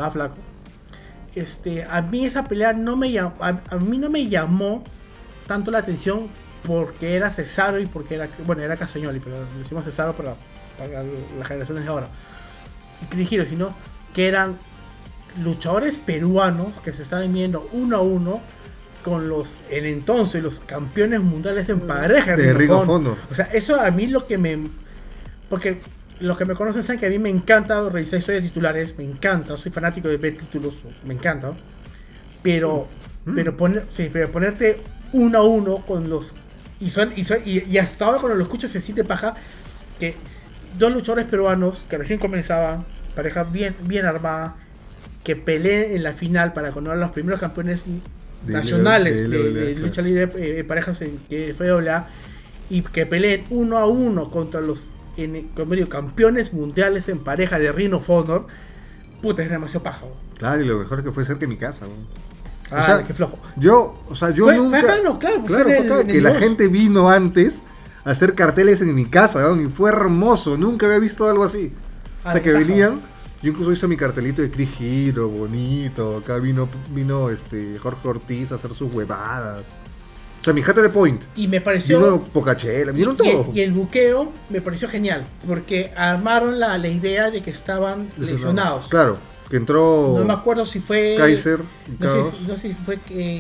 A mí esa pelea no me llamó, a mí no me llamó tanto la atención porque era Cesaro y porque era Castagnoli, pero le decimos Cesaro para las generaciones de ahora, y Chris Hero, sino que eran luchadores peruanos que se estaban viendo uno a uno con en entonces los campeones mundiales en pareja De Ring of Honor. O sea, eso a mí porque los que me conocen saben que a mí me encanta revisar historias de titulares, me encanta, soy fanático de ver títulos, me encanta. Pero ponerte uno a uno con los y hasta ahora cuando lo escucho se siente paja que dos luchadores peruanos que recién comenzaban, pareja bien armada, que peleen en la final para coronar los primeros campeones nacionales de lucha libre, parejas en FWA, y que peleen uno a uno contra los campeones mundiales en pareja de Ring of Honor. Puta, es demasiado paja. Claro, y lo mejor es que fue cerca de mi casa. Qué flojo. Yo nunca. Fue acá, claro, fue acá, que la gente vino antes a hacer carteles en mi casa, y fue hermoso. Nunca había visto algo así. O sea, que venían. Yo incluso hice mi cartelito de Chris Hero, bonito. Acá vino Jorge Ortiz a hacer sus huevadas. O sea, mi Hattery Point. Y me pareció. Vino Pocachela, vieron todo. Y el buqueo me pareció genial. Porque armaron la idea de que estaban lesionados. Claro, que entró. No me acuerdo si fue. Kaiser. No sé si fue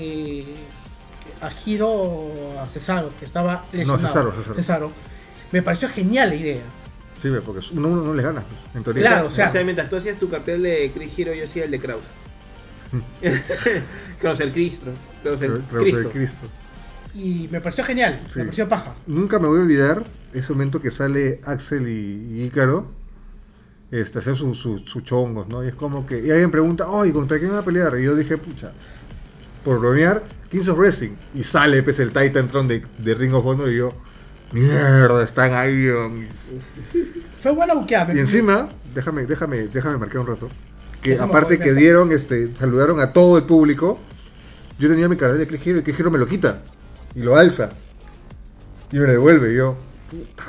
a Hiro o a Cesaro, que estaba lesionado. No, Cesaro. Me pareció genial la idea. Sí, porque uno no les gana, pues, en teoría. Claro, o sea, mientras tú hacías tu cartel de Chris Hero, yo hacía el de Krauser. Krauser Cristo. Cristo. Y me pareció genial, Sí. me pareció paja. Nunca me voy a olvidar ese momento que sale Axel y Ícaro hacer sus chongos, ¿no? Y es como que. Y alguien pregunta, oye, ¿contra quién va a pelear? Y yo dije, pucha, por bromear, Kings of Wrestling. Y sale pues el Titantron de Ring of Honor y yo, mierda, están ahí. Fue buena buqueada. Y encima, déjame marcar un rato. Que Déjame aparte volver. que dieron, saludaron a todo el público. Yo tenía mi cartel de Chris Hero y Chris Hero me lo quita. Y lo alza. Y me lo devuelve. Y yo, puta,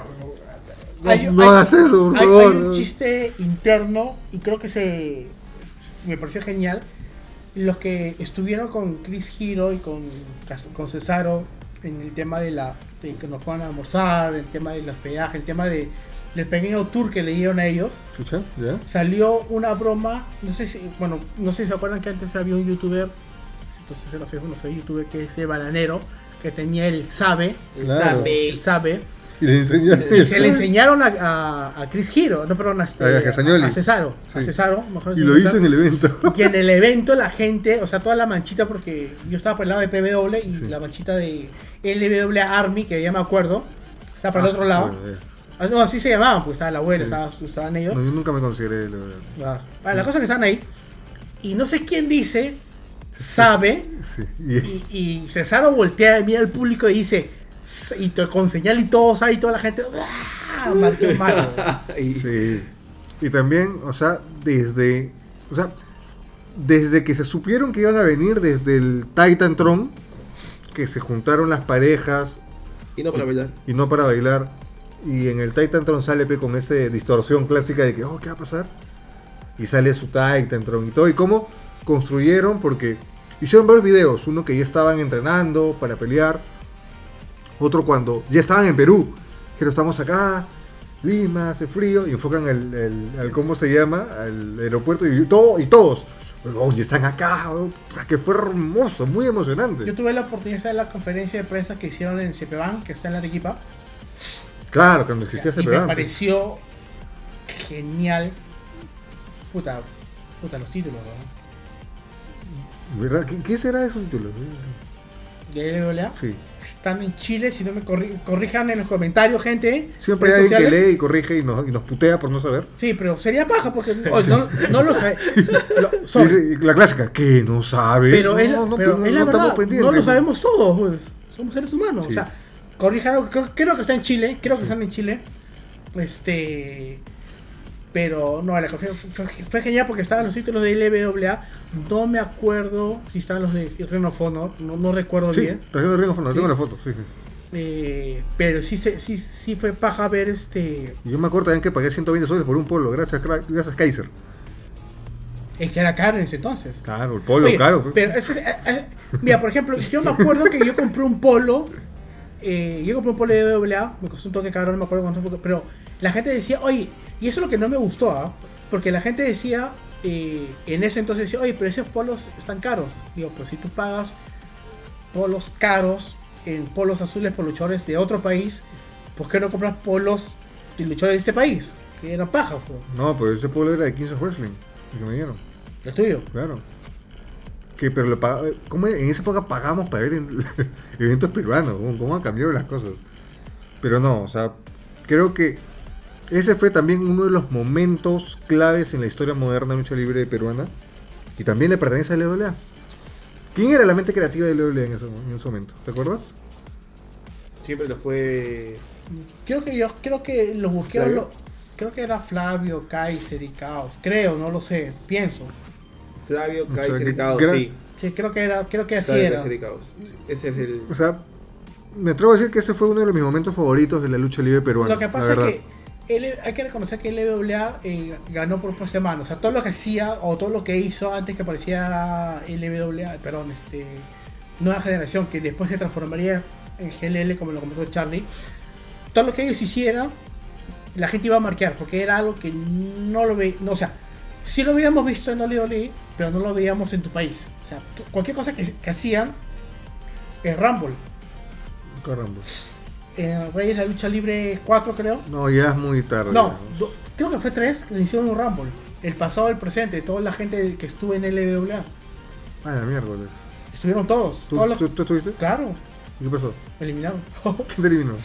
no hagas eso, por favor. Hay un chiste interno y creo que me pareció genial. Los que estuvieron con Chris Hero y con Cesaro en el tema de que nos fueron a almorzar, el tema de los peajes, el tema del pequeño tour que le dieron a ellos. ¿Escucha? ¿Ya? Salió una broma, no sé si se acuerdan que antes había un youtuber, entonces era Facebook, no sé, youtuber que es de Bananero, que tenía el Sabe, Claro. el Sabe, Y le enseñaron y eso. se le enseñaron a Chris Hero, no, perdón, a Castagnoli. Cesaro, Sí. a Cesaro, mejor Y lo hizo en el el evento. que en el evento la gente, o sea, toda la manchita, porque yo estaba por el lado de PW y Sí. la manchita de LWA Army, que ya me acuerdo, estaba por el otro lado. No, así se llamaban, pues estaba la abuela, Sí. estaban ellos. No, yo nunca me consideré. Bueno, la cosa es que están ahí. Y no sé quién dice, sabe, Sí. y Cesaro voltea y mira al público y dice, con señal y todo, ¿sabes? Y toda la gente, ¡ah! Marqué mal. Sí. Y también, desde que se supieron que iban a venir desde el Titantron, que se juntaron las parejas Y no para bailar. y no para bailar, y en el Titantron sale con esa distorsión clásica de que, ¿qué va a pasar? Y sale su Titantron y todo, y cómo construyeron, porque hicieron varios videos, uno que ya estaban entrenando para pelear, otro cuando ya estaban en Perú, pero estamos acá, Lima, hace frío, y enfocan el ¿cómo se llama? Al aeropuerto y todos, oye, están acá, o sea, que fue hermoso, muy emocionante. Yo tuve la oportunidad de estar en la conferencia de prensa que hicieron en Cepeban, que está en la Arequipa. Claro, cuando existía ese Y me programa. pareció genial. Puta, los títulos, ¿no? ¿Verdad? ¿Qué será esos títulos? De LWA. Sí. Están en Chile, si no me corrijan en los comentarios, gente. Siempre hay redes alguien que sociales. lee y corrige y nos putea por no saber. Sí, pero sería paja porque no lo sabe. Sí, la clásica, que no sabe. Pero es la estamos verdad, pendientes. no lo sabemos todos, pues. Somos seres humanos. Sí. O sea, corrijan, creo que está en Chile, están en Chile. Pero no, la fue genial porque estaban los títulos de LWA. No me acuerdo si estaban los de Ring of Honor, no recuerdo Sí, bien. trajeron el Ring of Honor, Sí. tengo la foto, sí. Pero sí fue paja ver Y yo me acuerdo también que pagué 120 soles por un polo, gracias Kaiser. Es que era caro en ese entonces. Claro, el polo Oye, caro. Pero mira, por ejemplo, yo me acuerdo que yo compré un polo. Yo compré un polo de WA, me costó un toque caro, no me acuerdo cuánto, pero la gente decía, oye, y eso es lo que no me gustó, ¿ah? Porque la gente decía, en ese entonces decía, oye, pero esos polos están caros. Digo, pero si tú pagas polos caros en polos azules por luchadores de otro país, ¿por qué no compras polos de luchadores de este país? Que eran pajas, pues. No, pero ese polo era de Kings of Wrestling, el que me dieron. El tuyo. Claro. Pero ¿cómo en esa época pagamos para ver eventos peruanos? ¿Cómo han cambiado las cosas? Pero no, o sea, creo que ese fue también uno de los momentos claves en la historia moderna de lucha libre peruana. Y también le pertenece a LWA. ¿Quién era la mente creativa de LWA en ese momento? ¿Te acuerdas? Siempre lo fue. Creo que los busqué. ¿Flavio? Creo que era Flavio, Kaiser y Caos. Creo, no lo sé, pienso. Flavio, O sea, Kaiser que y Caos, gran- sí. Sí, creo que así Flavio, era. Kaiser y Caos. Ese es el. O sea, me atrevo a decir que ese fue uno de mis momentos favoritos de la lucha libre peruana. Lo que la pasa verdad. es que hay que reconocer que LWA ganó por semana. O sea, todo lo que hacía o todo lo que hizo antes que apareciera LWA, perdón, Nueva Generación, que después se transformaría en GLL, como lo comentó Charlie. Todo lo que ellos hicieran, la gente iba a marcar, porque era algo que no lo veía. No, o sea, sí lo habíamos visto en WWE, pero no lo veíamos en tu país. O sea, cualquier cosa que hacían, Rumble. Caramba. Reyes de la Lucha Libre 4, creo. No, ya es muy tarde. No, creo que fue 3 que le hicieron un Rumble. El pasado, el presente, toda la gente que estuvo en LWA. Ah, la miércoles. Estuvieron todos. ¿Tú, todos los- tú estuviste? Claro, ¿Y qué pasó? eliminaron. ¿Quién te eliminó?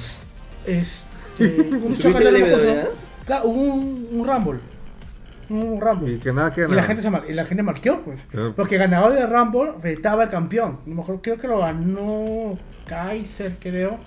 Un ¿Subiste choque de LWA? Claro, hubo un Rumble. Un Rumble. Y que nada queda Y la nada. gente, la gente marcó, pues. Claro. Porque el ganador de Rumble retaba al campeón. A lo mejor creo que lo ganó Kaiser, creo.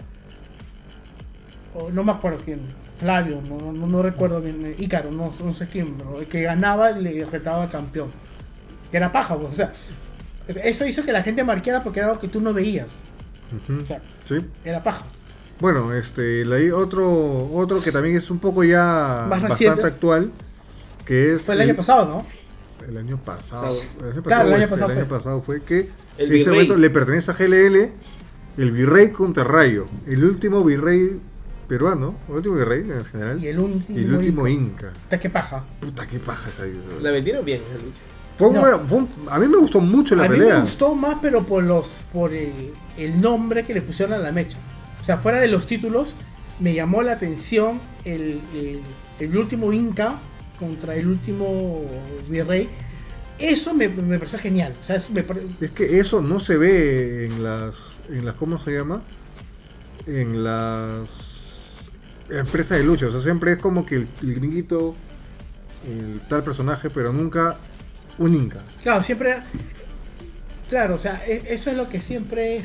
O no me acuerdo quién. Flavio, no recuerdo bien. Ícaro, no sé quién. Pero el que ganaba le retaba al campeón. Que era paja, pues. O sea, eso hizo que la gente marqueara porque era algo que tú no veías. Ujú. O sea, Sí. era paja. Bueno, leí otro que también es un poco ya Más bastante reciente. actual, que es Fue el año pasado, ¿no? el año pasado. Claro, el año el año pasado pasado fue que El este virrey. evento le pertenece a GLL, el virrey contra Rayo, el último virrey peruano, el último virrey en general, Y el último. y el último Inca. Puta, qué paja. Puta, qué paja esa vida. La vendieron bien esa lucha. A mí me gustó mucho la A mí pelea. me gustó más, pero por el nombre que le pusieron a la mecha. O sea, fuera de los títulos, me llamó la atención el último Inca contra el último Virrey. Eso me pareció genial. O sea, Es que eso no se ve en las ¿cómo se llama? En las empresas de lucha. O sea, siempre es como que el gringuito, el tal personaje, pero nunca un Inca. claro, siempre. Claro, o sea, eso es lo que siempre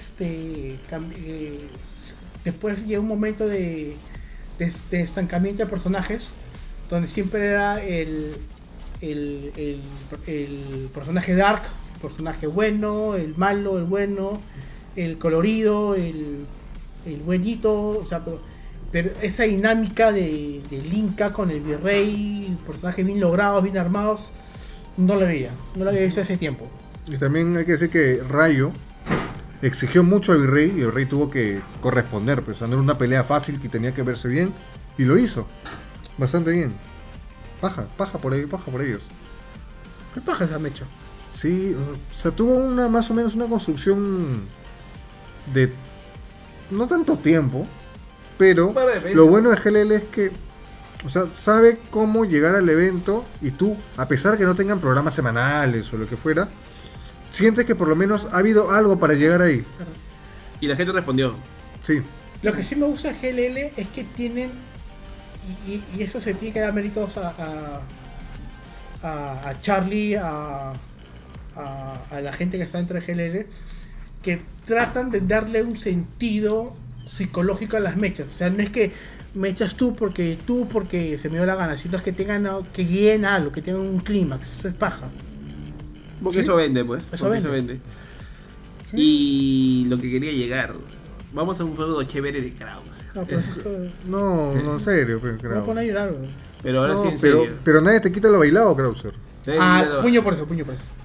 después llega un momento de estancamiento de personajes, donde siempre era el personaje dark, el personaje bueno, el malo, el bueno, el colorido, el buenito, o sea, pero esa dinámica del Inca con el virrey, personajes bien logrados, bien armados, no lo había visto hace tiempo. Y también hay que decir que Rayo exigió mucho al virrey y el rey tuvo que corresponder, pues no era una pelea fácil que tenía que verse bien y lo hizo bastante bien. Paja por ellos. ¿Qué paja esa mecha? Sí, o sea, tuvo más o menos una construcción de no tanto tiempo, pero Un par de meses. lo bueno de GLL es que, o sea, sabe cómo llegar al evento y tú, a pesar de que no tengan programas semanales o lo que fuera, sientes que por lo menos ha habido algo para llegar ahí. Y la gente respondió. Sí, Lo que sí me gusta de GLL es que tienen, y eso se tiene que dar méritos a Charlie, a la gente que está dentro de GLL, que tratan de darle un sentido psicológico a las mechas. O sea, no es que me echas porque se me dio la gana. Siento que tengan, que guíen algo, que tengan un clímax. Eso es paja. Porque eso vende, pues. Eso vende. Sí. Y lo que quería llegar. Vamos a un feudo chévere de Kraus. No, pero eso es No, en serio, pero me pone a llorar, güey. Pero ahora no, sí, en serio. pero nadie te quita lo bailado, Krauser. Sí, puño por eso. Puño.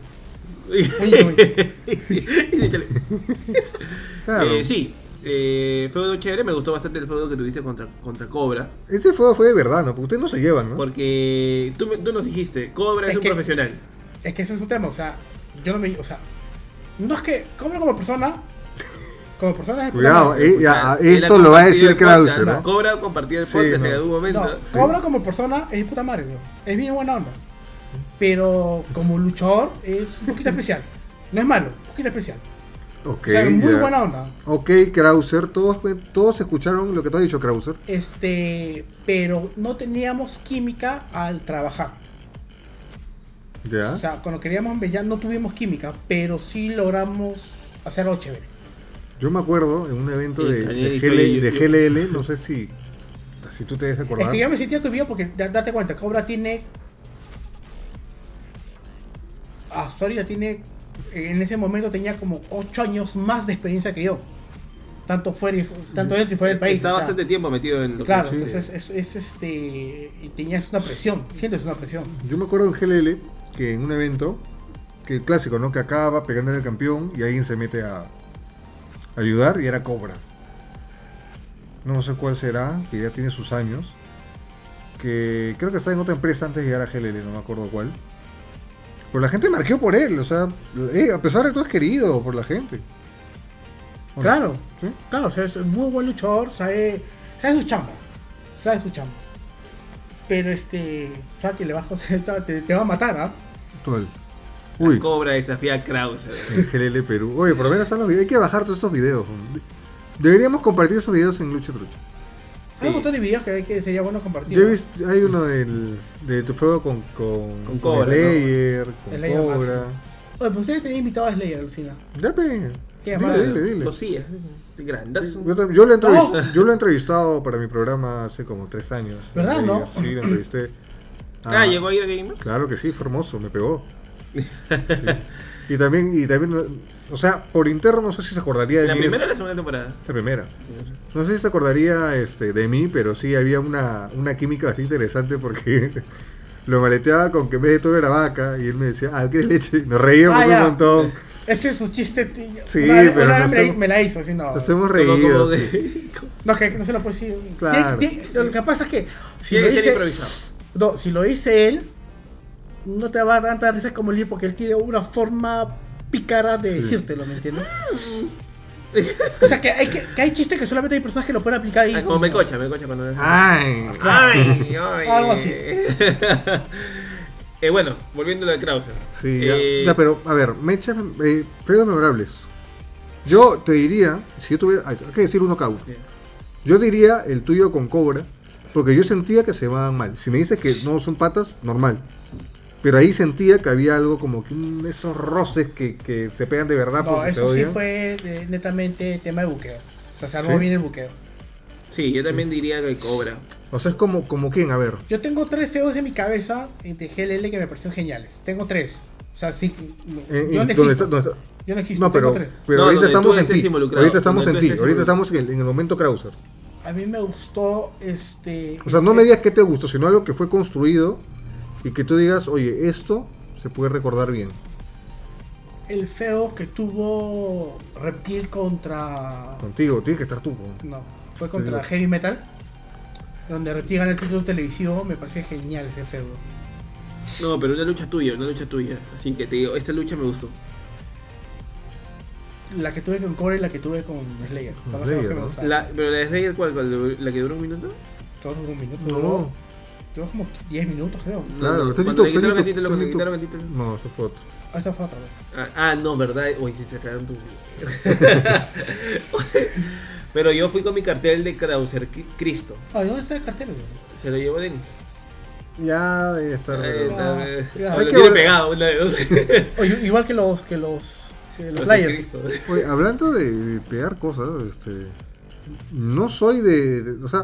Y échale. Claro. Sí, feudo chévere. Me gustó bastante el feudo que tuviste contra Cobra. Ese fue de verdad, ¿no? Porque ustedes no se llevan, ¿no? Porque tú nos dijiste, Cobra es un profesional. Es que ese es un tema, o sea, yo no me... O sea, no es que Cobra como persona es... Cuidado, Puta, esto él lo ha va a decir compartido el Krauser, podcast, ¿no? Cobra compartió el podcast no. en algún momento. No, Cobra como persona es puta madre, bro. Es bien buena onda. Pero como luchador es un poquito especial. No es malo, un poquito especial. Ok, O sea, muy ya. buena onda. Ok, Krauser, todos escucharon lo que te ha dicho Krauser. Pero no teníamos química al trabajar. Ya. O sea, cuando queríamos ya no tuvimos química, pero sí logramos hacer algo chévere. Yo me acuerdo en un evento Sí, de Daniel hizo GLL, no sé si tú te debes acordar. Es que yo me sentía cohibido porque date cuenta, Cobra tiene... Hasta ahorita tiene... En ese momento tenía como 8 años más de experiencia que yo. Tanto dentro y fuera del país. Está o sea, bastante tiempo metido en lo claro, que entonces y tenías una presión, sientes una presión. Yo me acuerdo en GLL que en un evento, que el clásico, ¿no? Que acaba pegando al campeón y alguien se mete a ayudar y era Cobra. No sé cuál será, que ya tiene sus años. Que creo que está en otra empresa antes de llegar a GLL, no me acuerdo cuál. Pero la gente marcó por él, o sea, a pesar de todo es querido por la gente. ¿O no? Claro, ¿Sí? claro, o sea, es un muy buen luchador, sabe su chamba. Pero sabes que le vas a hacer, te va a matar, ¿ah? ¿Cuál? Uy, Cobra desafía a Krauser. en GLL Perú. Oye, por lo menos están los videos. Hay que bajar todos estos videos. Deberíamos compartir esos videos en Lucha Trucha. Hay un montón de videos que sería bueno compartir. Yo he visto, hay uno de tu juego con Cobra, Slayer, ¿no? con Slayer Cobra. Oye, pues ustedes tenían invitado a Slayer, Lucina. Ya, pe. Qué Dile, amable. dile. Cosillas. Grandazo. Yo lo he entrevistado para mi programa hace como 3 años. ¿Verdad, Slayer. no? Sí, lo entrevisté. ¿Llegó a ir a Gamers? Claro que sí, fue hermoso, me pegó. Sí. Y también, o sea, por interno no sé si se acordaría de ¿La mí. primera o la segunda temporada? La primera. No sé si se acordaría de mí, pero sí había una química bastante interesante porque lo maleteaba con que en vez de todo era vaca y él me decía, ¿quieres leche? Nos reíamos un montón. Ese es su chiste, tío. Sí, pero nos me la hizo, así no. Nos hemos reído. Como Sí. No, que no se lo puede decir. Claro. Lo que pasa es que Sí, hay que ser improvisado. no, si lo dice él, no te va a dar tanta risa como él, porque él tiene una forma pícara de decírtelo, ¿me entiendes? O sea, que hay chistes que solamente hay personas que lo pueden aplicar ahí. Como me cocha cuando... Ay. Ay. Algo así. Bueno, volviendo a lo de Krauser. Sí, ya, pero a ver, feudos memorables. Yo te diría, si yo tuviera, hay que decir uno cada uno. Yo diría el tuyo con Cobra, porque yo sentía que se van mal. Si me dices que no son patas, normal. Pero ahí sentía que había algo como que esos roces que se pegan de verdad. No, porque eso se sí odian. fue netamente tema de buqueo. O sea, se armó ¿Sí? bien el buqueo. Sí, yo también diría que Cobra. O sea, es como quién, a ver. Yo tengo 3 feudos en mi cabeza de GLL que me parecieron geniales. Tengo 3. O sea, sí. Yo no existo. ¿Dónde está? Yo no existo, No, tengo pero 3. No, ahorita donde estamos tú en estés ti. involucrado, Ahorita estamos donde en tú ti. estés Ahorita estamos en el momento Krauser. A mí me gustó O sea, no me digas qué te gustó, sino algo que fue construido y que tú digas, oye, esto se puede recordar bien. el feo que tuvo Reptil contra... Contigo, tiene que estar tú. ¿No? No, fue contra Sí. Heavy Metal, donde Reptil gana el título televisivo. Me parece genial ese feudo. No, pero una lucha tuya. Así que te digo, esta lucha me gustó. La que tuve con Core y la que tuve con Slayer. Con Son las Slayer, que me ¿no? gustaron. Pero la de Slayer, ¿cuál? ¿La que duró un minuto? Todos un minuto. No, Duró como 10 minutos, creo. claro, está Cuando le bonito, quitaron el está título, cuando le bonito. quitaron el título. No, eso fue otro. Ah, esta fue otra vez. No, verdad. Uy, sí, se sacaron tu. Pero yo fui con mi cartel de Krauser Cristo. Ah, ¿y dónde está el cartel, güey? Se lo llevó Denis. Ya debe estar. ya. Lo Hay que tiene volver- pegado una de dos. Oye, igual que los Los Flyers. Cristo. Oye, hablando de pegar cosas, no soy o sea,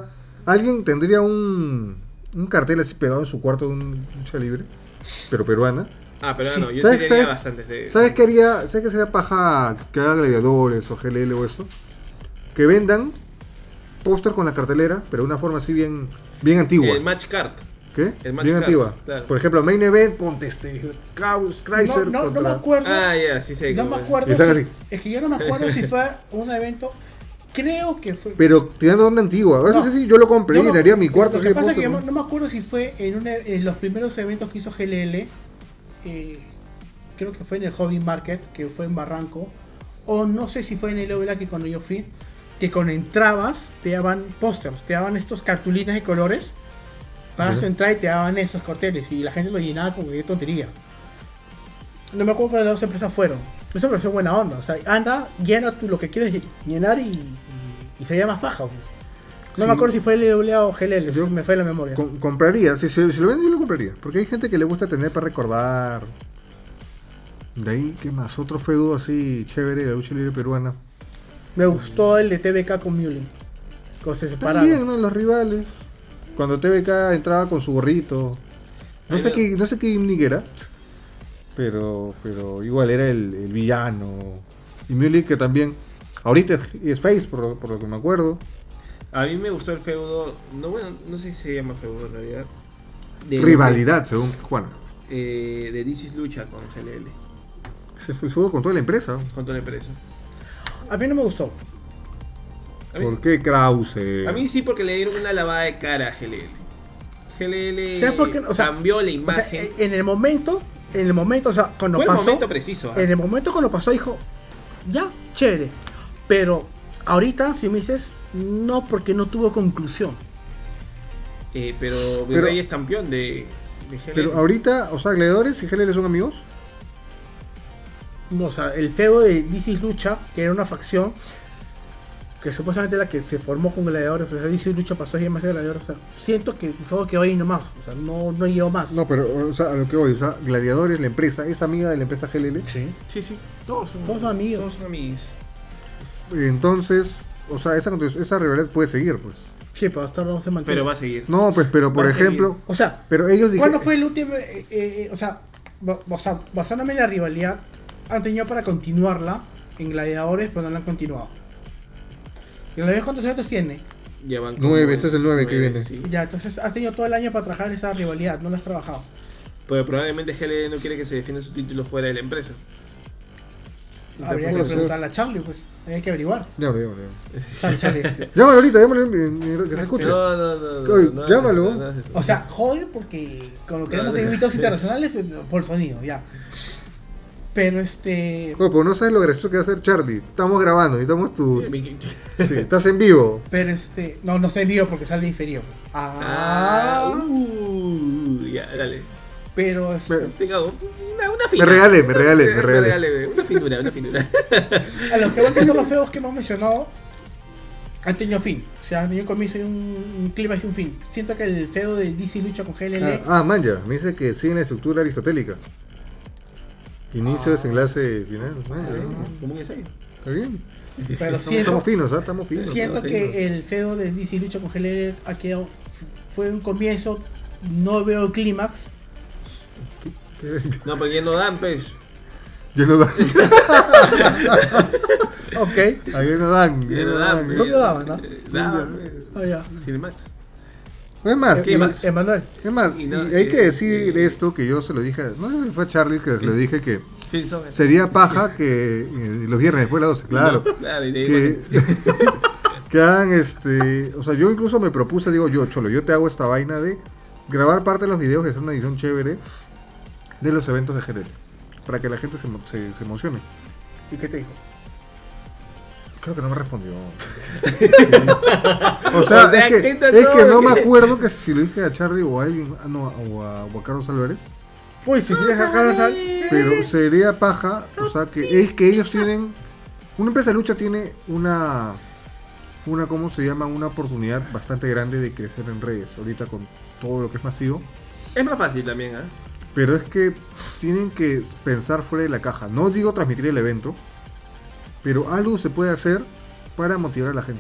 alguien tendría un cartel así pegado en su cuarto de un lucha libre, pero peruana. Ah, pero Sí. no, yo ¿Sabes- sí tenía sabes- bastantes de... ¿Sabes qué haría? ¿Sabes qué sería paja que haga Gladiadores o GLL o eso? Que vendan póster con la cartelera, pero de una forma así bien antigua. El match card. ¿Qué? el match Bien card, antigua. claro. Por ejemplo, Main Event, ponte Chrysler No me contra... acuerdo. Ah, ya, sí sé. No cómo me es. acuerdo. Y están si- así. es que yo no me acuerdo si fue un evento. Creo que fue. Pero tirando onda antigua. Eso No. sí, yo lo compré y Yo no- llenaría mi cuarto. Lo así que de pasa es que póster, no me acuerdo si fue en los primeros eventos que hizo GLL. Creo que fue en el Hobby Market, que fue en Barranco. O no sé si fue en el OVLA que cuando yo fui. Que cuando entrabas te daban pósters, te daban estos cartulinas de colores. Para Ya. su entrada y te daban esos carteles. Y la gente lo llenaba como que tontería. No me acuerdo cuáles dos empresas fueron. Eso me pareció buena onda. O sea, anda, llena tú lo que quieres llenar y se veía más paja. Pues. No Sí. me acuerdo si fue LWA o GLL, Yo- me fue la memoria. Compraría. Si lo venden, yo lo compraría. Porque hay gente que le gusta tener para recordar. De ahí, ¿qué más? Otro feudo así chévere de la lucha libre peruana. Me gustó el de TBK con Muley. Cuando se separaron. También, ¿no? Los rivales. Cuando TBK entraba con su gorrito. No Ahí sé me- qué gimmick era. Pero igual era el villano. Y Muley que también. Ahorita es face, por lo que me acuerdo. A mí me gustó el feudo. No, bueno, no sé si se llama feudo en realidad. De- Rivalidad, según Juan. de This is Lucha con GLL. Ese fue el feudo con toda la empresa. Con toda la empresa. A mí no me gustó. A mí, ¿Por qué Krause? a mí sí, porque le dieron una lavada de cara a GLL. GLL ¿Sabes por qué? O sea, cambió la O sea, imagen. en el momento, o sea, cuando Fue el pasó. momento preciso. ¿ah? En el momento cuando pasó dijo, ya, chévere. Pero ahorita, si me dices, no, porque no tuvo conclusión. Pero Virrey es campeón de GLL. Pero ahorita, o sea, Gladiadores y GLL son amigos. No, o sea, el feudo de DC Lucha, que era una facción que supuestamente la que se formó con Gladiadores, o sea, DC Lucha pasó a llamarse Gladiadores, o sea, siento que el feudo quedó ahí nomás, o sea, no llegó más. No, pero, o sea, a lo que voy, o sea, Gladiadores, la empresa, es amiga de la empresa GLL. Sí. Sí. Todos son amigos. Todos son amigos. Entonces, o sea, esa rivalidad puede seguir, pues. Sí, pero hasta ahora no se mantiene. Pero va a seguir. No, pues, pero por Va a ejemplo, O sea, pero ellos dijeron. ¿cuándo fue el último? O sea, basándome en la rivalidad, han tenido para continuarla en Gladiadores, pero no la han continuado. ¿Y Gladiadores cuántos eventos tiene? Ya van 9, este es el 9 que viene. Sí. Ya, entonces has tenido todo el año para trabajar esa rivalidad, no la has trabajado. Pero probablemente GLL no quiere que se defienda su título fuera de la empresa. Habría que puede ser. preguntarle a Charlie, pues, hay que averiguar. Llámalo. Charlie este. Llámalo ahorita, llámalo, que se escuche. No. Oye, llámalo. O sea, jode porque cuando queremos No, no. invitados internacionales por sonido, ya. Pero Oye, pues no sabes lo gracioso que va a hacer Charlie. Estamos grabando, necesitamos tu. Sí, Ah, estás en vivo. pero no sé vivo porque sale diferido. Ya, dale. Pero Tenga una Me fina. regalé. Una finura. a los que van viendo los feos que hemos mencionado han tenido fin. O sea, han tenido un comienzo y un clima y un fin. Siento que el feo de DC Lucha con GLL. Man, ya, me dice que sigue la estructura aristotélica. Inicio, desenlace, final. Como un ensayo. Está bien. Pero Estamos finos, ¿ah? Estamos finos. siento que el feo de DC Lucha con GLL ha quedado. Fue un comienzo. No veo el clímax. No, pues ya no dan, pues. Ya no dan. Ok. Ahí no dan. Ya no dan. ¿Dónde daban, no? Daban. Ah, ya. Cinemax. Es más, ¿Qué más? Emanuel. es más, Y no, y hay que decir esto que yo se lo dije, no sé si fue a Charlie que se lo dije que Phil Sober. sería paja que los viernes después de las 12, claro. Claro, y de ahí Que, que hagan o sea, yo incluso me propuse, digo yo, Cholo, yo te hago esta vaina de grabar parte de los videos que es una edición chévere de los eventos de GLL, para que la gente se emocione. ¿Y qué te dijo? Creo que no me respondió. O sea, O sea, es quita que todo no lo me que- acuerdo que si lo dije a Charlie o a alguien, o a Carlos Álvarez, Uy, si quieres sacar pero sería paja, o sea, que es que ellos tienen, una empresa de lucha tiene una ¿cómo se llama? Una oportunidad bastante grande de crecer en redes, ahorita con todo lo que es masivo, Es más fácil también, ¿ah? pero es que tienen que pensar fuera de la caja. No digo transmitir el evento, pero algo se puede hacer para motivar a la gente.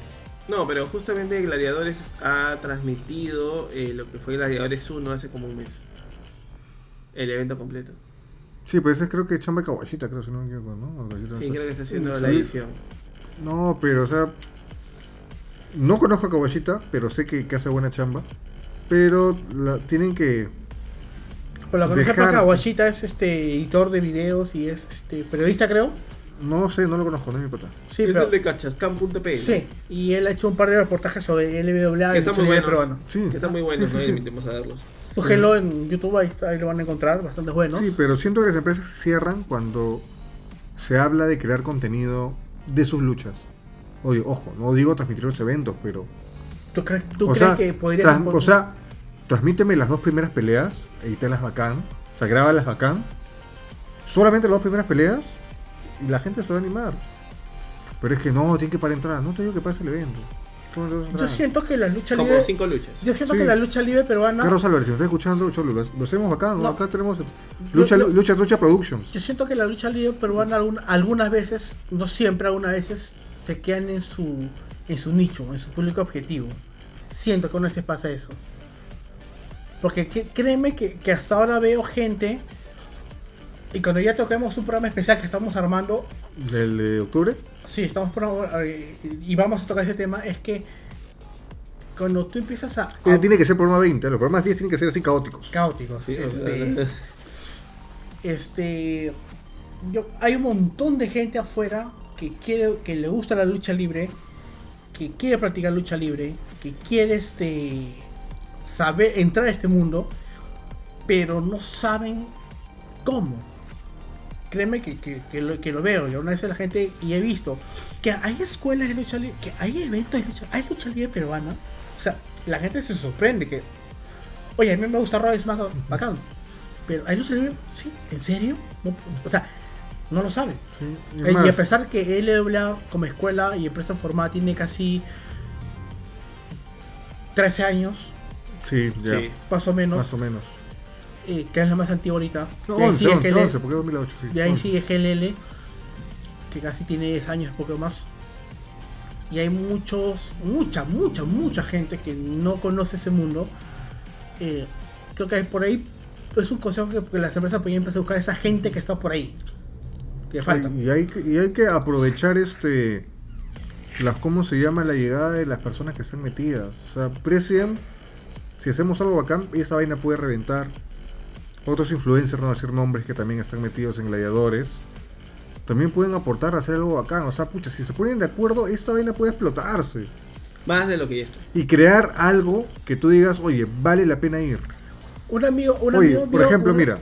No, pero justamente Gladiadores ha transmitido lo que fue Gladiadores 1 hace como un mes. El evento completo. Sí, pues ese creo que es chamba de Kawashita, creo, si no me equivoco, ¿no? O Kawashita, Sí, no sé. creo que está haciendo Sí. la edición. No, pero, o sea, no conozco a Kawashita, pero sé que hace buena chamba. Pero tienen que... Por lo que no sepa, Dejarse. Kawashita es editor de videos y es periodista, creo. No sé, no lo conozco, no es mi pata. Sí, Es pero... el de cachascam.p. Sí, y él ha hecho un par de reportajes sobre LWA Que y está lucha muy libre bueno. peruana. Sí, Que están muy buenos, sí, no sí, sí. invitemos a verlos. Búsquenlo en YouTube, ahí lo van a encontrar, bastante bueno. Sí, pero siento que las empresas cierran cuando se habla de crear contenido de sus luchas. Oye, ojo, no digo transmitir los eventos, pero... ¿Tú o crees sea, que podría... o sea, transmíteme las 2 primeras peleas, edítalas bacán, o sea, grábalas bacán, solamente las 2 primeras peleas, y la gente se va a animar. Pero es que no, tiene que para entrar, no te digo que pase el evento. ¿Cómo te vas a Yo entrar? siento que la lucha Como libre... 5 luchas. Yo siento Sí. que la lucha libre peruana... Carlos Álvarez, si me estás escuchando, Cholo, lo hacemos bacán, No. acá tenemos Yo- Lucha Trucha Productions. Yo siento que la lucha libre peruana algunas veces, no siempre, algunas veces, se quedan en su nicho, en su público objetivo. Siento que a veces pasa eso. Porque créeme que hasta ahora veo gente, y cuando ya toquemos un programa especial que estamos armando, Del de octubre. sí, y vamos a tocar ese tema, es que cuando tú empiezas a Tiene que ser programa 20, los programas 10 tienen que ser así caóticos. caóticos, Sí, o sea, hay un montón de gente afuera que le gusta la lucha libre, que quiere practicar lucha libre, que quiere saber entrar a este mundo, pero no saben cómo. Créeme que lo veo. Yo una vez la gente y he visto que hay escuelas de lucha libre, que hay eventos de lucha, hay lucha libre peruana. O sea, la gente se sorprende que, oye, a mí me gusta Raw, es más bacán. Pero hay lucha libre, sí, ¿en serio? No, o sea, no lo saben. Sí, Y más, a pesar que LWA como escuela y empresa formada tiene casi 13 años, sí, ya, sí. más o menos, más o menos. que es la más antigua ahorita. No, De ahí 11, sigue 11, GLL, 11, porque 2008, sí. de ahí 11. sigue GLL, que casi tiene 10 años, poco más. Y hay mucha gente que no conoce ese mundo. Creo que por ahí es un consejo que las empresas pueden empezar a buscar a esa gente que está por ahí. Que falta. Y hay que aprovechar ¿cómo se llama? La llegada de las personas que están metidas. O sea, Presiden, si hacemos algo bacán, esa vaina puede reventar. Otros influencers, no decir nombres, que también están metidos en gladiadores, también pueden aportar a hacer algo bacán. O sea, pucha, si se ponen de acuerdo, esa vaina puede explotarse. Más de lo que ya está. Y crear algo que tú digas, oye, vale la pena ir. Un amigo Oye, por vio ejemplo, una- mira.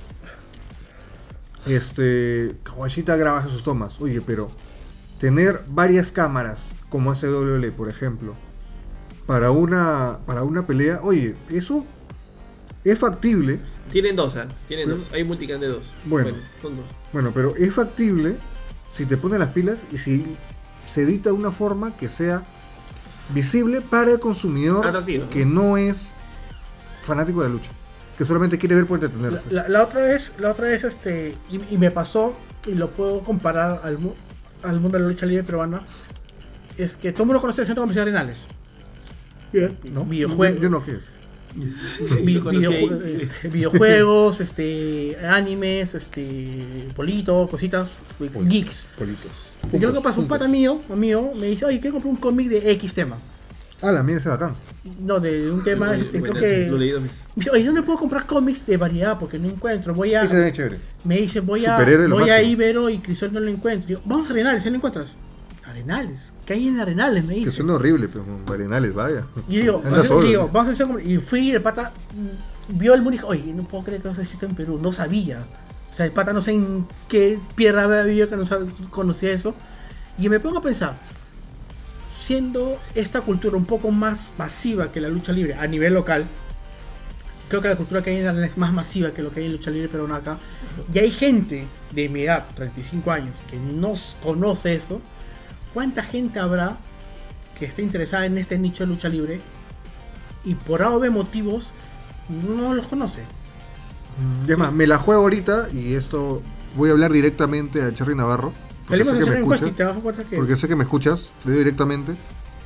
Kawashita graba sus tomas. Oye, pero tener varias cámaras, como hace WWE, por ejemplo, para una pelea, oye, eso es factible. Tienen dos, ¿ah? Tienen Pero- dos. Hay multicam de dos. Bueno. Son dos. Bueno, pero es factible si te pones las pilas y si se edita de una forma que sea visible para el consumidor Atractivo, ¿no? que no es fanático de la lucha, que solamente quiere ver por entretenerse. La otra vez, y me pasó, y lo puedo comparar al mundo de la lucha libre peruana, es que todo el mundo conoce el Centro Comercial Arenales. Bien. ¿No? Videojuegos, Yo no, ¿qué es? Lo conocí ahí. videojuegos, animes, politos, cositas, geeks. Politos. Y yo lo que pasa, un pata mío me dice, oye, quiero comprar un cómic de X tema. Ah, la mía es bacán. No, de un tema, creo Lo que... leí 2 veces. Me dice, oye, ¿dónde puedo comprar cómics de variedad? Porque no encuentro. Ese es bien chévere. Me dice, voy a Superhéroe lo máximo. Ibero y Crisol no lo encuentro. Yo, vamos a Arenales, ¿sí lo encuentras? Arenales, ¿qué hay en Arenales? Me Que dice. suena horrible, pero con Arenales, vaya. Y yo digo, Anda solo. vamos a hacer y fui y el pata vio el muro y dijo, oye, no puedo creer que no se existe en Perú, no sabía. O sea, el pata no sé en qué tierra había vivido que no conocía eso. Y me pongo a pensar, siendo esta cultura un poco más masiva que la lucha libre a nivel local, creo que la cultura que hay en Arenales es más masiva que lo que hay en lucha libre peruana acá. Y hay gente de mi edad, 35 años, que no conoce eso. ¿Cuánta gente habrá que esté interesada en este nicho de lucha libre y por A o B motivos no los conoce? Y es más, me la juego ahorita y esto voy a hablar directamente a Cherry Navarro. Porque Salimos a sé que hacer me una encuesta y escuchas. te vas a dar cuenta que Porque sé que me escuchas, le digo directamente.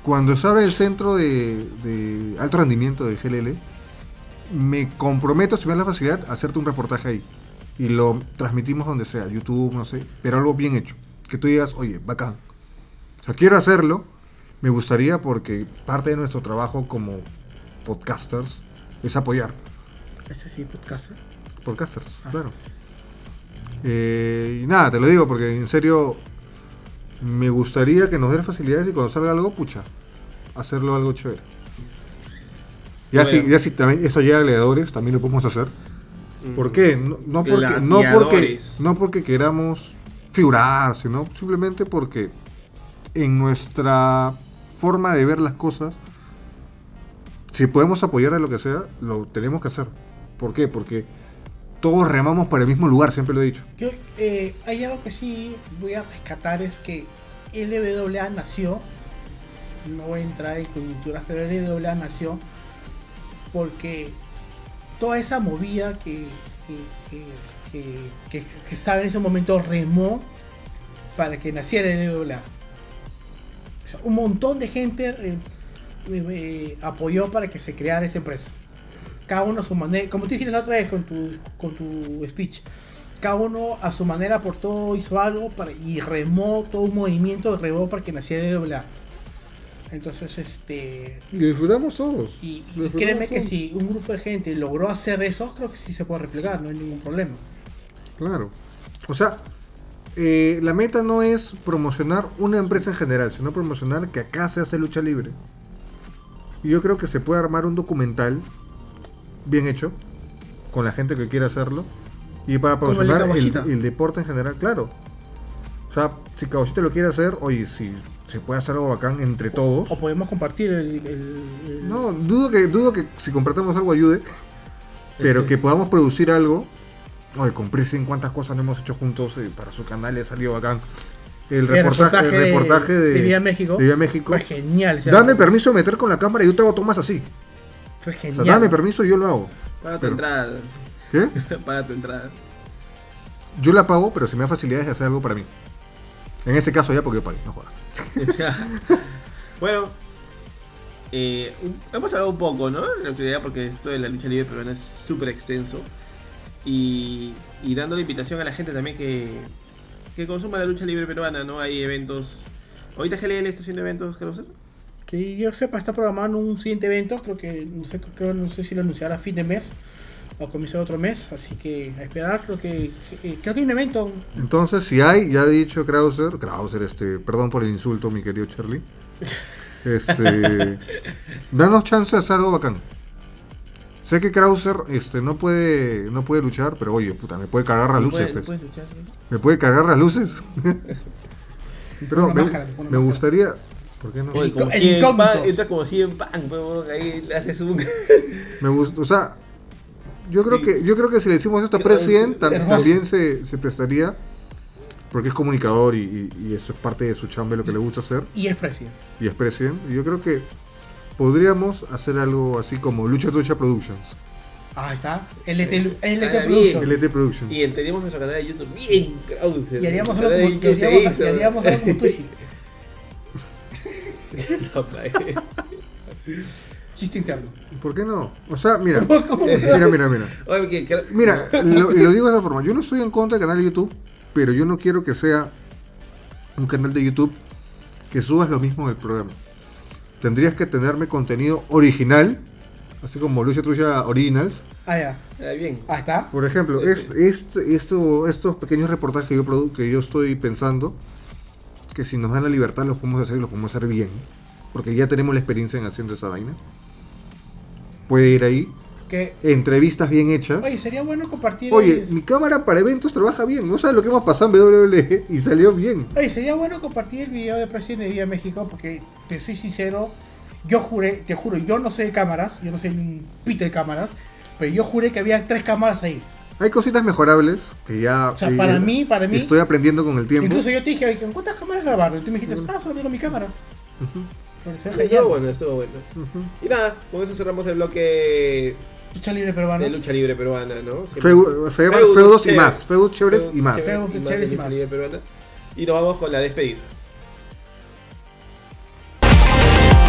cuando se abre el centro de alto rendimiento de GLL, me comprometo, si me da la facilidad, a hacerte un reportaje ahí. Y lo transmitimos donde sea, YouTube, no sé, pero algo bien hecho. Que tú digas, oye, bacán. O sea, quiero hacerlo, me gustaría porque parte de nuestro trabajo como podcasters es apoyar. Ese sí, podcaster. Podcasters, claro. Y nada, te lo digo porque en serio me gustaría que nos den facilidades y cuando salga algo, pucha, hacerlo algo chévere. Ya Bueno. si también esto llega a gladiadores, también lo podemos hacer. ¿Por qué? No porque queramos figurar, sino simplemente porque en nuestra forma de ver las cosas, si podemos apoyar a lo que sea, lo tenemos que hacer. ¿Por qué? Porque todos remamos para el mismo lugar, siempre lo he dicho. Yo, hay algo que sí voy a rescatar, es que LWA nació, no voy a entrar en coyunturas, pero LWA nació porque toda esa movida que estaba en ese momento remó para que naciera LWA. O sea, un montón de gente apoyó para que se creara esa empresa. Cada uno a su manera, como tú dijiste la otra vez con tu speech, cada uno a su manera aportó, hizo algo y remó todo un movimiento, remó para que naciera LWA. Entonces, Y lo disfrutamos todos. Y créeme que si un grupo de gente logró hacer eso, creo que sí se puede replegar, no hay ningún problema. Claro. O sea, la meta no es promocionar una empresa en general, sino promocionar que acá se hace lucha libre. Y yo creo que se puede armar un documental bien hecho, con la gente que quiera hacerlo, y para promocionar el deporte en general, claro. O sea, si Caballito lo quiere hacer, oye, si se puede hacer algo bacán entre todos. O podemos compartir No, dudo que si compartimos algo ayude, pero que podamos producir algo. Oye, con Pressing cuántas cosas no hemos hecho juntos para su canal, le salió bacán. El reportaje de Viva México. De Viva México. Fue genial. Dame permiso de meter con la cámara y yo te hago tomas así. Fue genial. O sea, dame permiso y yo lo hago. Paga tu entrada. ¿Qué? Paga tu entrada. Yo la pago, pero si me da facilidades de hacer algo para mí. En ese caso ya porque yo pagué, no jodas. Bueno, hemos hablado un poco, ¿no? En la actualidad, porque esto de la lucha libre peruana es súper extenso. Y dando la invitación a la gente también que consuma la lucha libre peruana, ¿no? Hay eventos. Ahorita GLL está haciendo eventos, ¿qué lo sé? Que yo sepa, está programando un siguiente evento, creo que no sé si lo anunciará a fin de mes o comienzo de otro mes, así que a esperar, creo que hay un evento. Entonces, si hay, ya ha dicho Krauser, perdón por el insulto, mi querido Charlie. Danos chance de hacer algo bacán. Sé que Krauser no puede luchar, pero oye, puta, me puede cagar las luces. ¿No puedes luchar? ¿Me puede cagar las luces? Perdón, me gustaría. ¿Por qué no? Oye, como El 100 incógnito. pan, entra como 100 pan, pues, ahí le haces un... Me gusta, o sea, yo creo que si le decimos esto a President también se prestaría, porque es comunicador y eso es parte de su chamba, lo que le gusta hacer. Y es presidente. Y es President. Y yo creo que podríamos hacer algo así como Lucha Trucha Productions. Ah, está. LT Ah, Productions. LT Productions. Y tenemos nuestro canal de YouTube bien Krauser. Y haríamos Nuestro algo canal de YouTube se hizo. como Tushi. No, play. Chiste interno. ¿Por qué no? O sea, mira. ¿Cómo? Mira. Oye, que Mira, lo digo de esa forma. Yo no estoy en contra del canal de YouTube, pero yo no quiero que sea un canal de YouTube que subas lo mismo del programa. Tendrías que tenerme contenido original, así como Lucha Trucha Originals. Ah, ya. bien. Ah, está. Por ejemplo, estos pequeños reportajes que yo estoy pensando, que si nos dan la libertad los podemos hacer y los podemos hacer bien, porque ya tenemos la experiencia en haciendo esa vaina. Puede ir ahí. Que, Entrevistas bien hechas. oye, sería bueno compartir. Oye, mi cámara para eventos trabaja bien. No sabes lo que hemos pasado en WWE y salió bien. Oye, sería bueno compartir el video de Presidente de Viva México, porque te soy sincero, te juro, yo no sé de cámaras, yo no sé un pito de cámaras, pero yo juré que había 3 cámaras ahí. Hay cositas mejorables que ya. O sea, para mí. Estoy aprendiendo con el tiempo. Incluso yo te dije, oye, ¿con cuántas cámaras grabaron? Y tú me dijiste, solo con mi cámara. Pareció genial. Estuvo bueno. Y nada, con eso cerramos el bloque Lucha libre peruana. de lucha libre peruana, ¿no? Se llama Feudos y más. Feudos chéveres y más. Feudos chéveres y lucha más. libre peruana. Y nos vamos con la despedida.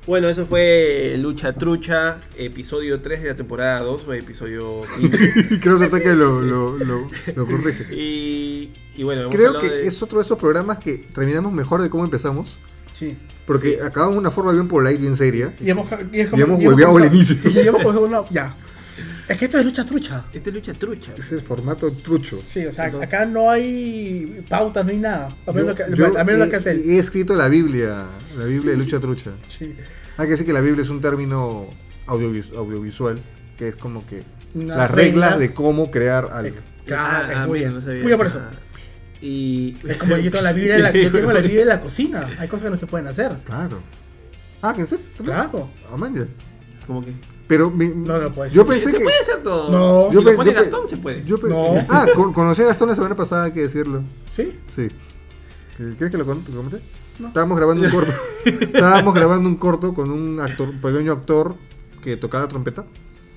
Bueno, eso fue Lucha Trucha, episodio 3 de la temporada 2 o episodio 15. Creo que hasta que lo corrige. Y bueno, hemos Creo hablado que es otro de esos programas que terminamos mejor de cómo empezamos. Sí. Porque Sí. acabamos de una forma bien polite, bien seria. Y hemos volvido al inicio. Y hemos comenzado una. Ya. Es que esto es lucha trucha. Este es Lucha Trucha. Es el formato trucho. Sí, o sea, Entonces- acá no hay pautas, no hay nada. A menos Yo lo que hace él. he escrito la Biblia de lucha trucha. Sí. Hay que decir que la Biblia es un término audiovisual, que es como que Unas las reglas de cómo crear algo. Claro, es muy mira, bien. no sabía Muy bien por eso. eso. Y Es como yo tengo la Biblia yo tengo la Biblia en la cocina. Hay cosas que no se pueden hacer. Claro. ¿Que en serio? Claro. Man, ya. como que Pero No lo puedes yo decir. pensé se que... puede hacer todo. No. Si yo lo pe- pone yo pe- Gastón se puede. No. Conocí a Gastón la semana pasada, hay que decirlo. ¿Sí? Sí. ¿Quieres que lo comenté? No. Estábamos grabando un corto. Estábamos grabando un corto con un actor, un pequeño actor que tocaba la trompeta.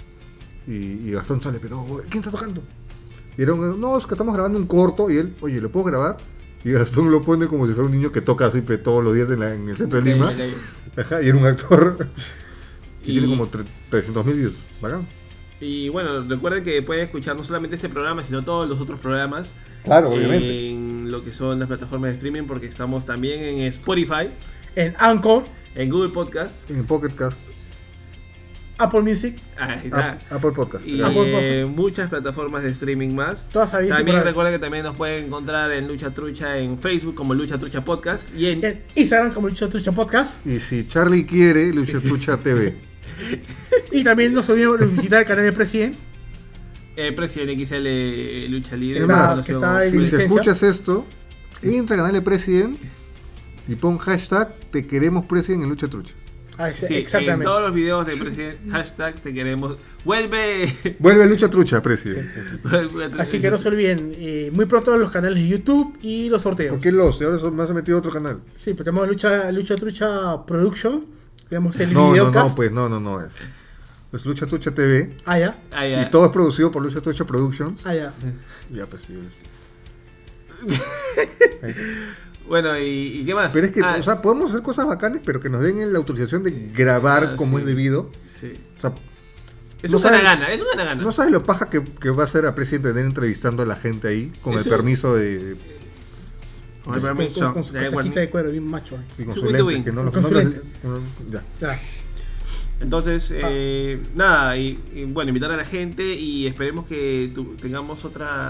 Y Gastón sale, pero ¿quién está tocando? Y era no, es que estamos grabando un corto. Y él, oye, ¿lo puedo grabar? Y Gastón lo pone como si fuera un niño que toca así todos los días en el centro de Lima. Ajá, y era un actor. Y tiene como 300.000 views. Bacán. Y bueno, recuerden que pueden escuchar no solamente este programa, sino todos los otros programas Claro, obviamente. en lo que son las plataformas de streaming, porque estamos también en Spotify, En Anchor, en Google Podcast, En Pocket Cast, Apple Music, ahí está, Apple Podcast. y Apple Podcast. muchas plataformas de streaming más. todas sabidas. También recuerden que también nos pueden encontrar en Lucha Trucha en Facebook como Lucha Trucha Podcast y en Instagram como Lucha Trucha Podcast. Y si Charlie quiere, Lucha Trucha TV. Y también no se olviden de visitar el canal de President. President XL Lucha Libre. Es más, conocido que está como en Si licencia. escuchas esto, entra al canal de President y pon hashtag Te queremos President en Lucha Trucha. Ah, Sí, exactamente. en todos los videos de President, hashtag te queremos. Vuelve. Vuelve a Lucha Trucha, President. Así que no se olviden, muy pronto los canales de YouTube y los sorteos. ¿Por qué los? Y ahora me has metido a otro canal. Sí, pues tenemos Lucha Trucha Production. Tenemos el No, videocast. pues no es. Es Lucha Trucha TV Ah, ya. Ah, ya. y todo es producido por Lucha Trucha Productions. Ah, ya. Ya, pues sí. Bueno, ¿y qué más? Pero es que, Ah, o sea, podemos hacer cosas bacanas, pero que nos den la autorización de grabar como sí. es debido. sí. O sea, Es no una sabes- gana, es una gana. no sabes lo paja que va a ser a Presidente tener entrevistando a la gente ahí con el Eso- permiso de. Con el Con permiso su de casaquita de cuero, bien macho. Y con Su su Win to lente, Win. que no Con su lente. ya. Ya. Entonces, nada, y bueno, invitar a la gente y esperemos que tengamos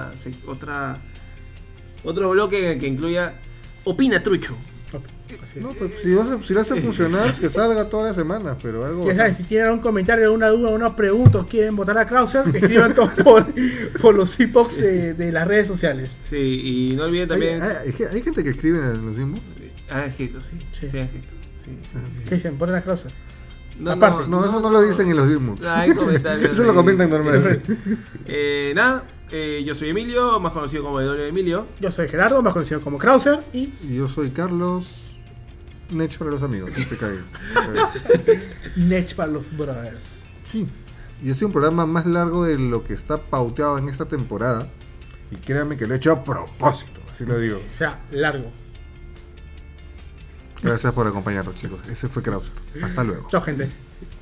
otro bloque que incluya Opina Trucho. Así. No, pues si lo hace funcionar, que salga todas las semanas, pero algo. Ya saben, si tienen un comentario, una duda, una pregunta o quieren votar a Krauser, escriban todos por los inbox de las redes sociales. Sí, y no olviden también. Hay gente que escribe en los mismos. Ah, escrito, sí. Sí. Sí, escrito. Sí, sí, sí. ¿Qué dicen? Voten a Krauser. No, Aparte, No, eso no lo dicen en los mismos. Hay comentarios. Eso lo comentan normalmente. Nada, yo soy Emilio, más conocido como W Emilio. Yo soy Gerardo, más conocido como Krauser, y Y yo soy Carlos. Nech para los amigos, no te cagues. Next para los brothers. Sí, y ha sido un programa más largo de lo que está pauteado en esta temporada. Y créanme que lo he hecho a propósito, así lo digo. O sea, largo. Gracias por acompañarnos, chicos. Ese fue Krauser. Hasta luego. Chao, gente.